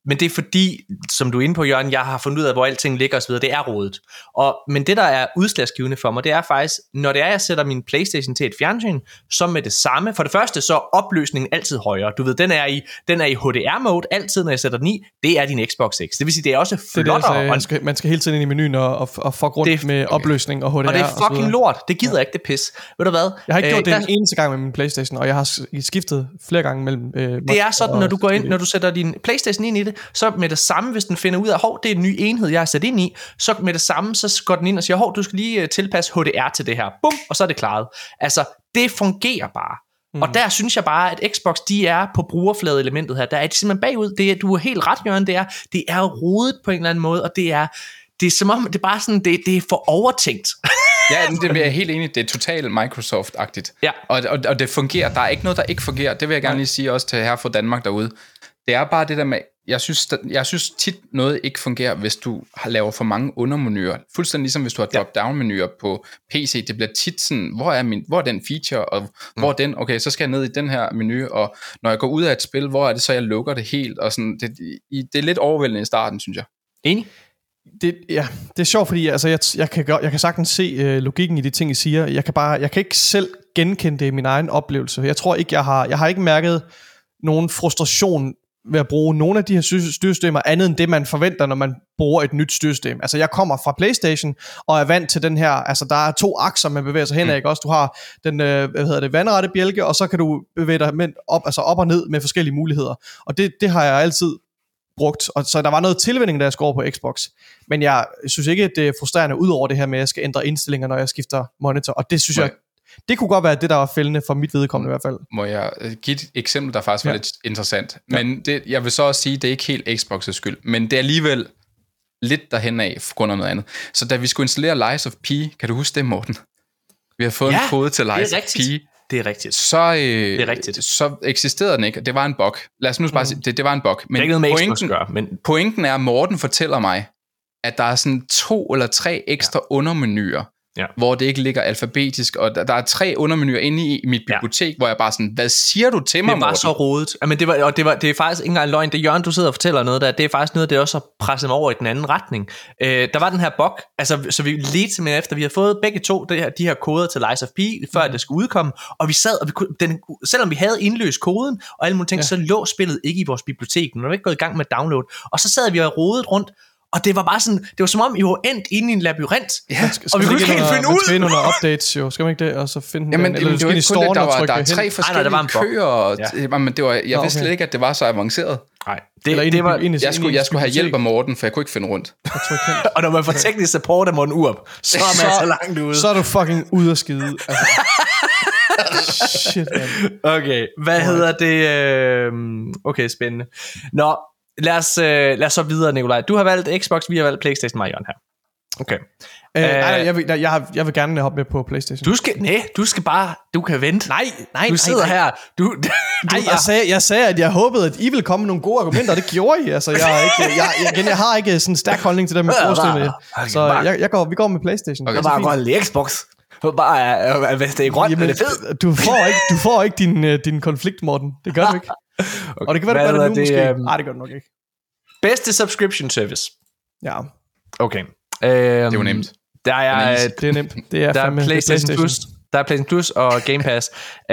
Men det er fordi, som du er inde på, Jørgen, jeg har fundet ud af, hvor alting ligger osv., det er rodet. Men det, der er udslagsgivende for mig, det er faktisk, når det er, jeg sætter min PlayStation til et fjernsyn, så med det samme. For det første, så er opløsningen altid højere. Du ved, den er i HDR-mode, altid, når jeg sætter den i, det er din Xbox X. Det vil sige, det er også flottere. Man skal hele tiden ind i menuen og fuck rundt med opløsning og HDR. Og det er fucking lort. Det gider ikke, det pis. Ved du hvad? Jeg har ikke gjort det en eneste gang med min PlayStation, og jeg har skiftet flere gange mellem... det er sådan, når du går ind, når du sætter din PlayStation ind i det, så med det samme, hvis den finder ud af, det er en ny enhed, jeg har sat ind i, så med det samme, så går den ind og siger, du skal lige tilpasse HDR til det her. Bum, og så er det klaret. Altså, det fungerer bare. Og der synes jeg bare, at Xbox, de er på brugerflade elementet her. Der er de simpelthen bagud. Du er helt ret, Jørgen. Det er rodet på en eller anden måde, og det er som om, det er bare sådan, det er for overtænkt. Ja, det er jeg helt enig. Det er totalt Microsoft-agtigt. Ja. Og det fungerer. Der er ikke noget, der ikke fungerer. Det vil jeg gerne lige sige også til her fra Danmark derude. Det er bare det der med, jeg synes tit noget ikke fungerer, hvis du laver for mange undermenuer. Fuldstændig ligesom hvis du har drop-down-menuer på PC. Det bliver tit sådan, hvor er den feature, og hvor er den, okay, så skal jeg ned i den her menu, og når jeg går ud af et spil, hvor er det så, jeg lukker det helt, og sådan, det er lidt overvældende i starten, synes jeg. Enig? Det er sjovt, fordi altså, jeg kan sagtens se logikken i de ting, I siger. Jeg kan ikke selv genkende det i min egen oplevelse. Jeg tror ikke, jeg har ikke mærket nogen frustration ved at bruge nogle af de her styresystemer, andet end det, man forventer, når man bruger et nyt styresystem. Altså, jeg kommer fra PlayStation, og er vant til den her, altså, der er 2 akser, man bevæger sig hen, ikke også? Du har den, vandrette bjælke, og så kan du bevæge dig op og ned med forskellige muligheder. Og det har jeg altid brugt, og så der var noget tilvænning, da jeg skulle over på Xbox. Men jeg synes ikke, at det er frustrerende ud over det her med, at jeg skal ændre indstillinger, når jeg skifter monitor. Og det synes jeg, det kunne godt være det, der var fældende for mit vedkommende i hvert fald. Må jeg give et eksempel, der faktisk var lidt interessant. Men jeg vil så også sige, det er ikke helt Xbox's skyld, men det er alligevel lidt derhen af, for grund af noget andet. Så da vi skulle installere Lies of P, kan du huske det, Morten? Vi har fået en kode til Lies of P. Det er rigtigt. Så eksisterede den ikke, og det var en bug. Lad os nu bare sige, det var en bug. Men det er ikke noget med Xbox at gøre, men pointen er, at Morten fortæller mig, at der er sådan 2 eller 3 ekstra undermenuer, hvor det ikke ligger alfabetisk, og der er 3 undermenuer inde i mit bibliotek, hvor jeg bare sådan, hvad siger du til mig, Morten? Det var så rodet. Jamen, det er faktisk ikke engang løgn. Det Jørgen, du sidder og fortæller noget der, det er faktisk noget, det også har presset mig over i den anden retning. Der var den her bug, altså, så vi ledte simpelthen efter, vi havde fået begge to de her koder til Lies of P, før det skulle udkomme, og vi sad, og selvom vi havde indløst koden, og alle mulige ting, så lå spillet ikke i vores bibliotek, men vi var ikke gået i gang med download, og så sad vi og rodet rundt, og det var bare sådan, det var som om I var endt inde i en labyrint, og vi kunne ikke helt finde ud. Man skal ind under updates jo, skal man ikke det? Og så finde den, eller du skal ind i storen og trykke hen. Der er 3 forskellige køer, men jeg vidste slet ikke, at det var så avanceret. Nej, jeg skulle have hjælp af Morten, for jeg kunne ikke finde rundt. Og når man får teknisk support af Morten Urup, så er man så langt ude. Så er du fucking ude at skide. Shit, man. Okay, hvad hedder det? Okay, spændende. Nå, lad os så videre, Nikolaj. Du har valgt Xbox, vi har valgt PlayStation, Marion her. Okay. Jeg vil gerne hoppe med på PlayStation. Du skal bare, du kan vente. Nej, du sidder her. Jeg sagde, at jeg håbede, at I ville komme med nogle gode argumenter, og det gjorde I. Altså, jeg har ikke sådan en stærk holdning til det med brugstøtte. Så vi går med PlayStation. Okay. Jeg bare godt lide Xbox. Bare, hvis det er grønt, er det fedt. Du får ikke din konflikt, Morten. Det gør du ikke. Okay. Og det kan være, du gør det nu måske. Nej, det gør du nok ikke. Bedste subscription service. Ja. Okay. Det er jo nemt. Det er nemt. Det er der er PlayStation Plus. Der er PlayStation Plus og Game Pass.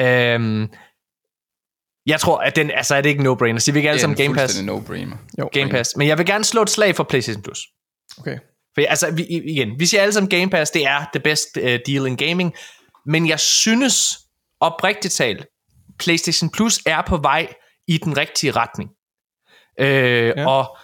Jeg tror, at den, altså er det ikke en no-brainer. Så vi ikke alle sammen Game Pass. Det er no-brainer. Game Pass. Men jeg vil gerne slå et slag for PlayStation Plus. Okay. For altså, vi siger alle sammen Game Pass, det er the best deal in gaming. Men jeg synes, oprigtigt talt, PlayStation Plus er på vej i den rigtige retning. Og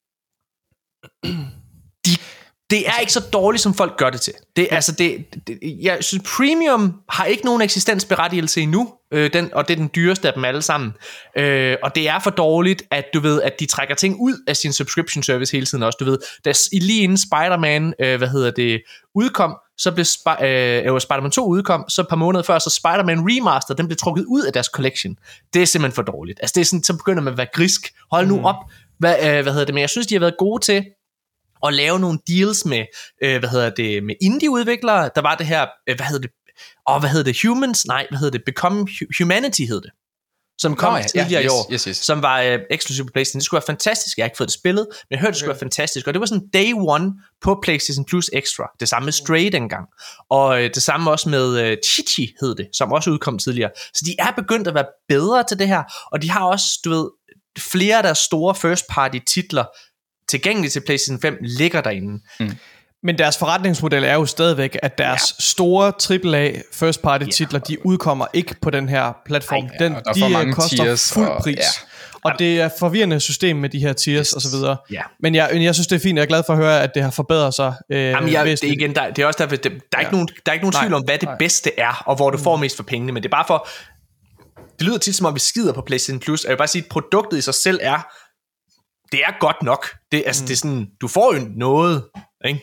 det er ikke så dårligt, som folk gør det til. Jeg synes, Premium har ikke nogen eksistensberettigelse endnu, og det er den dyreste af dem alle sammen. Og det er for dårligt, at du ved, at de trækker ting ud af sin subscription service hele tiden også. Du ved, lige inden Spider-Man, udkom, så blev Spider-Man 2 udkom, så et par måneder før, så Spider-Man Remaster, den blev trukket ud af deres collection. Det er simpelthen for dårligt. Altså det er sådan, så begynder man at være grisk. Hold nu op. Men jeg synes, de har været gode til at lave nogle deals med, med indie-udviklere. Der var det her, Humans? Nej, Become Humanity hed det. som kom tidligere i år, yes. som var eksklusiv på PlayStation. Det skulle være fantastisk. Jeg har ikke fået det spillet, men jeg hørte, det skulle være fantastisk. Og det var sådan day one på PlayStation Plus Extra. Det samme med Stray dengang. Og det samme også med Chichi hed det, som også udkom tidligere. Så de er begyndt at være bedre til det her, og de har også, du ved, flere af deres store first party titler tilgængelige til PlayStation 5 ligger derinde. Men deres forretningsmodel er jo stadigvæk, at deres store AAA first party titler, de udkommer ikke på den her platform. De koster fuld pris. Og det er forvirrende system med de her tiers og så videre. Men jeg synes det er fint. Jeg er glad for at høre, at det har forbedret sig. Det er også derfor, der er ikke nogen tvivl om, hvad det bedste er, og hvor du får mest for pengene. Men det er bare for, det lyder tit som om vi skider på PlayStation Plus. Jeg vil bare sige, at produktet i sig selv det er godt nok. Det er sådan, du får jo noget, ikke?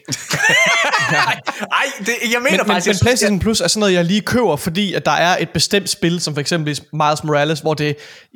Jeg mener faktisk... Men PlayStation Plus er sådan noget, jeg lige køber, fordi at der er et bestemt spil, som for eksempel Miles Morales, hvor det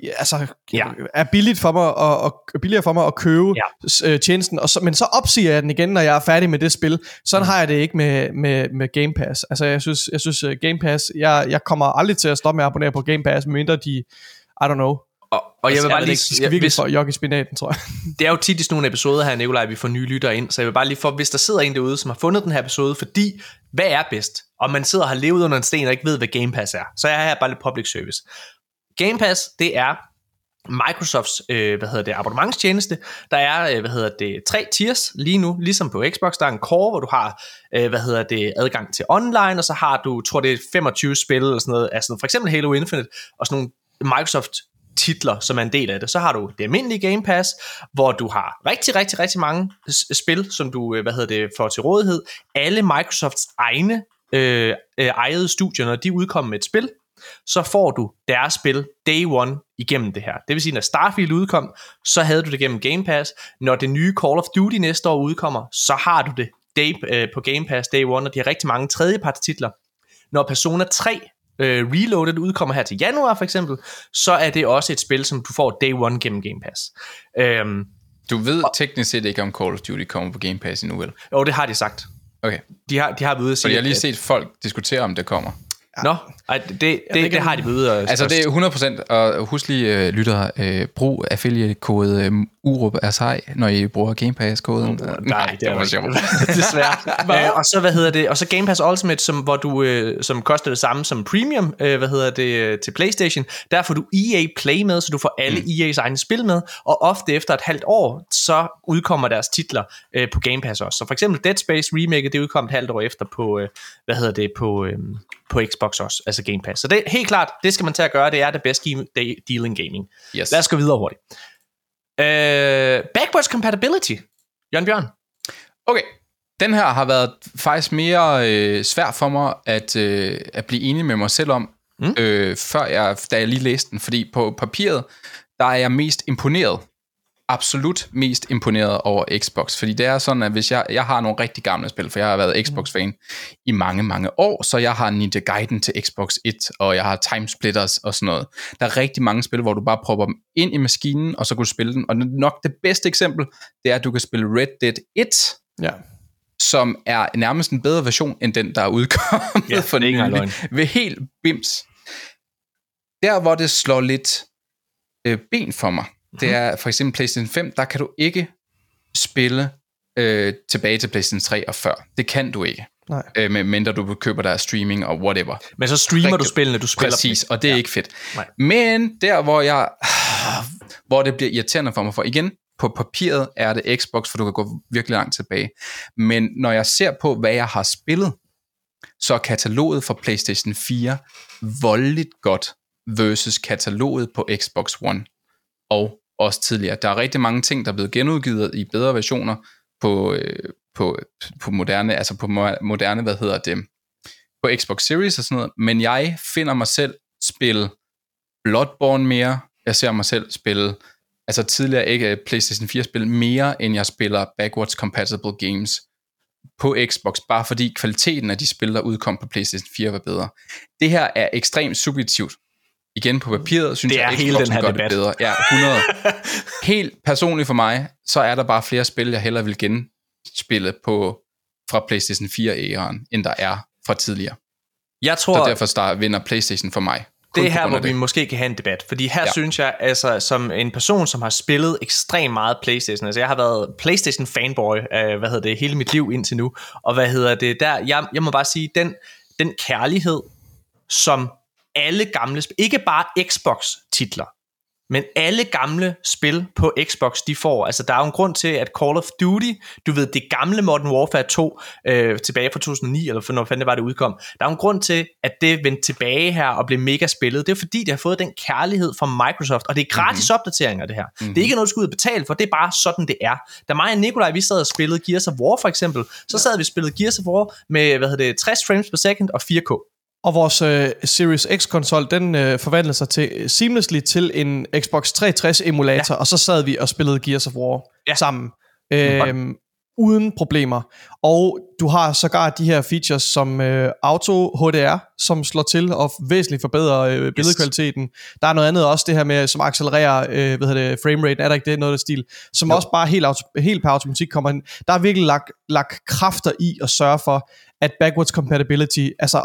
er billigt for mig og billigere for mig at købe tjenesten, men så opsiger jeg den igen, når jeg er færdig med det spil. Sådan har jeg det ikke med Game Pass. Altså jeg synes Game Pass, jeg kommer aldrig til at stoppe med at abonnere på Game Pass, medmindre de, I don't know. Og jeg vil bare lige... skal virkelig for jogge i spinaten, tror jeg. Det er jo tit i sådan nogle episoder her, Nikolaj, vi får nye lyttere ind, så jeg vil bare lige for, hvis der sidder en derude, som har fundet den her episode, fordi, hvad er bedst? Og man sidder og har levet under en sten og ikke ved, hvad Game Pass er. Så jeg har her bare lidt public service. Game Pass, det er Microsofts, abonnementstjeneste. Der er, 3 tiers lige nu, ligesom på Xbox. Der er en core, hvor du har, adgang til online, og så har du, tror det er 25 spil, eller sådan noget, altså for eksempel Halo Infinite, og sådan nogle Microsoft titler, som er en del af det. Så har du det almindelige Game Pass, hvor du har rigtig mange spil, som du får til rådighed. Alle Microsofts ejede studier, når de udkommer med et spil, så får du deres spil day one igennem det her. Det vil sige, når Starfield udkom, så havde du det gennem Game Pass. Når det nye Call of Duty næste år udkommer, så har du det på Game Pass day one, og de har rigtig mange tredjepartstitler. Når Persona 3 Reloaded udkommer her til januar for eksempel, så er det også et spil, som du får day one gennem Game Pass. Du ved teknisk set ikke, om Call of Duty kommer på Game Pass endnu, vel? Jo, det har de sagt. Okay. De har været ude at sige... Fordi jeg har lige set folk diskutere, om det kommer. Nå, det har de været ude at... Altså det er 100%, og husk lige lyttere, brug affiliate-kode URUP er sej, når I bruger Game Pass-koden. Nej, det var sjovt. Desværre. Og så og så Game Pass Ultimate, som koster det samme som Premium, til PlayStation. Der får du EA Play med, så du får alle EA's egne spil med, og ofte efter et halvt år, så udkommer deres titler på Game Pass også. Så for eksempel Dead Space Remake, det udkom et halvt år efter på Xbox også, altså Game Pass. Så det er helt klart, det skal man til at gøre, det er det bedste deal in gaming. Yes. Lad os gå videre hurtigt. Backwards compatibility. Jørgen Bjørn. Okay, den her har været faktisk mere svær for mig at blive enig med mig selv om, da jeg lige læste den, fordi på papiret, der er jeg mest imponeret. Absolut mest imponeret over Xbox, fordi det er sådan, at hvis jeg har nogle rigtig gamle spil, for jeg har været Xbox-fan i mange år, så jeg har Ninja Gaiden til Xbox 1, og jeg har Timesplitters og sådan noget. Der er rigtig mange spil, hvor du bare propper dem ind i maskinen, og så kan du spille den, og nok det bedste eksempel, det er, at du kan spille Red Dead 1, som er nærmest en bedre version, end den, der er udkommet for nylig, ved helt bims. Der, hvor det slår lidt ben for mig, det er for eksempel PlayStation 5, der kan du ikke spille tilbage til PlayStation 3 og før. Det kan du ikke. Med mindre du køber der streaming og whatever. Men så streamer du spillene, du spiller. Præcis, og det er ikke fedt. Nej. Men der, hvor det bliver irriterende for mig, for igen, på papiret er det Xbox, for du kan gå virkelig langt tilbage. Men når jeg ser på, hvad jeg har spillet, så er kataloget for PlayStation 4 voldeligt godt versus kataloget på Xbox One. Og også tidligere. Der er rigtig mange ting, der er blevet genudgivet i bedre versioner på moderne, altså på moderne, på Xbox Series og sådan noget, men jeg finder mig selv spille Bloodborne mere, jeg ser mig selv spille, altså tidligere ikke PlayStation 4 spil mere, end jeg spiller backwards compatible games på Xbox, bare fordi kvaliteten af de spil, der udkom på PlayStation 4 var bedre. Det her er ekstremt subjektivt. Igen på papiret, synes jeg, Xbox gør det bedre. Ja, 100. Helt personligt for mig, så er der bare flere spil, jeg hellere vil genspille fra PlayStation 4-æraen, end der er fra tidligere. Jeg tror, så derfor vinder PlayStation for mig. det er her, hvor vi måske kan have en debat. Fordi her synes jeg, altså som en person, som har spillet ekstremt meget PlayStation, altså jeg har været PlayStation fanboy, hele mit liv indtil nu, og jeg må bare sige, den kærlighed, som alle gamle, ikke bare Xbox-titler, men alle gamle spil på Xbox, de får, altså der er jo en grund til, at Call of Duty, du ved, det gamle Modern Warfare 2, tilbage fra 2009, eller når fanden det var, det udkom, der er jo en grund til, at det vendte tilbage her og blev mega spillet. Det er fordi, det har fået den kærlighed fra Microsoft, og det er gratis opdateringer, det her. Det er ikke noget, du skal ud og betale for, det er bare sådan, det er. Da mig og Nikolaj, vi sad og spillede Gears of War for eksempel, så sad vi og spillede Gears of War med, 60 frames per second og 4K. Og vores Series X-konsol, den forvandlede sig seamlessly til en Xbox 360-emulator, og så sad vi og spillede Gears of War sammen, uden problemer. Og du har sågar de her features som Auto HDR, som slår til og væsentligt forbedrer billedkvaliteten. Der er noget andet også, det her med, som accelererer framerate, er der ikke det, noget af det stil, som også bare helt per automatik kommer ind. Der er virkelig lagt kræfter i at sørge for, at backwards compatibility, altså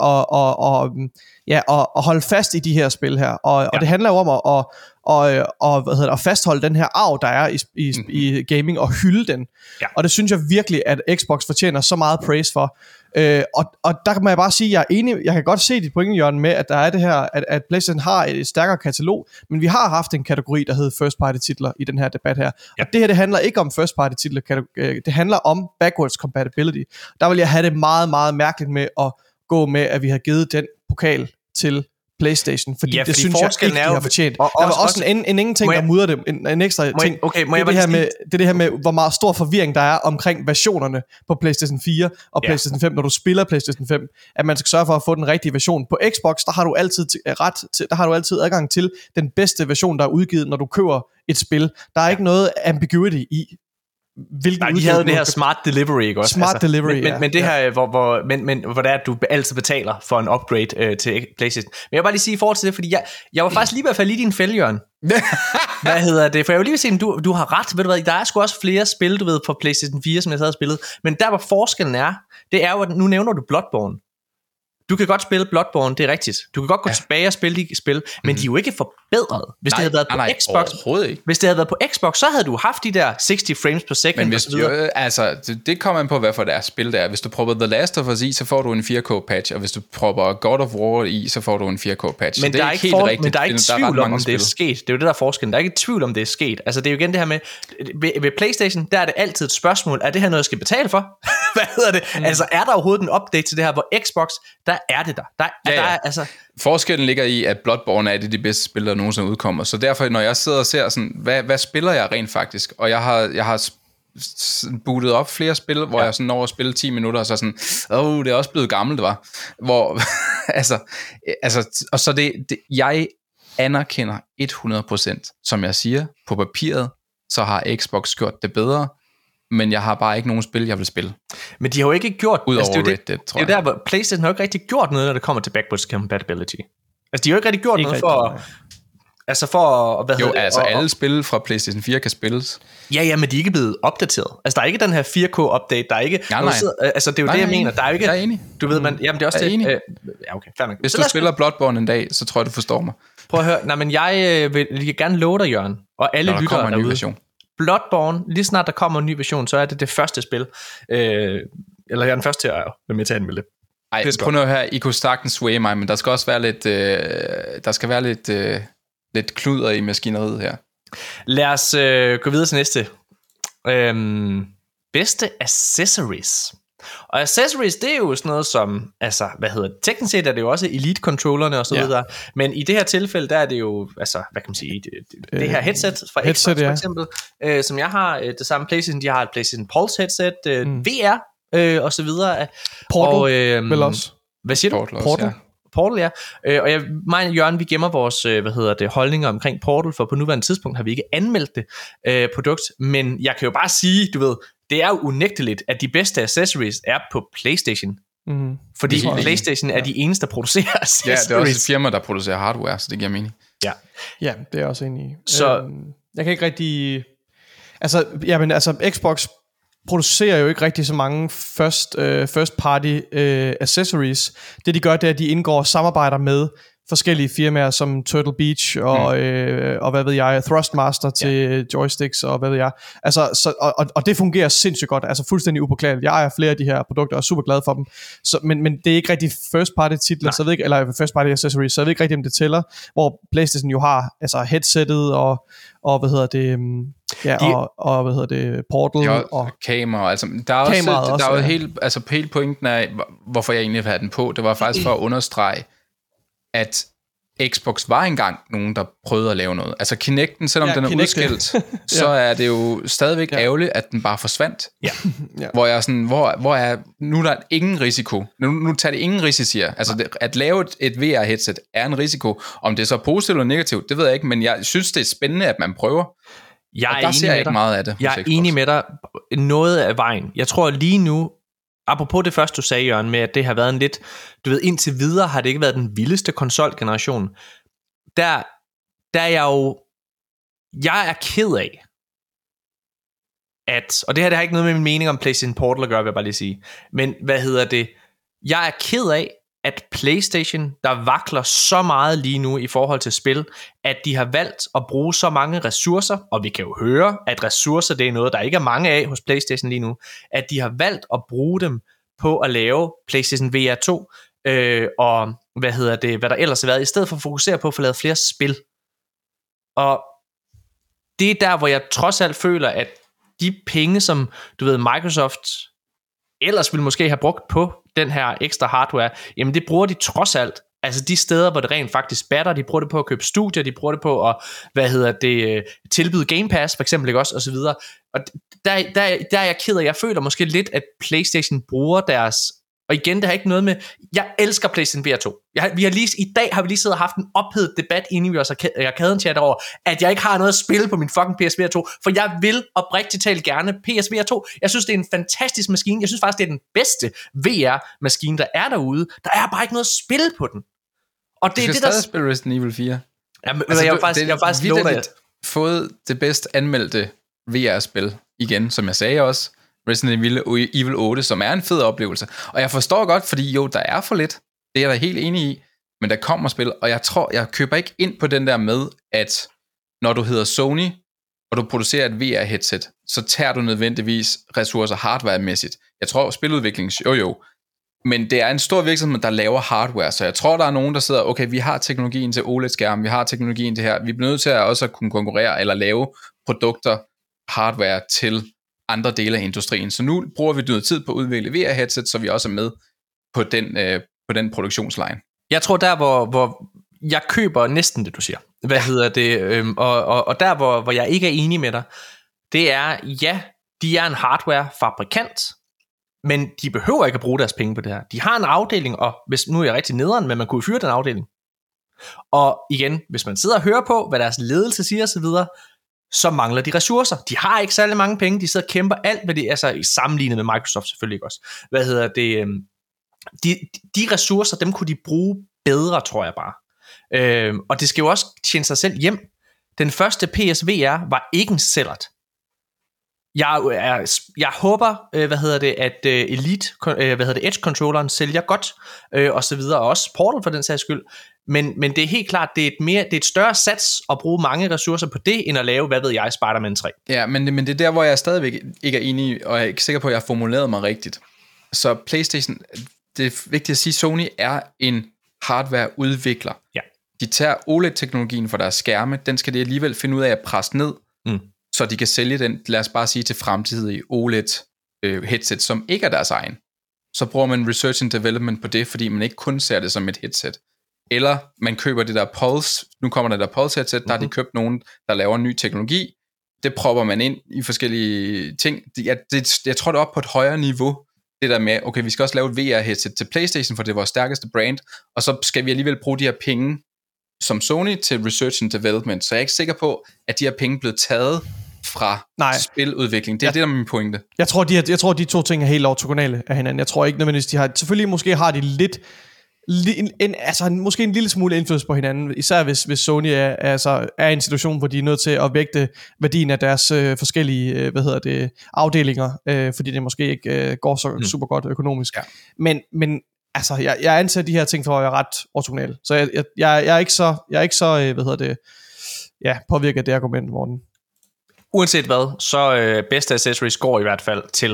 at holde fast i de her spil her, og det handler jo om at fastholde den her arv, der er i gaming, og hylde den, og det synes jeg virkelig, at Xbox fortjener så meget praise for, og der kan man bare sige, jeg er enig, jeg kan godt se dit pointe, Jørgen, med, at der er det her, at PlayStation har et stærkere katalog, men vi har haft en kategori, der hedder first party titler i den her debat her, og det her, det handler ikke om first party titler, det handler om backwards compatibility. Der vil jeg have det meget, meget mærkeligt med at gå med, at vi har givet den pokal til PlayStation, fordi det synes jeg ikke, de har fortjent. Der var også en ingenting, der mudrer det, en ekstra ting. Det her med, hvor meget stor forvirring der er omkring versionerne på PlayStation 4 og PlayStation 5, når du spiller PlayStation 5, at man skal sørge for at få den rigtige version. På Xbox, der har du altid adgang til den bedste version, der er udgivet, når du køber et spil. Der er ikke noget ambiguity i, Nej, de havde det her smart delivery, ikke også? Smart delivery, men det her, hvor det er, at du altid betaler for en upgrade til PlayStation. Men jeg vil bare lige sige i forhold til det, fordi jeg var faktisk lige ved at falde i din fælde, Jørgen. For jeg vil lige sige, du har ret, ved du hvad, der er sgu også flere spil, du ved, på PlayStation 4, som jeg sad og spillet. Men der, hvor forskellen er, det er jo, at nu nævner du Bloodborne. Du kan godt spille Bloodborne, det er rigtigt. Du kan godt gå tilbage og spille de spil, men de er jo ikke forbedret. Hvis det havde været på Xbox, hvis det havde været på Xbox, så havde du haft de der 60 frames per second. Men hvis det kommer an på, hvad for deres spil der er. Hvis du propper The Last of Us i, så får du en 4K patch, og hvis du propper God of War i, så får du en 4K patch. Men så det er ikke helt rigtigt. Men der er ikke tvivl om det er sket. Det er jo det der forskellen. Der er ikke tvivl om det er sket. Altså det er jo igen det her med ved PlayStation, der er det altid et spørgsmål. Er det her noget jeg skal betale for? Hvad hedder det? Altså er der overhovedet en update til det her, hvor Xbox, der er det der. Der er, altså forskellen ligger i, at Bloodborne er de bedste spil, der nogensinde udkommer. Så derfor, når jeg sidder og ser sådan, hvad spiller jeg rent faktisk? Og jeg har bootet op flere spil, hvor jeg sådan når at spille 10 minutter, og så sådan, det er også blevet gammelt, var. Hvor, og så jeg anerkender 100%, som jeg siger, på papiret, så har Xbox gjort det bedre, men jeg har bare ikke nogen spil, jeg vil spille. Men de har jo ikke gjort... Udover Red Dead, tror jeg. Det er jo der, hvor PlayStation har jo ikke rigtig gjort noget, når det kommer til backwards compatibility. Altså, de har jo ikke rigtig gjort noget for... Altså for... alle spil fra PlayStation 4 kan spilles. Ja, men de er ikke blevet opdateret. Altså, der er ikke den her 4K-update, der er ikke... Nej. Altså, det er jo det, jeg mener. Der er jo ikke... Jeg er enig. Du ved, man... Jamen, det er også jeg er det... enig. Ja, okay, fair nok. Hvis du spiller Bloodborne en dag, så tror jeg, du forstår mig. Prøv at høre. Nej, men jeg vil gerne love dig, Jørgen, og alle lyttere derude. Bloodborne, lige snart der kommer en ny version, så er det første spil. Eller jeg er den første til at være med til at anmelde det. Ej, prøv nu her, I kunne sagtens sway mig, men der skal også være lidt kluder i maskineriet her. Lad os gå videre til næste. Bedste accessories. Og accessories, det er jo sådan noget som, altså, teknisk set er det jo også Elite-controllerne og så videre, men i det her tilfælde, der er det jo, altså, hvad kan man sige, det her headset fra Xbox for eksempel, som jeg har, det samme PlayStation, de har et PlayStation Pulse headset, VR, og så videre. Portal, vel også. Hvad siger du? Portal, ja. Og mig og Jørgen, vi gemmer vores, holdninger omkring Portal, for på nuværende tidspunkt har vi ikke anmeldt det produkt, men jeg kan jo bare sige, du ved, det er jo unægteligt, at de bedste accessories er på PlayStation. Fordi PlayStation er de eneste, der producerer accessories. Ja, det er også et firma, der producerer hardware, så det giver mening. Ja, det er jeg også enig i. Så jeg kan ikke rigtig... Altså, Xbox producerer jo ikke rigtig så mange first party accessories. Det de gør, det er, at de indgår samarbejder med forskellige firmaer som Turtle Beach og hvad ved jeg, Thrustmaster til joysticks og hvad ved jeg. Altså, og det fungerer sindssygt godt, altså fuldstændig upåklageligt. Jeg ejer flere af de her produkter og er super glad for dem. Så, men det er ikke rigtig first party titler, så jeg ved ikke, eller first party accessories, så jeg ved ikke rigtig, om det tæller, hvor PlayStation jo har altså headsettet og hvad hedder det, og hvad hedder det, Portal og kamera, altså der er jo helt, altså hele pointen af hvorfor jeg egentlig vil have den på, det var faktisk for at understrege, at Xbox var engang nogen, der prøvede at lave noget. Altså Kinecten, selvom den er udskilt, så er det jo stadigvæk ærgerligt, at den bare forsvandt. Hvor jeg sådan, hvor er, nu er der ingen risiko. Nu tager det ingen risici. Altså at lave et VR-headset er en risiko. Om det er så positivt eller negativt, det ved jeg ikke, men jeg synes, det er spændende, at man prøver. Der ser jeg ikke meget af det. Jeg er enig med dig noget af vejen. Jeg tror lige nu, apropos det første du sagde, Jørgen, med at det har været en lidt, du ved, indtil videre har det ikke været den vildeste konsolgeneration. Der er jeg er ked af, at, og det her det har ikke noget med min mening om PlayStation Portal at gøre, vil jeg bare lige sige, men jeg er ked af, at PlayStation, der vakler så meget lige nu i forhold til spil, at de har valgt at bruge så mange ressourcer, og vi kan jo høre, at ressourcer, det er noget, der ikke er mange af hos PlayStation lige nu, at de har valgt at bruge dem på at lave PlayStation VR 2, og hvad der ellers har været, i stedet for at fokusere på at få lavet flere spil. Og det er der, hvor jeg trods alt føler, at de penge, som du ved, Microsoft ellers ville måske have brugt på den her ekstra hardware, jamen det bruger de trods alt, altså de steder, hvor det rent faktisk batter, de bruger det på at købe studier, de bruger det på at, tilbyde Game Pass, for eksempel, ikke også, og så videre. Og der er jeg ked af, jeg føler måske lidt, at PlayStation bruger deres, og igen, det har ikke noget med, jeg elsker PlayStation VR 2. I dag har vi lige siddet og haft en ophedet debat inde i vores arkaden-chat over, at jeg ikke har noget at spille på min fucking PSVR 2, for jeg vil oprigtigt talt gerne PSVR 2. Jeg synes, det er en fantastisk maskine. Jeg synes faktisk, det er den bedste VR-maskine, der er derude. Der er bare ikke noget at spille på den. Og det er det, der spille Resident Evil 4. Jamen, altså, jeg har faktisk lovet fået det bedst anmeldte VR-spil igen, som jeg sagde også. Resident Evil 8, som er en fed oplevelse. Og jeg forstår godt, fordi jo, der er for lidt. Det er jeg da helt enig i. Men der kommer spil, og jeg køber ikke ind på den der med, at når du hedder Sony, og du producerer et VR-headset, så tager du nødvendigvis ressourcer hardware-mæssigt. Jeg tror, spiludvikling, jo. Men det er en stor virksomhed, der laver hardware, så jeg tror, der er nogen, der sidder, okay, vi har teknologien til OLED-skærm, vi har teknologien til her, vi bliver nødt til at også kunne konkurrere, eller lave produkter, hardware til andre dele af industrien. Så nu bruger vi noget tid på at udvikle VR-headset, så vi også er med på den produktionsline. Jeg tror der, hvor jeg køber næsten det, du siger. Og der, hvor jeg ikke er enig med dig, det er, ja, de er en hardware-fabrikant, men de behøver ikke at bruge deres penge på det her. De har en afdeling, og hvis nu er jeg rigtig nederen, men man kunne fyre den afdeling. Og igen, hvis man sidder og hører på, hvad deres ledelse siger osv., så mangler de ressourcer. De har ikke særlig mange penge, de sidder og kæmper alt, hvad de, altså sammenlignet med Microsoft selvfølgelig ikke også. De ressourcer, dem kunne de bruge bedre, tror jeg bare. Og det skal jo også tjene sig selv hjem. Den første PSVR var ikke en sælgert. Jeg håber, at Elite, Edge-controlleren sælger godt, og så videre, og også Portal for den sags skyld. Men det er helt klart, det er et større sats at bruge mange ressourcer på det, end at lave, Spider-Man 3. Ja, men det er der, hvor jeg stadigvæk ikke er enig, og jeg er ikke sikker på, at jeg har formuleret mig rigtigt. Så PlayStation, det er vigtigt at sige, Sony er en hardware-udvikler. Ja. De tager OLED-teknologien for deres skærme, den skal de alligevel finde ud af at presse ned, så de kan sælge den, lad os bare sige, til fremtidige OLED-headset, som ikke er deres egen. Så bruger man research and development på det, fordi man ikke kun ser det som et headset. Eller man køber det der Pulse, nu kommer der Pulse headset, der har de købt nogen, der laver ny teknologi, det propper man ind i forskellige ting. Jeg tror det er op på et højere niveau, det der med, okay, vi skal også lave et VR-headset til PlayStation, for det er vores stærkeste brand, og så skal vi alligevel bruge de her penge som Sony til research and development, så jeg er ikke sikker på, at de her penge er blevet taget fra spiludvikling. Det er det, der er min pointe. Jeg tror, de to ting er helt ortogonale af hinanden. Jeg tror ikke nødvendigvis, de har... Selvfølgelig måske har de lidt... måske en lille smule indflydelse på hinanden, især hvis Sony er i en situation, hvor de er nødt til at vægte værdien af deres forskellige afdelinger, fordi det måske ikke går så super godt økonomisk. Ja. Men altså, jeg anser de her ting for at være ret ortogonale. Så jeg er ikke så, påvirket af det argument, Morten. Uanset hvad, så bedste accessories går i hvert fald til,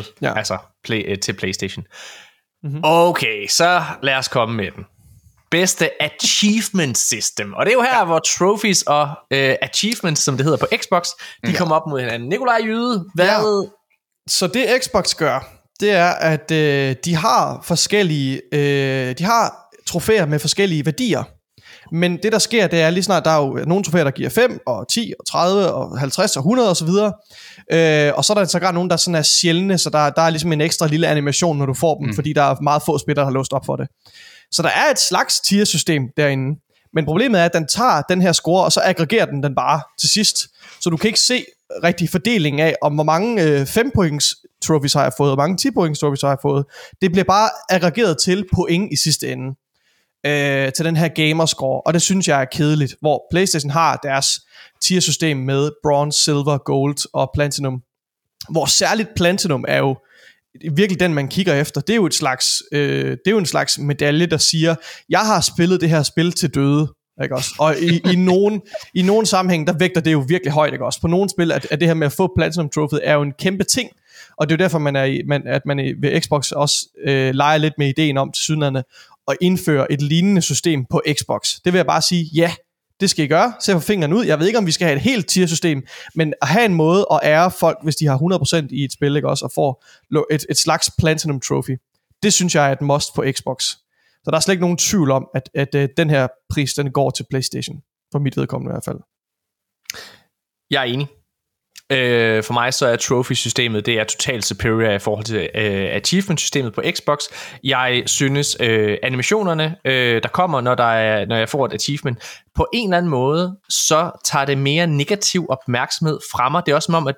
til PlayStation. Mm-hmm. Okay, så lad os komme med den. Bedste achievement system. Og det er jo her, hvor trophies og achievements, som det hedder på Xbox, de kommer op mod hinanden. Nikolaj Jyde, hvad... Så det Xbox gør, det er, at de har forskellige... de har trofæer med forskellige værdier. Men det der sker, det er lige snart, der er jo nogle trofæer, der giver 5, og 10, og 30, og 50, og 100 osv. Og så er der sågar nogen, der sådan er sjældne, så der er ligesom en ekstra lille animation, når du får dem, fordi der er meget få spillere, der har låst op for det. Så der er et slags tiersystem derinde. Men problemet er, at den tager den her score, og så aggregerer den bare til sidst. Så du kan ikke se rigtig fordelingen af, om hvor mange 5-points trophies har jeg fået, og hvor mange 10-points trophies har jeg fået. Det bliver bare aggregeret til point i sidste ende. Til den her gamerscore, og det synes jeg er kedeligt, hvor PlayStation har deres tiersystem med bronze, silver, gold og platinum, hvor særligt platinum er jo virkelig den, man kigger efter. Det er jo en slags medalje, der siger, jeg har spillet det her spil til døde, ikke også? Og i nogen sammenhæng, der vægter det jo virkelig højt, ikke også? På nogle spil, at det her med at få platinum trophy er jo en kæmpe ting, og det er jo derfor, at man ved Xbox også leger lidt med ideen om til sydlandene at indføre et lignende system på Xbox. Det vil jeg bare sige, ja, det skal I gøre. Se for fingeren ud. Jeg ved ikke, om vi skal have et helt tier-system, men at have en måde at ære folk, hvis de har 100% i et spil, ikke også, og får et slags Platinum Trophy. Det synes jeg er et must på Xbox. Så der er slet ikke nogen tvivl om, at den her pris, den går til PlayStation. For mit vedkommende i hvert fald. Jeg er enig. For mig så er trophy-systemet, det er totalt superior i forhold til achievement-systemet på Xbox. Jeg synes animationerne, der kommer, når jeg får et achievement, på en eller anden måde, så tager det mere negativ opmærksomhed fra mig. Det er også som om, at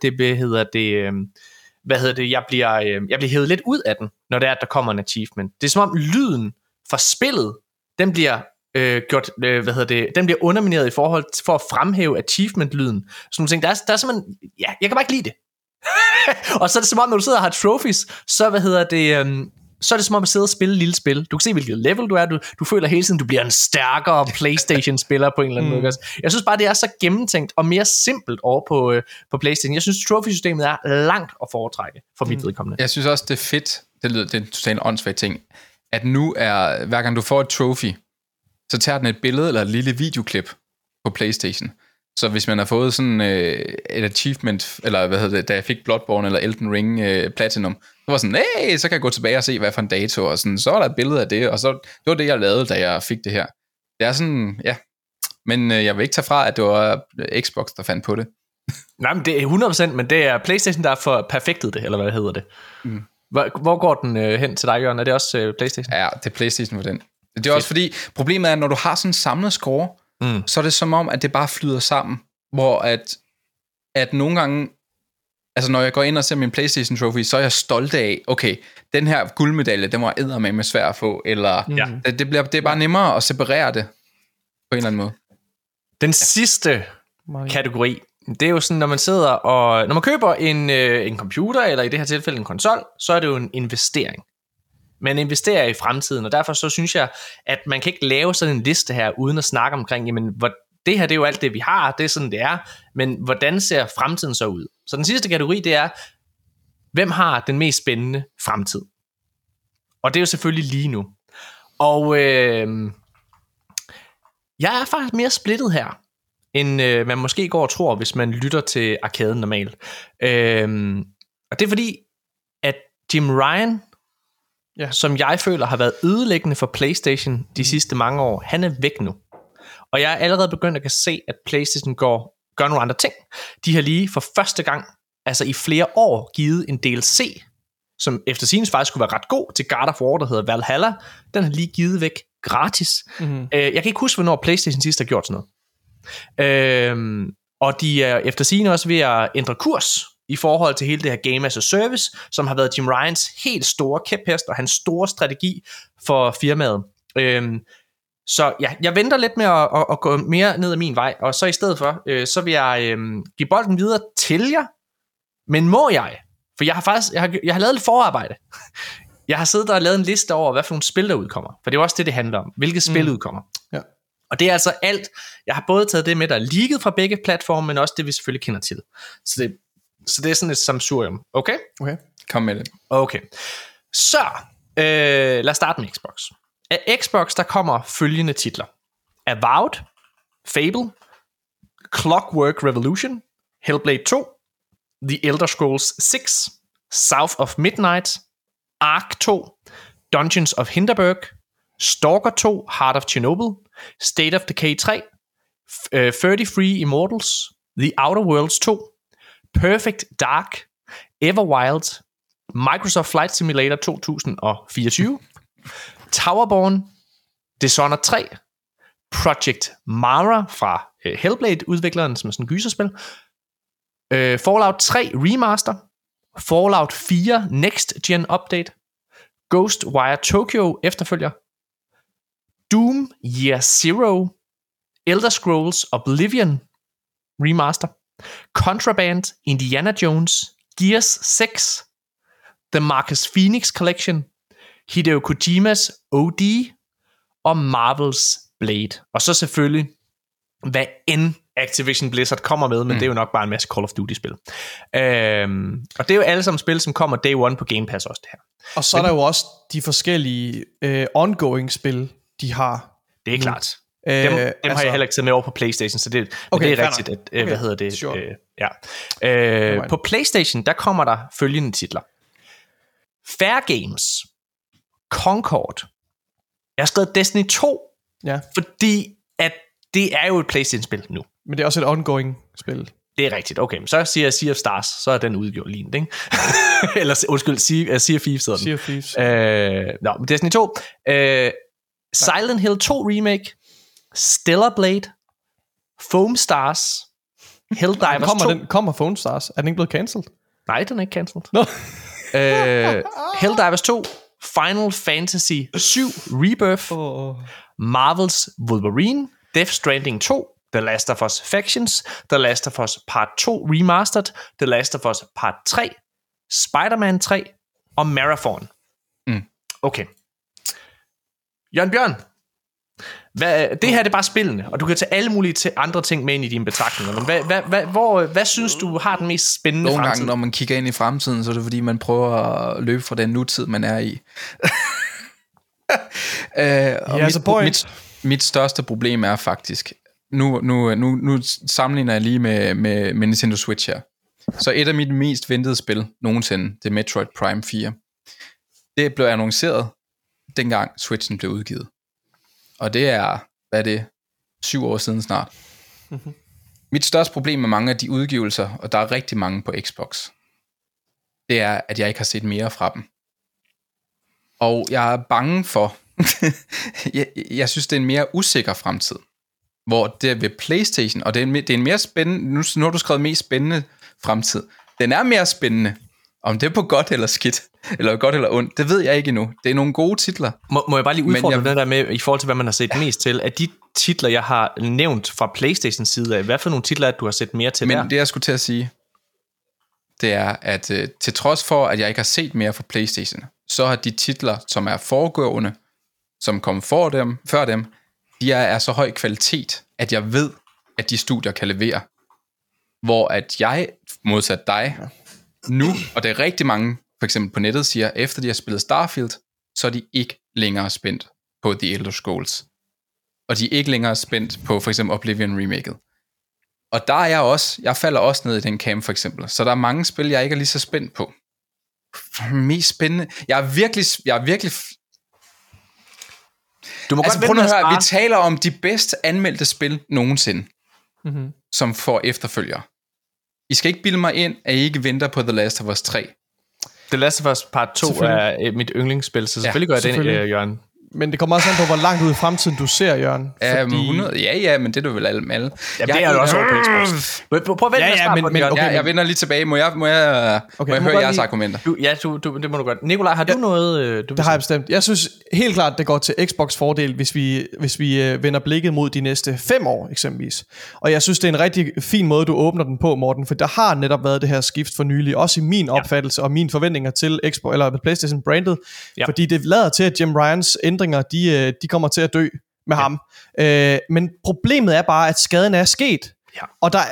jeg bliver hævet lidt ud af den, når det er, at der kommer en achievement. Det er som om lyden fra spillet, den bliver den bliver undermineret i forhold til, for at fremhæve achievement-lyden. Så nogle ting, der er simpelthen, jeg kan bare ikke lide det. Og så er det som om, når du sidder og har trophies, så er det som om at sidde og spille et lille spil. Du kan se, hvilket level du er. Du føler hele tiden, du bliver en stærkere PlayStation-spiller på en eller anden måde. Jeg synes bare, det er så gennemtænkt og mere simpelt over på PlayStation. Jeg synes, trophy-systemet er langt at foretrække for mit vedkommende. Jeg synes også, det er fedt. Det er en totalt åndssvagt ting. At nu er, hver gang du får et trophy, så tager den et billede eller et lille videoklip på PlayStation. Så hvis man har fået sådan et achievement, eller da jeg fik Bloodborne eller Elden Ring Platinum, så var sådan, hey, så kan jeg gå tilbage og se, hvad for en dato, og sådan, så er der et billede af det, og så det var det, jeg lavede, da jeg fik det her. Det er sådan, ja. Men jeg vil ikke tage fra, at det var Xbox, der fandt på det. Nej, men det er 100%, men det er PlayStation, der har perfektet det, eller hvad hedder det. Hvor går den hen til dig, Jørgen? Er det også PlayStation? Ja, det er PlayStation for den. Det er også fordi, problemet er, at når du har sådan en samlet score, så er det som om, at det bare flyder sammen. Hvor at nogle gange, altså når jeg går ind og ser min PlayStation Trophy, så er jeg stolt af, okay, den her guldmedalje, den var eddermame svær at få, eller det er bare nemmere at separere det på en eller anden måde. Den sidste kategori, det er jo sådan, når man sidder og, når man køber en computer, eller i det her tilfælde en konsol, så er det jo en investering. Man investerer i fremtiden, og derfor så synes jeg, at man kan ikke lave sådan en liste her, uden at snakke omkring, jamen, det her det er jo alt det, vi har, det er sådan, det er, men hvordan ser fremtiden så ud? Så den sidste kategori, det er, hvem har den mest spændende fremtid? Og det er jo selvfølgelig lige nu. Og jeg er faktisk mere splittet her, end man måske går og tror, hvis man lytter til arkaden normalt. Og det er fordi, at Jim Ryan, som jeg føler har været ødelæggende for PlayStation de sidste mange år, han er væk nu. Og jeg er allerede begyndt at kan se, at PlayStation gør nogle andre ting. De har lige for første gang, altså i flere år, givet en DLC, som efter sigende faktisk skulle være ret god, til God of War, der hedder Valhalla. Den har lige givet væk gratis. Jeg kan ikke huske, hvornår PlayStation sidst har gjort sådan noget. Og de er efter sigende også ved at ændre kurs i forhold til hele det her Game as a Service, som har været Jim Ryans helt store kæphest og hans store strategi for firmaet. Så ja, jeg venter lidt med at gå mere ned ad min vej, og så i stedet for, så vil jeg give bolden videre til jer. Men må jeg? For jeg har lavet lidt forarbejde. Jeg har siddet og lavet en liste over, hvad for nogle spil, der udkommer. For det er også det handler om. Hvilke spil udkommer. Ja. Og det er altså alt. Jeg har både taget det med, der er leaget fra begge platforme, men også det, vi selvfølgelig kender til. Så det er sådan et sammensurium. Okay? Kom med det. Okay. Så, lad os starte med Xbox. Af Xbox, der kommer følgende titler. Avowed, Fable, Clockwork Revolution, Hellblade 2, The Elder Scrolls 6, South of Midnight, Ark 2, Dungeons of Hinterberg, Stalker 2, Heart of Chernobyl, State of Decay 3, 33 Immortals, The Outer Worlds 2, Perfect Dark, Everwild, Microsoft Flight Simulator 2024, Towerborn, Dishonored 3, Project Mara fra Hellblade-udvikleren, som er sådan en gyserspil, Fallout 3 Remaster, Fallout 4 Next Gen Update, Ghostwire Tokyo efterfølger, Doom Year Zero, Elder Scrolls Oblivion Remaster, Contraband, Indiana Jones, Gears 6, The Marcus Phoenix Collection, Hideo Kojimas OD og Marvel's Blade. Og så selvfølgelig, hvad end Activision Blizzard kommer med, men det er jo nok bare en masse Call of Duty-spil. Og det er jo alle sammen spil, som kommer day one på Game Pass også det her. Og så er der jo også de forskellige ongoing-spil, de har. Det er klart. Dem har jeg heller ikke taget med over på PlayStation, så det, okay, det er rigtigt, at, hvad hedder det? Sure. På PlayStation, der kommer der følgende titler. Fair Games, Concord. Jeg har skrevet Destiny 2, fordi at det er jo et PlayStation-spil nu. Men det er også et ongoing-spil. Det er rigtigt, okay. Så siger jeg Sea of Stars, så er den udgjort lige, ikke? Eller undskyld, Sea of Thieves hedder den. Sea of Thieves. Destiny 2. Silent Hill 2 Remake, Stellar Blade, Foam Stars, Helldivers 2. Kommer Foam Stars? Er den ikke blevet cancelled? Nej, den er ikke cancelled. No. Helldivers 2, Final Fantasy 7 Rebirth, Marvel's Wolverine, Death Stranding 2, The Last of Us Factions, The Last of Us Part 2 Remastered, The Last of Us Part 3, Spider-Man 3 og Marathon. Okay. Jørgen Bjørn, det her det er bare spillene, og du kan tage alle mulige andre ting med ind i dine betragtninger. Men hvad synes du har den mest spændende fremtid? Nogle gange, når man kigger ind i fremtiden, så er det fordi, man prøver at løbe fra den nutid, man er i. Mit største problem er faktisk, nu sammenligner jeg lige med Nintendo Switch her. Så et af mit mest ventede spil nogensinde, det er Metroid Prime 4. Det blev annonceret, dengang Switchen blev udgivet. Og det er, hvad er det, 7 år siden snart. Mit største problem med mange af de udgivelser, og der er rigtig mange på Xbox, det er, at jeg ikke har set mere fra dem. Og jeg er bange for, jeg synes, det er en mere usikker fremtid, hvor det er ved PlayStation, og det er en mere spændende, nu har du skrevet mest spændende fremtid. Den er mere spændende, om det er på godt eller skidt, eller godt eller ondt, det ved jeg ikke endnu. Det er nogle gode titler. Må jeg bare lige udfordre det der med, i forhold til, hvad man har set mest til, at de titler, jeg har nævnt fra PlayStations side af, hvad for nogle titler, at du har set mere til der? Men det, jeg skulle til at sige, det er, at til trods for, at jeg ikke har set mere fra PlayStation, så har de titler, som er foregående, som kom før dem, de er så høj kvalitet, at jeg ved, at de studier kan levere. Hvor at jeg, modsat dig, nu, og det er rigtig mange, for eksempel på nettet, siger, efter de har spillet Starfield, så er de ikke længere spændt på The Elder Scrolls. Og de er ikke længere spændt på for eksempel Oblivion Remaket. Og der er jeg falder også ned i den camp for eksempel. Så der er mange spil, jeg ikke er lige så spændt på. Mest spændende. Jeg er virkelig du må godt prøve at høre, vi taler om de bedst anmeldte spil nogensinde, som får efterfølgere. I skal ikke bilde mig ind, at I ikke venter på The Last of Us 3. The Last of Us Part 2 er mit yndlingsspil, så selvfølgelig gør jeg det, Jørgen. Men det kommer også an på, hvor langt ud i fremtiden du ser, Jørgen. Ja, fordi... 100, men det er du vel alle med alle. Jamen, det er jo også over på Xbox. Prøv at vente okay, jeg vender lige tilbage. Må jeg høre jeres argumenter? Det må du godt. Nikolaj, har du noget? Det har jeg bestemt. Jeg synes helt klart, det går til Xbox fordel, hvis vi vender blikket mod de næste 5 år, eksempelvis. Og jeg synes, det er en rigtig fin måde, du åbner den på, Morten, for der har netop været det her skift for nylig, også i min opfattelse og mine forventninger til Xbox eller PlayStation brandet, fordi det lader til, at Jim Ryans ændringer, de kommer til at dø med ham. Men problemet er bare, at skaden er sket. Ja. Og der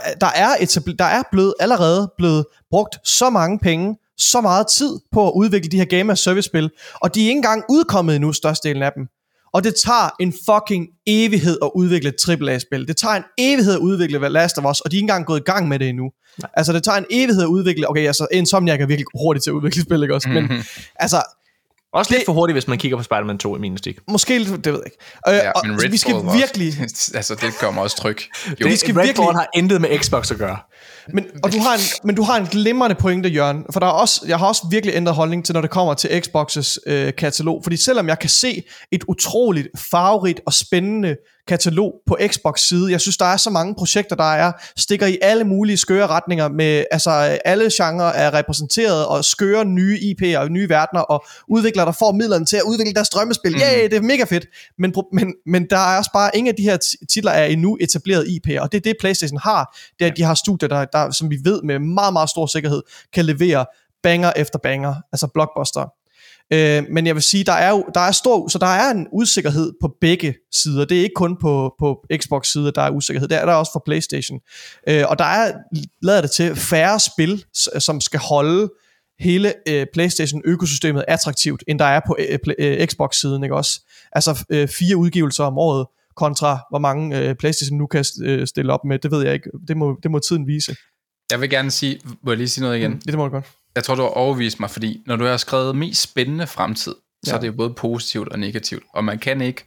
er allerede blevet brugt så mange penge, så meget tid på at udvikle de her game as service spil, og de er ikke engang udkommet endnu, størstedelen af dem. Og det tager en fucking evighed at udvikle et AAA-spil. Det tager en evighed at udvikle Last of Us, og de er ikke engang gået i gang med det endnu. Nej. Altså det tager en evighed at udvikle. Okay, altså Insomniac er virkelig hurtigt til at udvikle spil, ikke også? Men altså også lidt for hurtigt, hvis man kigger på Spider-Man 2 i min stik. Måske, det ved jeg ikke. Men vi skal virkelig... altså, det kommer også tryk. Vi skal virkelig... har intet med Xbox at gøre. Men du har en glimrende pointe, Jørgen. For jeg har også virkelig ændret holdning til, når det kommer til Xbox's katalog. Fordi selvom jeg kan se et utroligt farverigt og spændende katalog på Xbox side, jeg synes, der er så mange projekter, der stikker i alle mulige skøre retninger, med altså alle genrer er repræsenteret, og skøre nye IP'er og nye verdener, og udviklere, der får midlerne til at udvikle deres drømmespil. Det er mega fedt. Men der er også bare, ingen af de her titler er endnu etableret IP'er, og det er det PlayStation har. Det er, at de har studier, der, som vi ved med meget, meget stor sikkerhed, kan levere banger efter banger, altså blockbuster. Men jeg vil sige, der er en usikkerhed på begge sider. Det er ikke kun på Xbox side, der er usikkerhed. Det er der også for PlayStation. Og der er, lader det til, færre spil, som skal holde hele PlayStation-økosystemet attraktivt, end der er på Xbox-siden, ikke også? Altså 4 udgivelser om året, kontra hvor mange PlayStation nu kan stille op med, det ved jeg ikke. Det må tiden vise. Jeg vil gerne sige, må jeg lige sige noget igen? Det må du godt. Jeg tror, du har overvist mig, fordi når du har skrevet mest spændende fremtid, så er det jo både positivt og negativt, og man kan ikke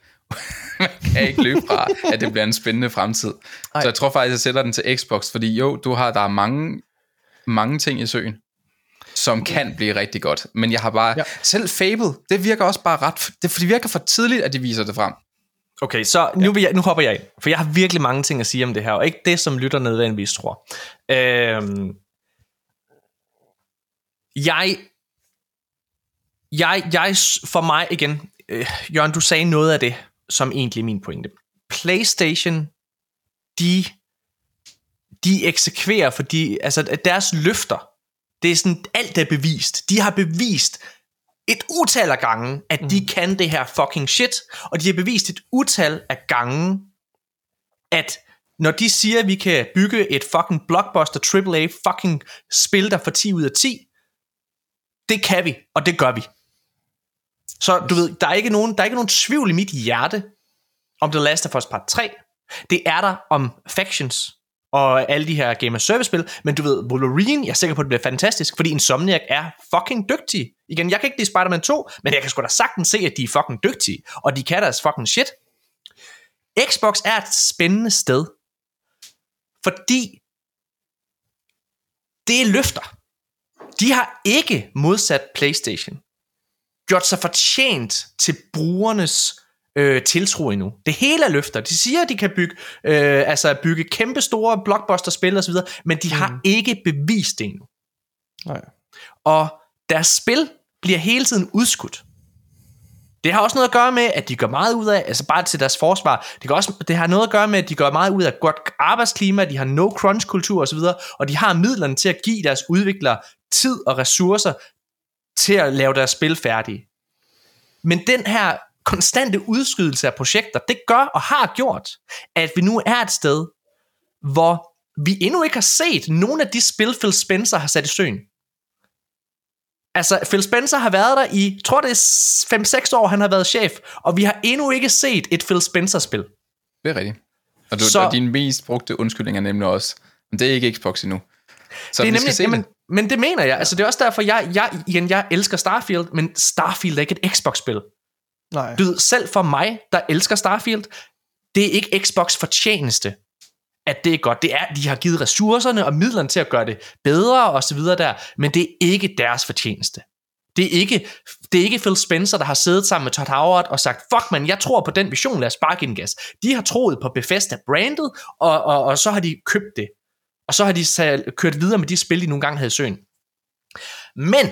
løbe fra, at det bliver en spændende fremtid. Ej. Så jeg tror faktisk, jeg sætter den til Xbox, fordi der er mange ting i søen, som kan blive rigtig godt, men jeg har bare, selv Fable, det virker også bare det virker for tidligt, at de viser det frem. Okay, så nu hopper jeg ind, for jeg har virkelig mange ting at sige om det her, og ikke det, som lytter nødvendigvis tror. For mig igen, Jørgen, du sagde noget af det, som egentlig er min pointe. PlayStation, de eksekverer, fordi altså deres løfter, det er sådan, alt er bevist. De har bevist et utal af gange, at de kan det her fucking shit, og de har bevist et utal af gange, at når de siger, at vi kan bygge et fucking blockbuster AAA fucking spil, der får 10 ud af 10, det kan vi, og det gør vi. Så du ved, der er ikke nogen tvivl i mit hjerte om The Last of Us Part 3. Det er der om Factions og alle de her Game as Service spil, men du ved, Wolverine, jeg er sikker på, at det bliver fantastisk, fordi Insomniac er fucking dygtige. Igen, jeg kan ikke lide Spider-Man 2, men jeg kan sgu da sagtens se, at de er fucking dygtige, og de kan deres fucking shit. Xbox er et spændende sted, fordi det er løfter. De har ikke modsat PlayStation gjort sig fortjent til brugernes tiltro endnu. Det hele er løfter. De siger, at de kan bygge kæmpe store blockbuster-spil og så videre, men de har ikke bevist det endnu. Nej. Og deres spil bliver hele tiden udskudt. Det har også noget at gøre med, at de gør meget ud af, altså bare til deres forsvar, det har noget at gøre med, at de gør meget ud af godt arbejdsklima, de har no crunch kultur og så videre, og de har midlerne til at give deres udviklere tid og ressourcer til at lave deres spil færdige. Men den her konstante udskydelse af projekter, det gør og har gjort, at vi nu er et sted, hvor vi endnu ikke har set nogen af de spil, Phil Spencer har sat i søen. Altså, Phil Spencer har været der i, tror det er 5-6 år, han har været chef, og vi har endnu ikke set et Phil Spencer-spil. Det er rigtigt. Og din mest brugte undskyldning er nemlig også, men det er ikke Xbox endnu. Så det er nemlig, men det mener jeg. Altså, det er også derfor, jeg elsker Starfield, men Starfield er ikke et Xbox-spil. Nej. Du ved, selv for mig, der elsker Starfield, det er ikke Xbox fortjeneste, at det er godt. Det er, de har givet ressourcerne og midlerne til at gøre det bedre og så videre der, men det er ikke deres fortjeneste. Det er ikke Phil Spencer, der har siddet sammen med Todd Howard og sagt, fuck man, jeg tror på den vision, lad os bare give den gas. De har troet på Bethesda-brandet, og så har de købt det. Og så har de kørt videre med de spil, de nogle gange havde i søen. Men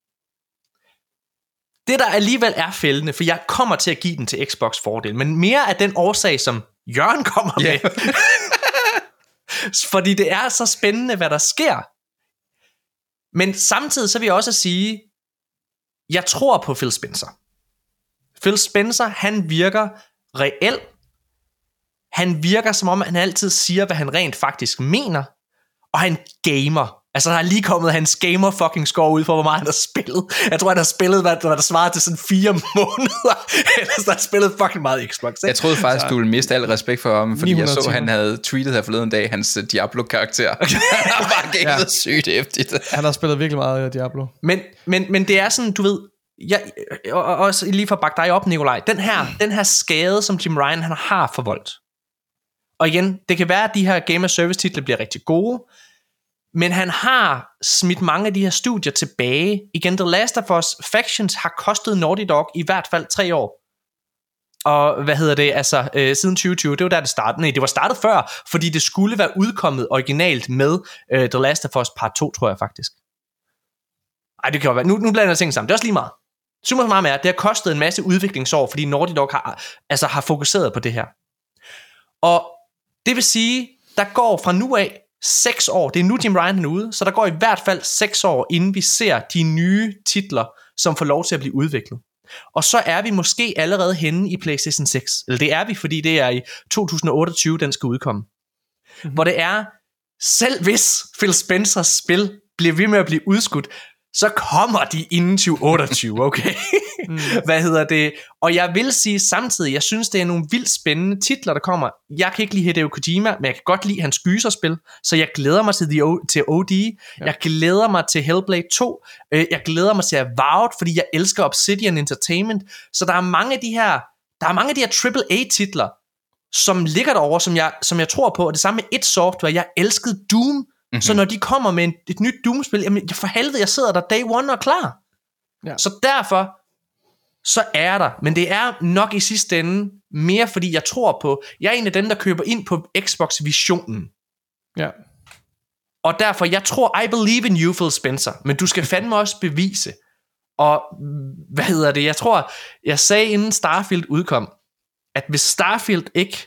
det der alligevel er fældende, for jeg kommer til at give den til Xbox fordel, men mere af den årsag, som Jørgen kommer med. Fordi det er så spændende, hvad der sker. Men samtidig så vil jeg også sige, jeg tror på Phil Spencer. Phil Spencer, han virker reel. Han virker som om, han altid siger, hvad han rent faktisk mener. Og han gamer. Altså, der er lige kommet hans gamer fucking score ud for, hvor meget han har spillet. Jeg tror, han har spillet, hvad der svarer til sådan 4 måneder. Ellers der har spillet fucking meget Xbox. Ikke? Jeg troede faktisk, du ville miste al respekt for ham, fordi jeg så, han havde tweetet her forleden dag, hans Diablo-karakter. Han var gamet sygt hæftigt. Han har spillet virkelig meget Diablo. Men det er sådan, du ved, og også lige for at bakke dig op, Nikolaj, den her skade, som Jim Ryan han har forvoldt. Og igen, det kan være, at de her Game as Service titler bliver rigtig gode, men han har smidt mange af de her studier tilbage. Igen, The Last of Us Factions har kostet Naughty Dog i hvert fald 3 år. Og siden 2020, det var der det startede. Nej, det var startet før, fordi det skulle være udkommet originalt med The Last of Us Part 2, tror jeg faktisk. Ej, det kan jo være. Nu blander jeg ting sammen. Det er også lige meget. Super meget mere. Det har kostet en masse udviklingsår, fordi Naughty Dog har fokuseret på det her. Og det vil sige, der går fra nu af 6 år, det er nu Jim Ryan er ude, så der går i hvert fald 6 år, inden vi ser de nye titler, som får lov til at blive udviklet. Og så er vi måske allerede henne i PlayStation 6. Eller det er vi, fordi det er i 2028, den skal udkomme. Mm-hmm. Hvor det er, selv hvis Phil Spencers spil bliver ved med at blive udskudt, så kommer de inden 2028, okay? Og jeg vil sige samtidig, jeg synes, det er nogle vildt spændende titler, der kommer. Jeg kan ikke lide Hideo Kojima, men jeg kan godt lide hans gyserspil, så jeg glæder mig til OD. Ja. Jeg glæder mig til Hellblade 2. Jeg glæder mig til Avowed, fordi jeg elsker Obsidian Entertainment. Så der er mange af de her AAA-titler, som ligger derovre, som jeg tror på. Og det samme med id Software. Jeg elskede Doom. Mm-hmm. Så når de kommer med et nyt Doom-spil, jamen for helvede, jeg sidder der day one og klar. Ja. Så derfor, så er der. Men det er nok i sidste ende mere, fordi jeg tror på, jeg er en af dem, der køber ind på Xbox-visionen. Ja. Og derfor, jeg tror, I believe in you, Phil Spencer. Men du skal fandme også bevise. Og jeg tror, jeg sagde inden Starfield udkom, at hvis Starfield ikke,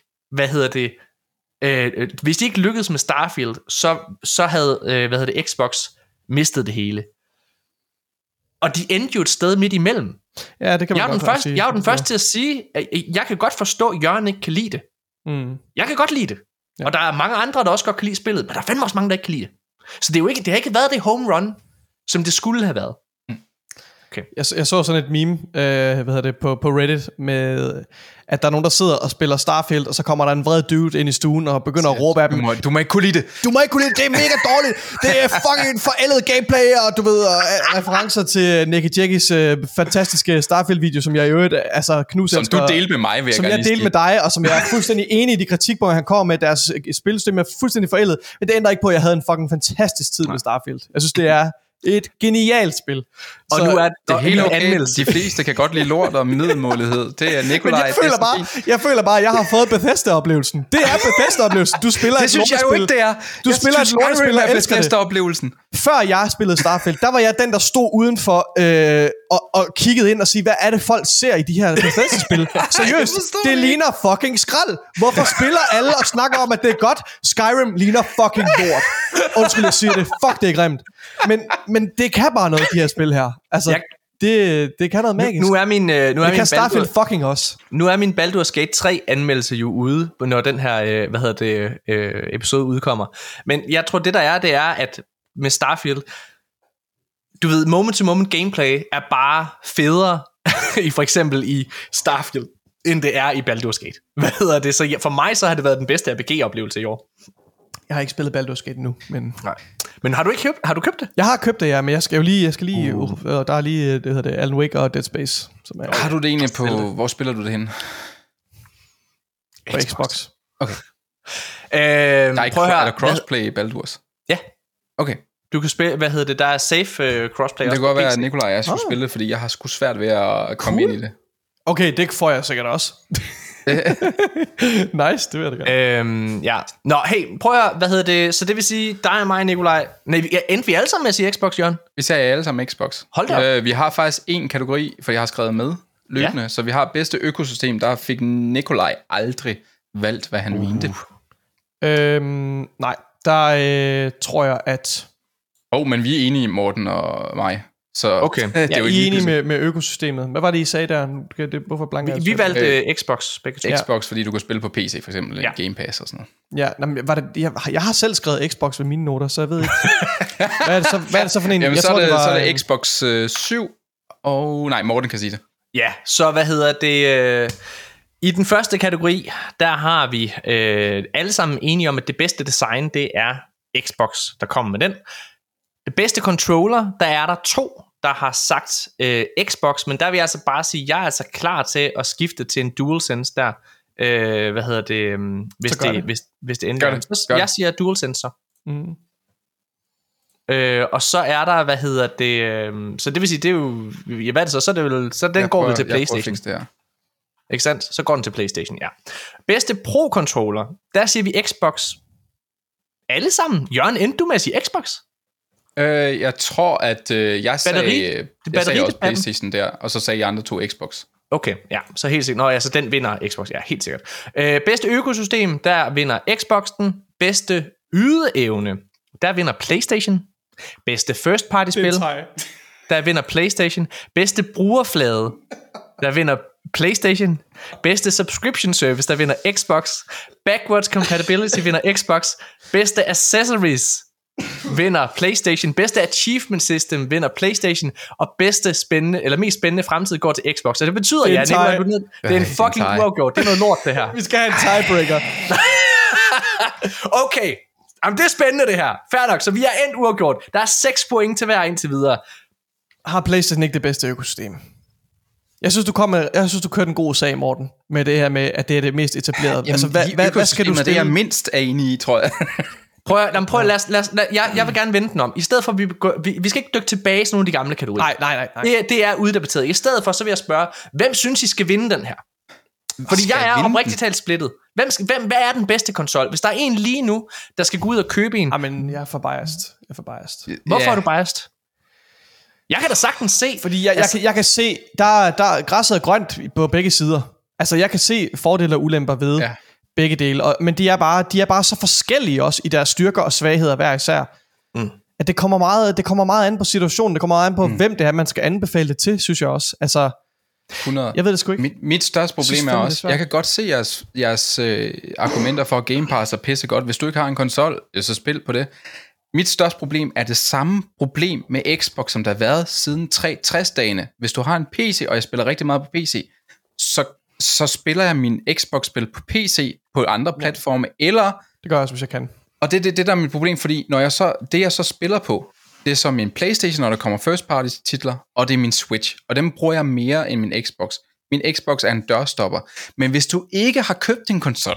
hvis de ikke lykkedes med Starfield, så havde Xbox mistet det hele. Og de endte jo et sted midt imellem. Ja, det kan man godt sige. Jeg er jo den første til at sige, at jeg kan godt forstå, at Jørgen ikke kan lide det. Mm. Jeg kan godt lide det. Ja. Og der er mange andre, der også godt kan lide spillet, men der er fandme også mange, der ikke kan lide det. Så det har ikke været det home run, som det skulle have været. Okay. Jeg så sådan et meme på Reddit med, at der er nogen, der sidder og spiller Starfield, og så kommer der en vred dude ind i stuen og begynder at råbe af dem. Du må ikke kunne lide det. Du må ikke kunne lide det. Det er mega dårligt. Det er fucking forældet gameplay, og du ved, referencer til Nicky Jackys fantastiske Starfield-video, som jeg i øvrigt knuser. Som du delte med mig, som jeg delte med dig, og som jeg er fuldstændig enig i de kritikpunkter, han kommer med. Deres spilsystem er fuldstændig forældet, men det ændrer ikke på, at jeg havde en fucking fantastisk tid med Starfield. Jeg synes, det er et genialt spil. Og så nu er det helt okay. De fleste kan godt lide lort og middelmålighed. Det er Nikolaj. Jeg føler bare, at jeg har fået Bethesda-oplevelsen. Det er Bethesda-oplevelsen. Du spiller det synes jeg jo ikke, det er. Du spiller et lortespil og elsker det. Bethesda-oplevelsen. Før jeg spillede Starfield, der var jeg den, der stod udenfor og kiggede ind og sige, hvad er det folk ser i de her Bethesda-spil? Seriøst, det ligner fucking skrald. Hvorfor spiller alle og snakker om, at det er godt? Skyrim ligner fucking lort. Undskyld, jeg siger det. Fuck, det er grimt. Men det kan bare noget, de her spil her. Altså, det kan noget magisk. Nu er min kan Starfield fucking også. Nu er min Baldur's Gate 3 anmeldelse jo ude, når den her episode udkommer. Men jeg tror, det er, at med Starfield, du ved, moment-to-moment gameplay er bare federe for eksempel i Starfield, end det er i Baldur's Gate. Så for mig så har det været den bedste RPG-oplevelse i år. Jeg har ikke spillet Baldur's Gate nu, men nej. Men har du købt det? Jeg har købt det, ja, men jeg skal lige der er lige Alan Wake og Dead Space, som er. Har du det egentlig på hvor spiller du det henne? På Xbox. Okay. Er der crossplay i Baldur's? Ja. Okay. Du kan spille, der er safe crossplay. Det kan godt være, at Nikolaj og jeg skulle spille, fordi jeg har sgu svært ved at komme ind i det. Okay, det får jeg sikkert også. Nice, det vil jeg da godt. Ja. Nå, hey, prøv at, så det vil sige, dig og mig, Nikolaj. Nej, endte vi alle sammen med at sige Xbox, Jørgen? Vi sagde alle sammen Xbox. Hold da op. Vi har faktisk en kategori, for jeg har skrevet med løbende, så vi har bedste økosystem, der fik Nikolaj aldrig valgt, hvad han mente. Nej, der tror jeg, at... Men vi er enige, Morten og mig. Så okay. Det er jo I er enige med økosystemet. Hvad var det, I sagde der? Hvorfor blanker vi valgte Xbox. Xbox, fordi du kan spille på PC, for eksempel Game Pass og sådan noget. Ja, jeg har selv skrevet Xbox ved mine noter, så jeg ved ikke. Hvad er det så for en? Jamen, så er det Xbox 7, og... Nej, Morten kan sige det. Ja, så i den første kategori, der har vi alle sammen enige om, at det bedste design, det er Xbox, der kommer med den. Det bedste controller, der er der 2, der har sagt Xbox, men der vil jeg altså bare sige, jeg er altså klar til at skifte til en DualSense der. Hvis det endelig er. Jeg siger DualSense så. Og så er der, så det vil sige, det er jo, hvad er det så? Så den går vel til PlayStation. Ikke sandt? Så går den til PlayStation, ja. Bedste Pro-controller, der siger vi Xbox. Alle sammen. Jørgen, endte du med at sige Xbox? Jeg tror, at jeg sagde også PlayStation der, og så sagde jeg andre 2 Xbox. Okay, ja, så helt sikkert. Så den vinder Xbox, ja, helt sikkert. Bedste økosystem, der vinder Xboxen. Bedste ydeevne, der vinder PlayStation. Bedste first party spil, der vinder PlayStation. Bedste brugerflade, der vinder PlayStation. Bedste subscription service, der vinder Xbox. Backwards compatibility vinder Xbox. Bedste accessories vinder PlayStation. Bedste achievement system vinder PlayStation. Og bedste mest spændende fremtid går til Xbox. Så det betyder, det er en fucking uafgjort. Det er noget lort, det her. Vi skal have en tiebreaker. Okay. Jamen, det er spændende, det her. Fair nok, så vi er endt uafgjort. Der er 6 point til hver indtil videre. Har PlayStation ikke det bedste økosystem? Jeg synes, du kørte en god sag, Morten, med det her med, at det er det mest etablerede. Jamen, altså, hvad skal du stille? Det er mindst er enig i, tror jeg. Jeg vil gerne vende den om. I stedet for, vi skal ikke dykke tilbage i nogle af de gamle kategorier. Nej. Det er uddebatteret. I stedet for, så vil jeg spørge, hvem synes I skal vinde den her? Fordi jeg er oprigtigt talt splittet. Hvad er den bedste konsol? Hvis der er en lige nu, der skal gå ud og købe en. Jamen, jeg er for biased. Hvorfor er du biased? Jeg kan da sagtens se. Fordi jeg kan se, der græsset er grønt på begge sider. Altså, jeg kan se fordele og ulemper ved begge dele. Men de er bare så forskellige også i deres styrker og svagheder hver især. At det kommer meget an på situationen. Det kommer meget an på, hvem det er, man skal anbefale det til, synes jeg også. Altså, 100. Jeg ved det sgu ikke. Mit største problem er også, jeg kan godt se jeres argumenter for, at Game Pass er pisse godt. Hvis du ikke har en konsol, så spil på det. Mit største problem er det samme problem med Xbox, som der har været siden 60-dagene. Hvis du har en PC, og jeg spiller rigtig meget på PC, så spiller jeg min Xbox-spil på PC, på andre platforme, eller... Det gør jeg også, hvis jeg kan. Og det der er mit problem, fordi når jeg så spiller på, det er så min PlayStation, når der kommer first party titler, og det er min Switch, og dem bruger jeg mere end min Xbox. Min Xbox er en dørstopper. Men hvis du ikke har købt en konsol,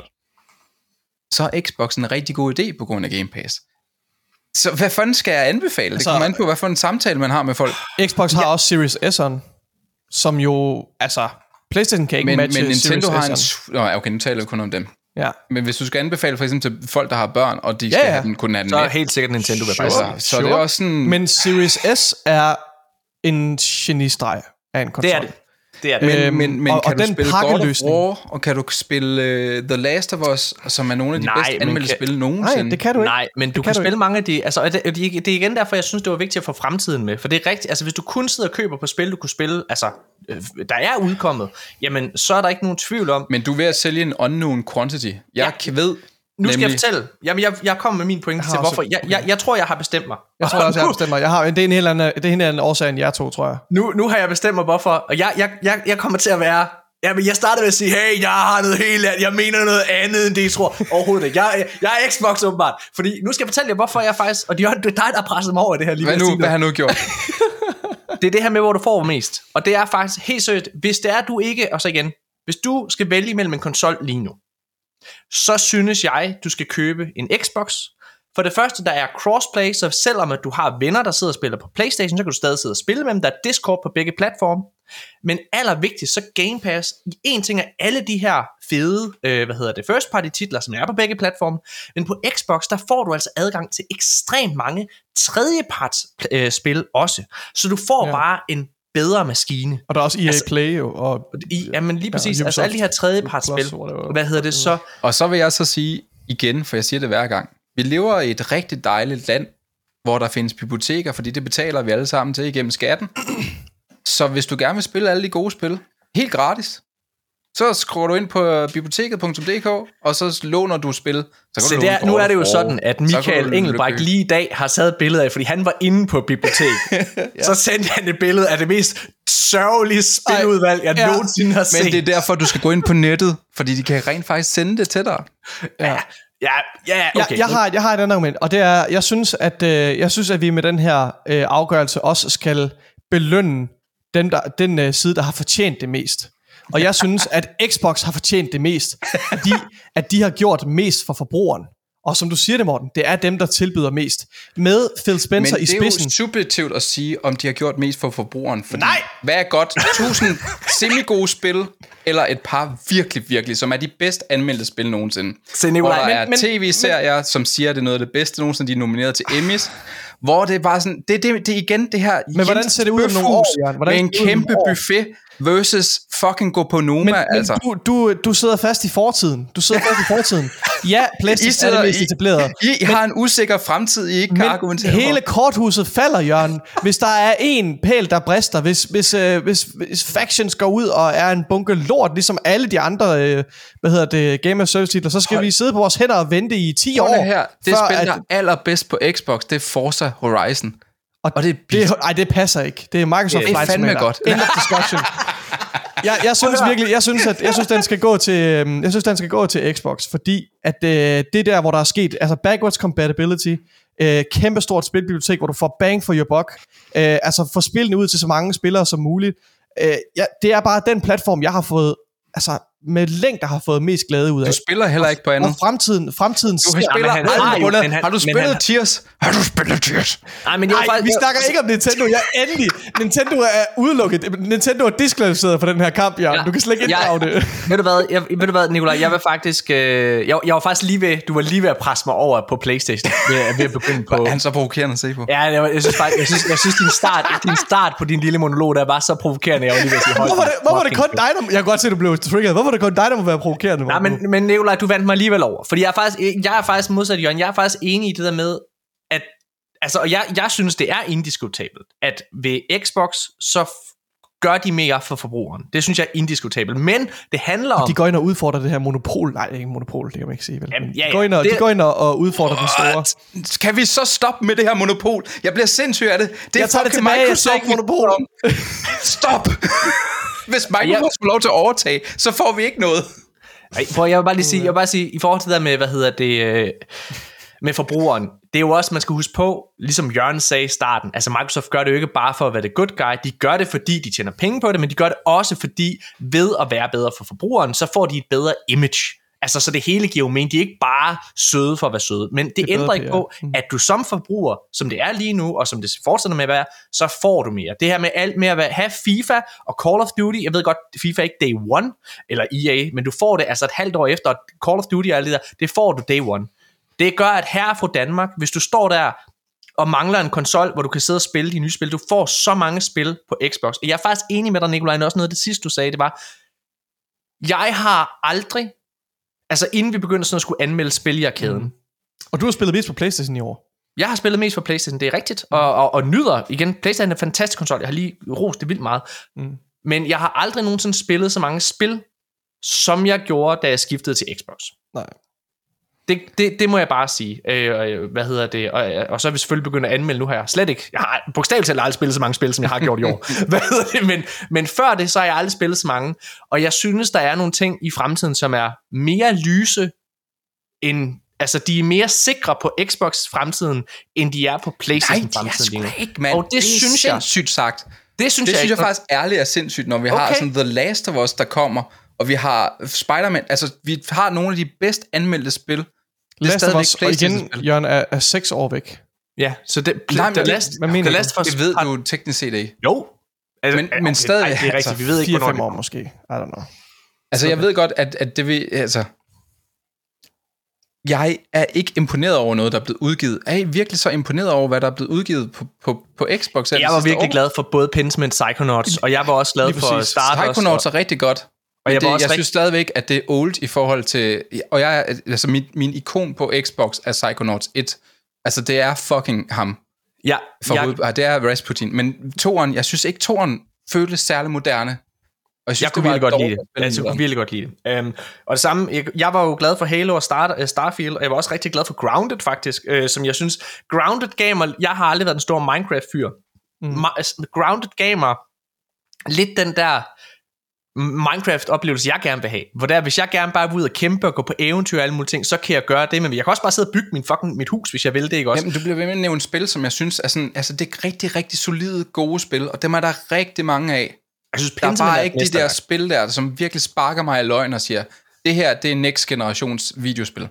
så er Xbox en rigtig god idé på grund af Game Pass. Så hvad fanden skal jeg anbefale? Altså, det kommer an på, hvad for en samtale man har med folk. Xbox har også Series S'eren, som jo, altså, PlayStation kan ikke matche Nintendo Series har okay, nu taler vi kun om dem. Ja. Men hvis du skal anbefale for eksempel til folk, der har børn, og de skal kun have den så er helt sikkert Nintendo vil bare så det er også sådan... Men Series S er en genistreg af en konsol. Det er det. Men og kan du den spille God of War, og kan du spille The Last of Us, som er nogle af de bedste anmeldte spil nogensinde? Nej, det kan du ikke. Nej, men du kan spille mange af de... Altså, det er igen derfor, jeg synes, det var vigtigt at få fremtiden med. For det er rigtigt, altså hvis du kun sidder og køber på spil, du kunne spille, altså, der er udkommet, jamen, så er der ikke nogen tvivl om... Men du er ved at sælge en unknown quantity. Jeg ved... Nu skal jeg fortælle. Jamen, jeg kommer med min pointe til, hvorfor. Jeg tror, jeg har bestemt mig. Jeg tror også, jeg har bestemt mig. Det er en helt anden årsag end jer to, tror jeg. Nu har jeg bestemt mig, hvorfor. Og jeg kommer til at være... Jamen, jeg startede med at sige, hey, jeg har noget helt andet. Jeg mener noget andet, end det, I tror. Overhovedet ikke. Jeg er Xbox, åbenbart. Fordi nu skal jeg fortælle jer, hvorfor jeg faktisk... Og det er dig, der har presset mig over det her. Lige hvad har nu gjort? Det er det her med, hvor du får mest. Og det er faktisk helt seriøst. Hvis det er, du ikke... Og så igen. Hvis du skal vælge mellem en konsol lige nu, så synes jeg, du skal købe en Xbox, For det første, der er crossplay, så selvom at du har venner, der sidder og spiller på PlayStation, så kan du stadig sidde og spille med dem. Der er Discord på begge platforme. Men allervigtigst, så Game Pass, en ting er alle de her fede, first party titler, som er på begge platforme. Men på Xbox, der får du altså adgang til ekstremt mange tredjeparts spil også. Så du får bare en bedre maskine. Og der er også EA Play jo. Og, jamen lige præcis, altså alle de her tredjepartsspil. Så? Og så vil jeg så sige igen, for jeg siger det hver gang. Vi lever i et rigtig dejligt land, hvor der findes biblioteker, fordi det betaler vi alle sammen til igennem skatten. Så hvis du gerne vil spille alle de gode spil, helt gratis, så scroller du ind på biblioteket.dk, og så låner du spil. Nu er det jo sådan, at Michael Engelbrecht lige i dag har taget et billede af, fordi han var inde på biblioteket. Ja. Så sendte han et billede af det mest sørgelige spiludvalg, jeg nogensinde har set. Men det er derfor, du skal gå ind på nettet, fordi de kan rent faktisk sende det til dig. Ja. Okay. Jeg har et andet argument, og det er, jeg synes, at vi med den her afgørelse også skal belønne den side, der har fortjent det mest. Og jeg synes, at Xbox har fortjent det mest, fordi at de har gjort mest for forbrugeren. Og som du siger det, Morten, det er dem, der tilbyder mest. Med Phil Spencer i spidsen. Men det er jo subjektivt at sige, om de har gjort mest for forbrugeren. Fordi hvad er godt? 1000 semi-gode spil, eller et par virkelig, som er de bedst anmeldte spil nogensinde. Hvor der er tv-serier, som siger, at det er noget af det bedste nogensinde, de er nomineret til Emmys. Hvor det er bare sådan, det er igen det her. Men hvordan ser det ud om nogle år, Jan? Med en kæmpe buffet versus fucking gå på Noma. Men du sidder fast i fortiden. Ja, PlayStation er det mest etableret. I har en usikker fremtid, I ikke kan argumentere for. Hele korthuset falder, Jørgen. Hvis der er en pæl, der brister, hvis Factions går ud og er en bunke lort, ligesom alle de andre, Game of Service titler, så skal vi sidde på vores hænder og vente i 10 år. Her, det spil, der er allerbedst på Xbox, det er Forza Horizon. Og det passer ikke. Det er Microsoft Flight Simulator. Det er fandme godt. End of discussion. Jeg synes virkelig, jeg synes den skal gå til Xbox, fordi at det der, hvor der er sket, altså backwards compatibility, kæmpestort spilbibliotek, hvor du får bang for your buck, altså få spillene ud til så mange spillere som muligt. Det er bare den platform, jeg har fået, altså med længder har fået mest glæde ud af. Du spiller heller ikke på andet. Og fremtiden Har du spillet Tears? Nej, vi snakker ikke om Nintendo. Nintendo er udelukket. Nintendo er diskvalificeret for den her kamp, Jan. Du kan slet ikke inddrage det. Ved du hvad, Nikolaj? Jeg var faktisk jeg var faktisk du var lige ved at presse mig over på PlayStation ved at begynde på. Han så provokerende at se på. Ja, jeg synes din start på din lille monolog der var så provokerende. Jeg var lige ved at sige Hvor var det kun dig, der... Jeg kan godt se, du blev triggeret. Hvorfor det kun dig, der må være provokerende? Nej, men Nikolaj, du vandt mig alligevel over. Fordi jeg er faktisk modsat Jørgen, jeg er faktisk enig i det der med, at altså, og jeg synes, det er indiskutabelt, at ved Xbox, så gør de mere for forbrugeren. Det synes jeg er indiskutabelt. Men det handler om... De går ind og udfordrer det her monopol. Nej, det er ikke monopol, det kan man ikke sige vel. Jamen, de går ind og udfordrer den store. Kan vi så stoppe med det her monopol? Jeg bliver sindssyg af det. Jeg tager det tilbage, Microsoft monopol. Stop! Hvis Microsoft får lov til at overtage, så får vi ikke noget. Nej, jeg vil bare sige, i forhold til det med, med forbrugeren, det er jo også, man skal huske på, ligesom Jørgen sagde i starten, altså Microsoft gør det jo ikke bare for at være det good guy, de gør det, fordi de tjener penge på det, men de gør det også, fordi ved at være bedre for forbrugeren, så får de et bedre image. Altså, så det hele giver jo mening. De er ikke bare søde for at være søde, men det ændrer ikke på, at du som forbruger, som det er lige nu, og som det fortsætter med at være, så får du mere. Det her med alt med at have FIFA og Call of Duty, jeg ved godt, FIFA er ikke day one, eller EA, men du får det altså et halvt år efter, Call of Duty og alt det der, det får du day one. Det gør, at her fra Danmark, hvis du står der og mangler en konsol, hvor du kan sidde og spille de nye spil, du får så mange spil på Xbox. Og jeg er faktisk enig med dig, Nikolaj, også noget af det sidste, du sagde, det var, jeg har aldrig, altså inden vi begyndte sådan at skulle anmelde spil i arkaden. Og du har spillet mest på PlayStation i år? Jeg har spillet mest på PlayStation, det er rigtigt. Og nyder, igen, PlayStation er en fantastisk konsol, jeg har lige rost det vildt meget. Men jeg har aldrig nogensinde spillet så mange spil, som jeg gjorde, da jeg skiftede til Xbox. Nej. Det må jeg bare sige. Og så er vi selvfølgelig begyndt at anmelde nu her. Slet ikke. Jeg har bogstaveligt talt aldrig spillet så mange spil, som jeg har gjort i år. Men før det, så har jeg aldrig spillet så mange. Og jeg synes, der er nogle ting i fremtiden, som er mere lyse end... Altså, de er mere sikre på Xbox fremtiden, end de er på PlayStation fremtiden. Nej, de er sgu ikke, mand. Og det synes jeg... sindssygt sagt. Det synes jeg faktisk ærligt er sindssygt, når vi har sådan The Last of Us, der kommer, og vi har Spider-Man. Altså, vi har nogle af de bedst anmeldte spil Last of stadigvæk Us, og PlayStation-spil. igen, Jørgen, er 6 år væk. Ja, så det... Nej, men The det- Last, hvad mener The du? Last of Us Det ved har- du teknisk set ikke. Jo. Altså, Men stadig, Nej, det er rigtigt, altså, vi ved ikke, 4-5 hvornår år det... måske. I don't know. Altså, jeg ved godt, at det vil... Altså, jeg er ikke imponeret over noget, der er blevet udgivet. Er I virkelig så imponeret over, hvad der er blevet udgivet på Xbox? Jeg var virkelig glad for både Pentiment og Psychonauts, og jeg var også glad Lige for præcis. Stardust. Psychonauts er rigtig godt. Og jeg var også jeg synes stadigvæk, at det er old i forhold til... Og jeg er, altså min ikon på Xbox er Psychonauts 1. Altså, det er fucking ham. Ja, Det er Rasputin. Men toren, jeg synes ikke, toren føltes særlig moderne. Og jeg synes, jeg kunne det var virkelig godt lide dårligt det. spil. Altså, jeg kunne virkelig godt lide det. Og det samme, jeg var jo glad for Halo og Starfield, og jeg var også rigtig glad for Grounded faktisk, som jeg synes, Grounded gav mig, jeg har aldrig været en stor Minecraft-fyr. Grounded gav mig lidt den der Minecraft-oplevelse, jeg gerne vil have. Hvor der, hvis jeg gerne bare vil ud og kæmpe og gå på eventyr og alle mulige ting, så kan jeg gøre det, men jeg kan også bare sidde og bygge mit hus, hvis jeg vil det, ikke også? Jamen, du bliver ved med at nævne spil, som jeg synes er sådan, altså det er rigtig, rigtig solide, gode spil, og dem er der rigtig mange af. Jeg synes, Der er bare ikke de der mesterværk. spil der, som virkelig sparker mig i løgn og siger, det her, det er next generations videospil.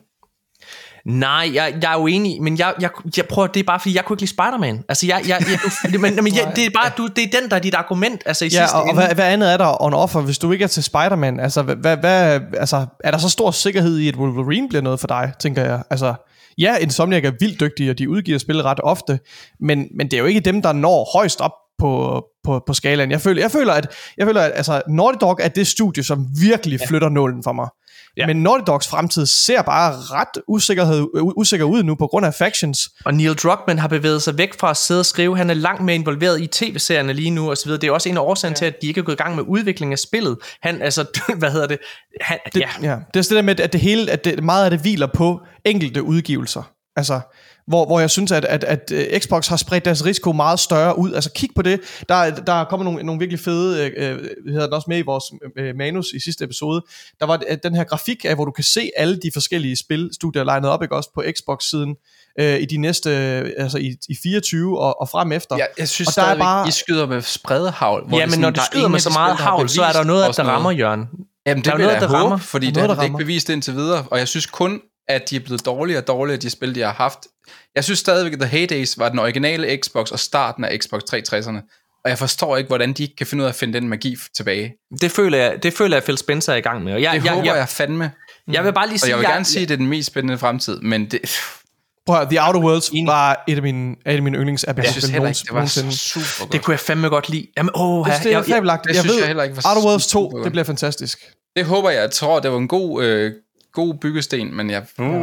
Nej, jeg er uenig, men jeg prøver, det er bare fordi jeg kunne ikke lide Spider-Man. Altså det er bare det er den der er dit argument, altså i Ja, sidste og ende. hvad andet er der on offer, hvis du ikke er til Spider-Man? Altså, altså, er der så stor sikkerhed i, at Wolverine bliver noget for dig, tænker jeg? Altså, ja, Insomniac er vildt dygtige, og de udgiver spil ret ofte, men det er jo ikke dem, der når højst op på skalaen. Jeg føler, at altså, Naughty Dog er det studie, som virkelig flytter nålen for mig. Ja. Men Naughty Dogs fremtid ser bare ret usikker ud nu på grund af factions. Og Neil Druckmann har bevæget sig væk fra at sidde og skrive. Han er langt mere involveret i tv-serierne lige nu og så videre. Det er også en af årsagen til, at de ikke er gået i gang med udvikling af spillet. Han, altså, hvad hedder det? Det er det der med, at det hele, meget af det hviler på enkelte udgivelser. Altså, hvor jeg synes, at Xbox har spredt deres risiko meget større ud. Altså kig på det. Der er kommet nogle virkelig fede, vi havde den også med i vores manus i sidste episode. Der var den her grafik af, hvor du kan se alle de forskellige spilstudier legnet op, ikke også på Xbox-siden i de næste, altså i 24 og frem efter. Ja, jeg synes og der er stadigvæk, bare... I skyder med spredehavl. Ja, men når du skyder med så meget havl, så er der noget, der rammer, Jørgen. Jamen, der det er vil noget, jeg der rammer. håbe, fordi det er ikke bevist indtil videre. Og jeg synes kun, at de er blevet dårligere og dårligere, de spil, de har haft. Jeg synes stadigvæk, at The Heydays var den originale Xbox og starten af Xbox 360'erne. Og jeg forstår ikke, hvordan de ikke kan finde ud af at finde den magi tilbage. Det føler jeg Phil Spencer er i gang med. Og Det håber jeg fandme. Jeg vil bare lige sige... Og jeg vil gerne sige, at det er den mest spændende fremtid, men det... Prøv at, The Outer Worlds var et af mine yndlings-apps. Jeg synes heller ikke, det var super godt. Det kunne jeg fandme godt lide. Jamen, det er fabelagtigt. Jeg ved, heller ikke var Outer Worlds 2, det bliver fantastisk. Det håber jeg. Jeg tror, det var en god byggesten, men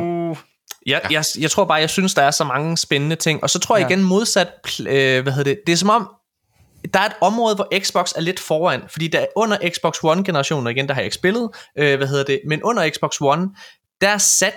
Jeg tror bare, jeg synes, der er så mange spændende ting. Og så tror jeg igen modsat, det er som om, der er et område, hvor Xbox er lidt foran. Fordi der under Xbox One-generationen, og igen, der har jeg ikke spillet, men under Xbox One, der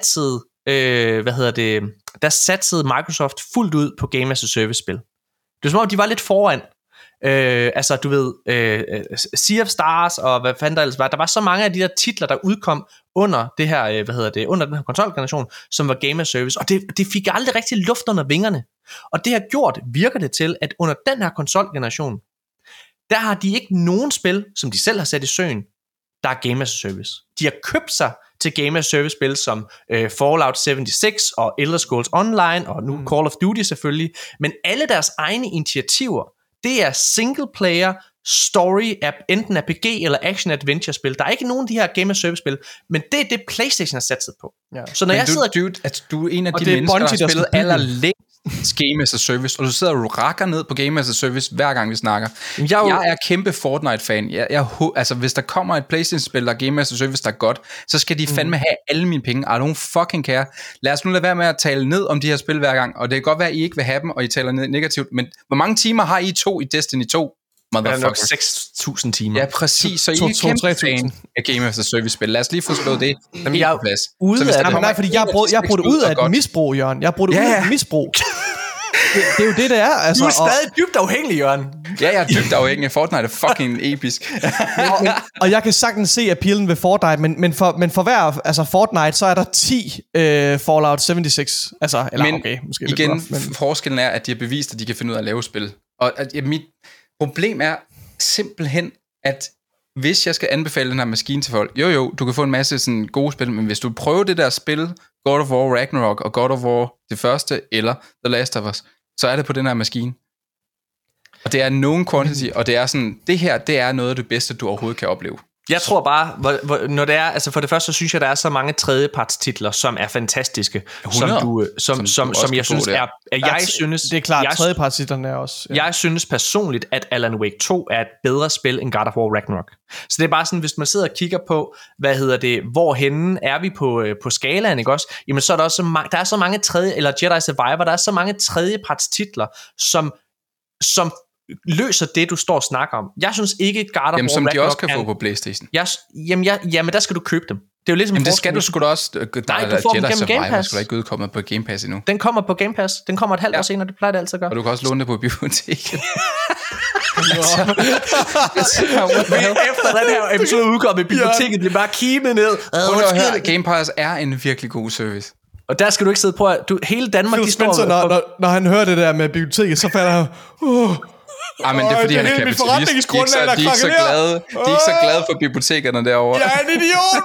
satsede Microsoft fuldt ud på Game as a Service-spil. Det er som om, de var lidt foran. Altså du ved Sea of Stars og hvad fanden der ellers var. Der var så mange af de der titler, der udkom under det her, under den her konsolgeneration, som var Game as Service, og det fik aldrig rigtig luft under vingerne. Og det har gjort, virker det til, at under den her konsolgeneration, der har de ikke nogen spil, som de selv har sat i søen, der er Game as a Service. De har købt sig til Game as a Service spil som Fallout 76 og Elder Scrolls Online og nu Call of Duty selvfølgelig, men alle deres egne initiativer, det er single player story app, enten RPG eller action adventure spil. Der er ikke nogen af de her Game as Service spil, men det er det PlayStation har satset på. Ja. Så når jeg sidder... du er en af de mennesker, der har spillet allerlængst Game as a Service, og du sidder og rakker ned på Game as a Service hver gang vi snakker. Jeg er kæmpe Fortnite-fan. Altså, hvis der kommer et PlayStation-spil, der er Game as a Service, der er godt, så skal de fandme have alle mine penge. I don't fucking care. Lad os nu lade være med at tale ned om de her spil hver gang, og det kan godt være, at I ikke vil have dem, og I taler negativt, men hvor mange timer har I i Destiny 2? Nok 6.000 timer. Ja, præcis. Så I er kæmpe fan af Game as a Service-spil. Lad os lige få slået det. Jamen, jeg er ude af det. Nej, fordi jeg har brugt det ud af et misbrug, Jørgen. Jeg har brugt det ud af et misbrug. Det er jo det er. Altså, du er stadig dybt afhængig, Jørgen. Ja, jeg er dybt afhængig. Fortnite er fucking episk. og jeg kan sagtens se appealen ved Fortnite, men for hver Fortnite, så er der 10 Fallout 76. Altså, eller men okay, måske igen, lidt rough, men... forskellen er, at de har bevist, at de kan finde ud af at lave spil. Og mit problem er simpelthen, at hvis jeg skal anbefale den her maskine til folk, jo, du kan få en masse sådan gode spil, men hvis du prøver det der spil God of War Ragnarok og God of War det første, eller The Last of Us, så er det på den her maskine. Og det er nogen quantity, og det er sådan, det her, det er noget af det bedste, du overhovedet kan opleve. Jeg tror bare, når det er, altså for det første, så synes jeg, der er så mange tredjepartstitler, som er fantastiske, 100, som jeg synes er, jeg synes, det er klart, tredjepartstitlerne er også. Ja. Jeg synes personligt, at Alan Wake 2 er et bedre spil end God of War Ragnarok. Så det er bare sådan, hvis man sidder og kigger på, hvorhenne er vi på skalaen, ikke også? Jamen så er der også der er så mange eller Jedi Survivor, der er så mange tredjepartstitler, som løser det, du står og snakker om. Jeg synes ikke, God of War Ragnarok... som de også kan få på PlayStation. Jamen, der skal du købe dem. Det er jo ligesom det skal du sgu da også. Nej, du får dem gennem Game Pass. Skulle da ikke udkomme på Game Pass endnu. Den kommer på Game Pass. Den kommer et halvt år senere, det plejer det altid at gøre. Og du kan også låne det på biblioteket. Efter den her episode udkommet i biblioteket, bliver bare kimet ned. Game Pass er en virkelig god service. Og der skal du ikke sidde på, hele Danmark, de står... Når han hører det der med biblioteket, så falder han... Men det er fordi, han er kapitalist. De er ikke så glade for bibliotekerne derovre. Jeg er en idiot!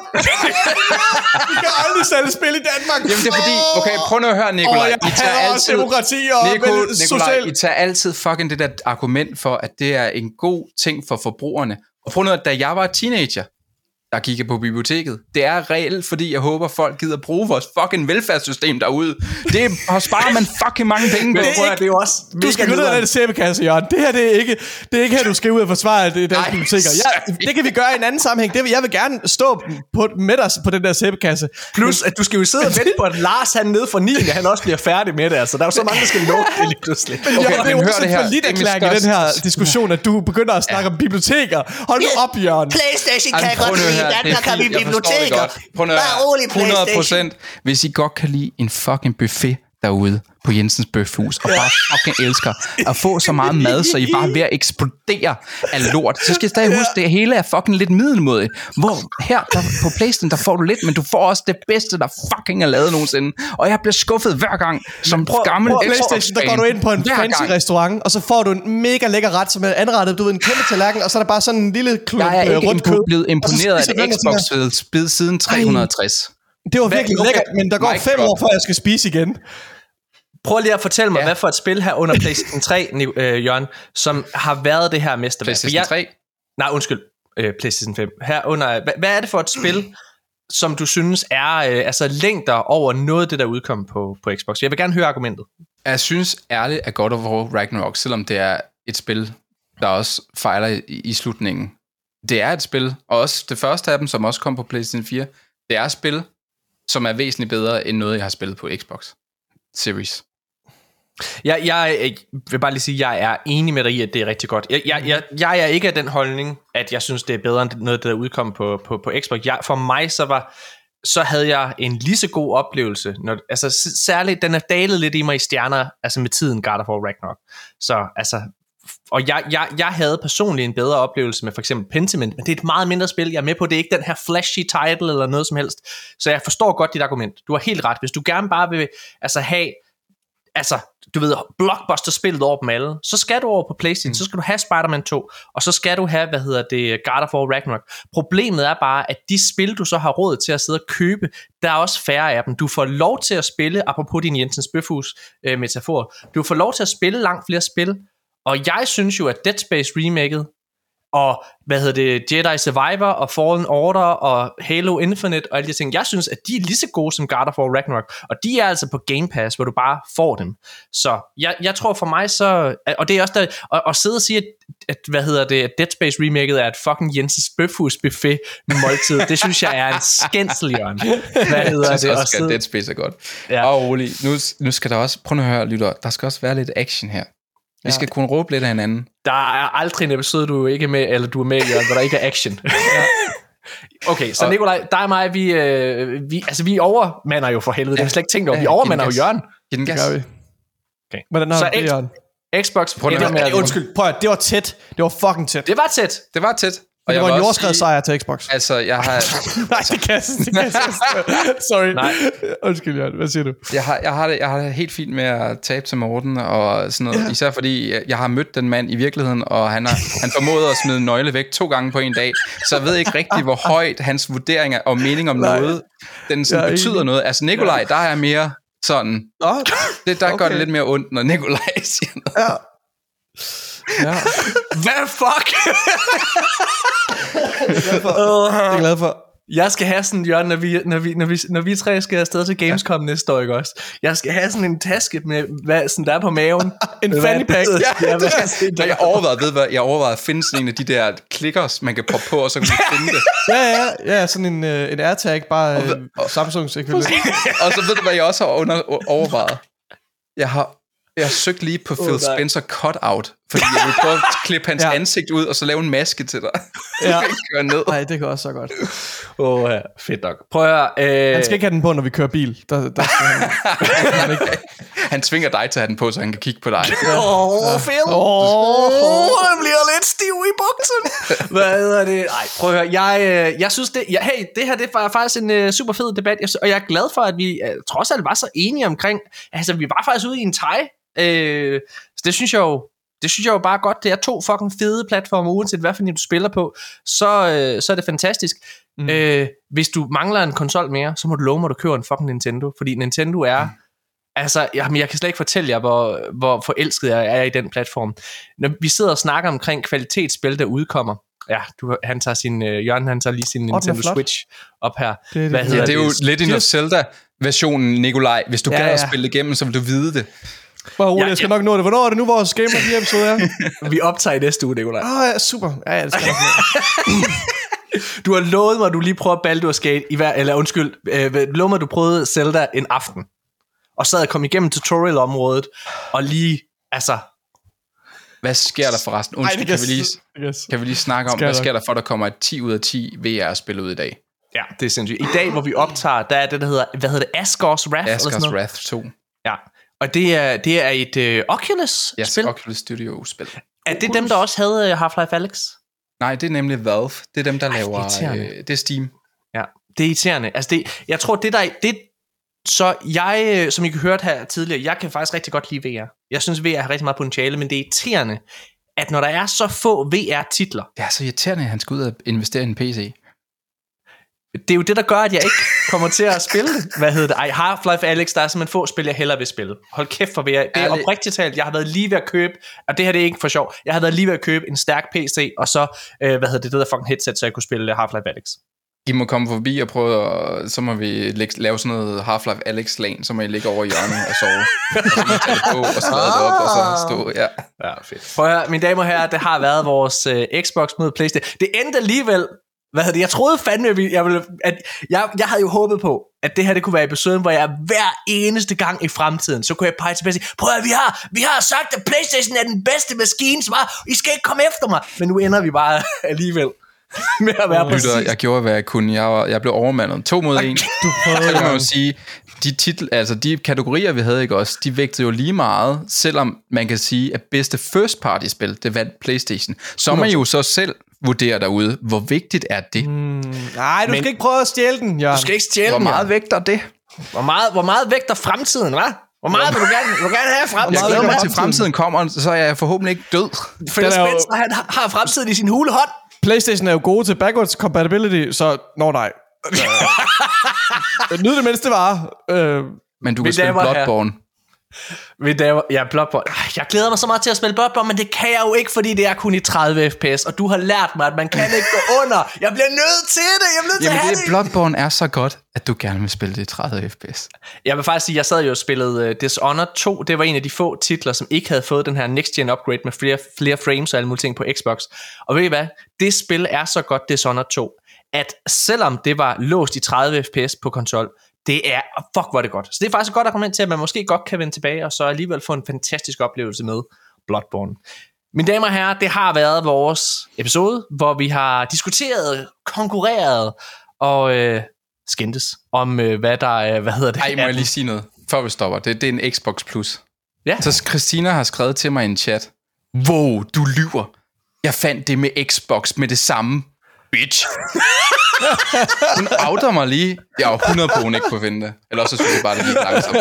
Vi kan aldrig sælge spil i Danmark. Jamen det er fordi, okay, prøv nu at høre, Nikolaj. I tager altid demokrati og Nikolaj, I tager altid fucking det der argument for, at det er en god ting for forbrugerne. Og prøv nu at da jeg var teenager, der gik på biblioteket. Det er reelt, fordi jeg håber, folk gider bruge vores fucking velfærdssystem derude. Det sparer man fucking mange penge på. Det er jo også... Du skal gå ned af den sæbekasse, Jørgen. Det her, det er ikke her, du skal ud og forsvare det danske biblioteker. Det kan vi gøre i en anden sammenhæng. Jeg vil gerne stå med dig på den der sæbekasse. Plus, at du skal jo sidde og vente på, at Lars han nede fra 9. han også bliver færdig med det. Altså, der er jo så mange, der skal lukke det lige pludselig. Men det er jo også en forliderklæring i den her diskussion, at du begynder at snakke om biblioteker. Hold nu op, Jørgen. PlayStation kan godt lide Danmark, har vi biblioteker. Bare rolig, PlayStation. 100%. Hvis I godt kan lide en fucking buffet derude på Jensens Bøfhus, og bare fucking elsker at få så meget mad, så I bare er ved at eksplodere af lort, så skal I stadig huske, det hele er fucking lidt middelmådigt. Hvor her på PlayStation, der får du lidt, men du får også det bedste, der fucking er lavet nogensinde. Og jeg bliver skuffet hver gang, som gammel PlayStation, der går du ind på en fancy restaurant, og så får du en mega lækker ret, som er anrettet, du ved, en kæmpe tallerken, og så er der bare sådan en lille klump rundt kød. Jeg er ikke blevet imponeret af et Xbox-spil siden 360. Det var virkelig lækkert, men der går 5 år, før jeg skal spise igen. Prøv lige at fortælle mig, hvad for et spil her under PlayStation 3, Jørgen, som har været det her mesterværk. PlayStation 3? Nej, undskyld. PlayStation 5. Herunder, hvad er det for et spil, som du synes er længder over noget af det, der udkom på Xbox? Jeg vil gerne høre argumentet. Jeg synes ærligt, at God of War Ragnarok, selvom det er et spil, der også fejler i slutningen, det er et spil, og også det første af dem, som også kom på PlayStation 4, det er et spil, som er væsentligt bedre end noget, jeg har spillet på Xbox Series. Jeg vil bare lige sige, at jeg er enig med dig i, at det er rigtig godt. Jeg er ikke af den holdning, at jeg synes, det er bedre end noget, der udkom på Xbox. For mig så havde jeg en lige så god oplevelse. Særligt, den er dalet lidt i mig i stjerner, altså med tiden God of War Ragnarok. Så altså... Og jeg havde personligt en bedre oplevelse med for eksempel Pentiment, men det er et meget mindre spil. Jeg er med på, det er ikke den her flashy title eller noget som helst. Så jeg forstår godt dit argument. Du har helt ret. Hvis du gerne bare vil have, du ved, blockbuster-spillet over dem alle, så skal du over på PlayStation, så skal du have Spider-Man 2, og så skal du have, God of War Ragnarok. Problemet er bare, at de spil, du så har råd til at sidde og købe, der er også færre af dem. Du får lov til at spille, apropos din Jensens Bøfhus metafor, du får lov til at spille langt flere spil. Og jeg synes jo, at Dead Space remaket, og Jedi Survivor, og Fallen Order, og Halo Infinite, og alle de ting, jeg synes, at de er lige så gode som God of War Ragnarok, og de er altså på Game Pass, hvor du bare får dem. Så jeg tror for mig så, og det er også der, at sidde og sige, at Dead Space remaket er et fucking Jensens Bøfhus buffet måltid, det synes jeg er en skændsel, Jørgen. Jeg synes også, at Dead Space er godt. Ja. Og rolig, nu skal der også, prøv at høre, lytter, der skal også være lidt action her. Vi skal kunne råbe lidt af hinanden. Der er aldrig en episode, du ikke er med, eller du er med, Jørgen, hvor der ikke er action. Okay, så Nikolaj, dig og mig, vi overmander jo for helvede. Det har vi slet ikke tænkt over. Vi overmander jo Jørgen. Giv den gas. Okay. Hvordan har det, Jørgen? Xbox. Undskyld, prøv at det var tæt. Det var fucking tæt. Det var tæt. Det var tæt. Og det var en jordskredet sejr til Xbox. Altså, jeg har... Nej, det kan jeg. Sorry. Nej. Undskyld, Jørgen. Hvad siger du? Jeg har det helt fint med at tabe til Morten og sådan noget. Ja. Især fordi jeg har mødt den mand i virkeligheden, og han formåede at smide en nøgle væk 2 gange på en dag. Så jeg ved ikke rigtig, hvor højt hans vurderinger og mening om noget, den sådan betyder noget. Altså, Nikolaj, der er mere sådan... Der gør det lidt mere ondt, når Nikolaj siger noget. Ja. Ja. Hvad fuck? Jeg er glad for. Jeg skal have sådan, Jørgen, når vi 3 skal afsted til Gamescom næste år, ikke også? Jeg skal have sådan en taske med, hvad sådan der er på maven. En fanny pack. Jeg overvejede at finde sådan en af de der klikkers, man kan poppe på, og så kan man finde det. Ja, sådan en AirTag, bare Samsungs ekvivalent. Og så ved du, hvad jeg også har overvejet? Jeg har søgt lige på Phil Spencer cutout, fordi jeg vil prøve at klippe hans ansigt ud, og så lave en maske til dig. Ja. Nej, det går også så godt. Fedt nok. Prøv at høre. Han skal ikke have den på, når vi kører bil. Der skal han tvinger dig til at have den på, så han kan kigge på dig. Phil. Han bliver lidt stiv i buksen. Hvad hedder det? Ej, prøv at høre. Jeg synes, det her det var faktisk en super fed debat, og jeg er glad for, at vi trods alt var så enige omkring, altså vi var faktisk ude i en tie. Så det synes jeg jo bare godt. Det er 2 fucking fede platformer, uanset hvad for en du spiller på, så er det fantastisk. Hvis du mangler en konsol mere, så må du love mig, at du køber en fucking Nintendo, fordi Nintendo er altså, jeg kan slet ikke fortælle jer, hvor forelsket jeg er i den platform. Når vi sidder og snakker omkring kvalitetsspil, der udkommer. Ja, Jørgen han tager lige sin Nintendo Switch op her. Det er jo Legend of Zelda-versionen, Nikolaj. Hvis du gad at spille igennem, så vil du vide det. Bare roligt, jeg skal nok nå det. Hvornår er det nu, vores Gamer de episode er? Vi optager i næste uge, Nikolaj. Ja, super. Ja, det skal Du har lovet mig, at du lige prøver Baldur's Gate lovet mig, at du prøvede Zelda en aften. Og så kom igennem tutorial-området, og lige, altså... Hvad sker der forresten? Undskyld, kan vi lige snakke om, hvad sker der for, der kommer et 10 ud af 10 VR-spil ud i dag? Ja, det er sindssygt. I dag, hvor vi optager, der er det, der hedder, hvad hedder det? Asgard's Wrath? Asgard's Wrath 2. Ja, og det er et Oculus-spil? Ja, Oculus Studio-spil. Er det dem, der også havde Half-Life Alyx? Nej, det er nemlig Valve. Det er dem, der laver... det er Steam. Ja, det er irriterende. Altså, jeg tror, så jeg, som I kan høre her tidligere, jeg kan faktisk rigtig godt lide VR. Jeg synes, VR har rigtig meget potentiale, men det er irriterende, at når der er så få VR-titler... Det er så irriterende, at han skal ud og investere i en PC. Det er jo det, der gør, at jeg ikke kommer til at spille det. Hvad hedder det? Half-Life Alyx, der er simpelthen få spil, jeg hellere vil spille. Hold kæft for VR. Det er oprigtigt talt. Jeg har været lige ved at købe, og det her det er ikke for sjov, jeg har været lige ved at købe en stærk PC, og så, det der fucking headset, så jeg kunne spille Half-Life Alyx. I må komme forbi og prøve, så må vi lave sådan noget Half-Life Alyx-lan, så må I ligge over hjørnet og sove. Og så må I tage det på og slade det op, og så stå, Ja, fedt. Prøv at høre, mine damer og herrer, det har været vores Xbox mod PlayStation. Det endte alligevel, jeg troede fandme, jeg havde jo håbet på, at det her det kunne være episoden, hvor jeg hver eneste gang i fremtiden, så kunne jeg pege tilbage og sige, prøv at vi har sagt, at PlayStation er den bedste maskine, så I skal ikke komme efter mig. Men nu ender vi bare alligevel med at være præcis. Jeg gjorde, hvad jeg kunne. Jeg blev overmandet. 2 mod 1. Du prøvede, så kan man jo sige, de kategorier, vi havde, ikke også, de vægtede jo lige meget, selvom man kan sige, at bedste first party spil, det vandt PlayStation. Så man jo så selv vurdere derude, hvor vigtigt er det? Nej, du skal ikke prøve at stjæle den, Jørgen. Du skal ikke stjæle den. Hvor meget vægter det? Hvor meget vægter fremtiden, hva'? Hvor meget vil du gerne have fremtiden? Jeg glæder mig til fremtiden kommer, så er jeg forhåbentlig ikke død. Phil Spencer, han har fremtiden i sin hule hånd. PlayStation er jo gode til backwards compatibility, så nej. Nyd det, mens det var. Men du kan spille Bloodborne. Bloodborne. Jeg glæder mig så meget til at spille Bloodborne, men det kan jeg jo ikke, fordi det er kun i 30 fps, og du har lært mig, at man kan ikke gå under. Jeg bliver nødt til det. Jeg bliver nødt til at have det. Bloodborne er så godt, at du gerne vil spille det i 30 fps. Jeg vil faktisk sige, jeg sad jo og spillede Dishonored 2. Det var en af de få titler, som ikke havde fået den her next gen upgrade med flere frames og alle mulige ting på Xbox. Og ved I hvad? Det spil er så godt, Dishonored 2, at selvom det var låst i 30 fps på konsol, det er, hvor er det godt. Så det er faktisk et godt argument til, at man måske godt kan vende tilbage, og så alligevel få en fantastisk oplevelse med Bloodborne. Mine damer og herrer, det har været vores episode, hvor vi har diskuteret, konkurreret og skændtes om, hvad der hvad hedder det? Ej, må jeg lige sige noget, før vi stopper. Det er en Xbox Plus. Ja. Så Christina har skrevet til mig i en chat, wow, du lyver. Jeg fandt det med Xbox med det samme. bitch. Hun outer mig lige. Jeg er 100 på, hun ikke kunne finde det. Eller også synes jeg bare, det gik langsomt.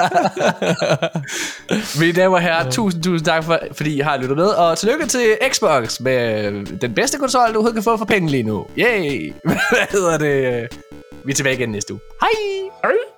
Mine damer og herrer, tusind tak, fordi I har lyttet med. Og tillykke til Xbox med den bedste konsol, du overhovedet kan få for penge lige nu. Yay! Hvad hedder det? Vi er tilbage igen næste uge. Hej!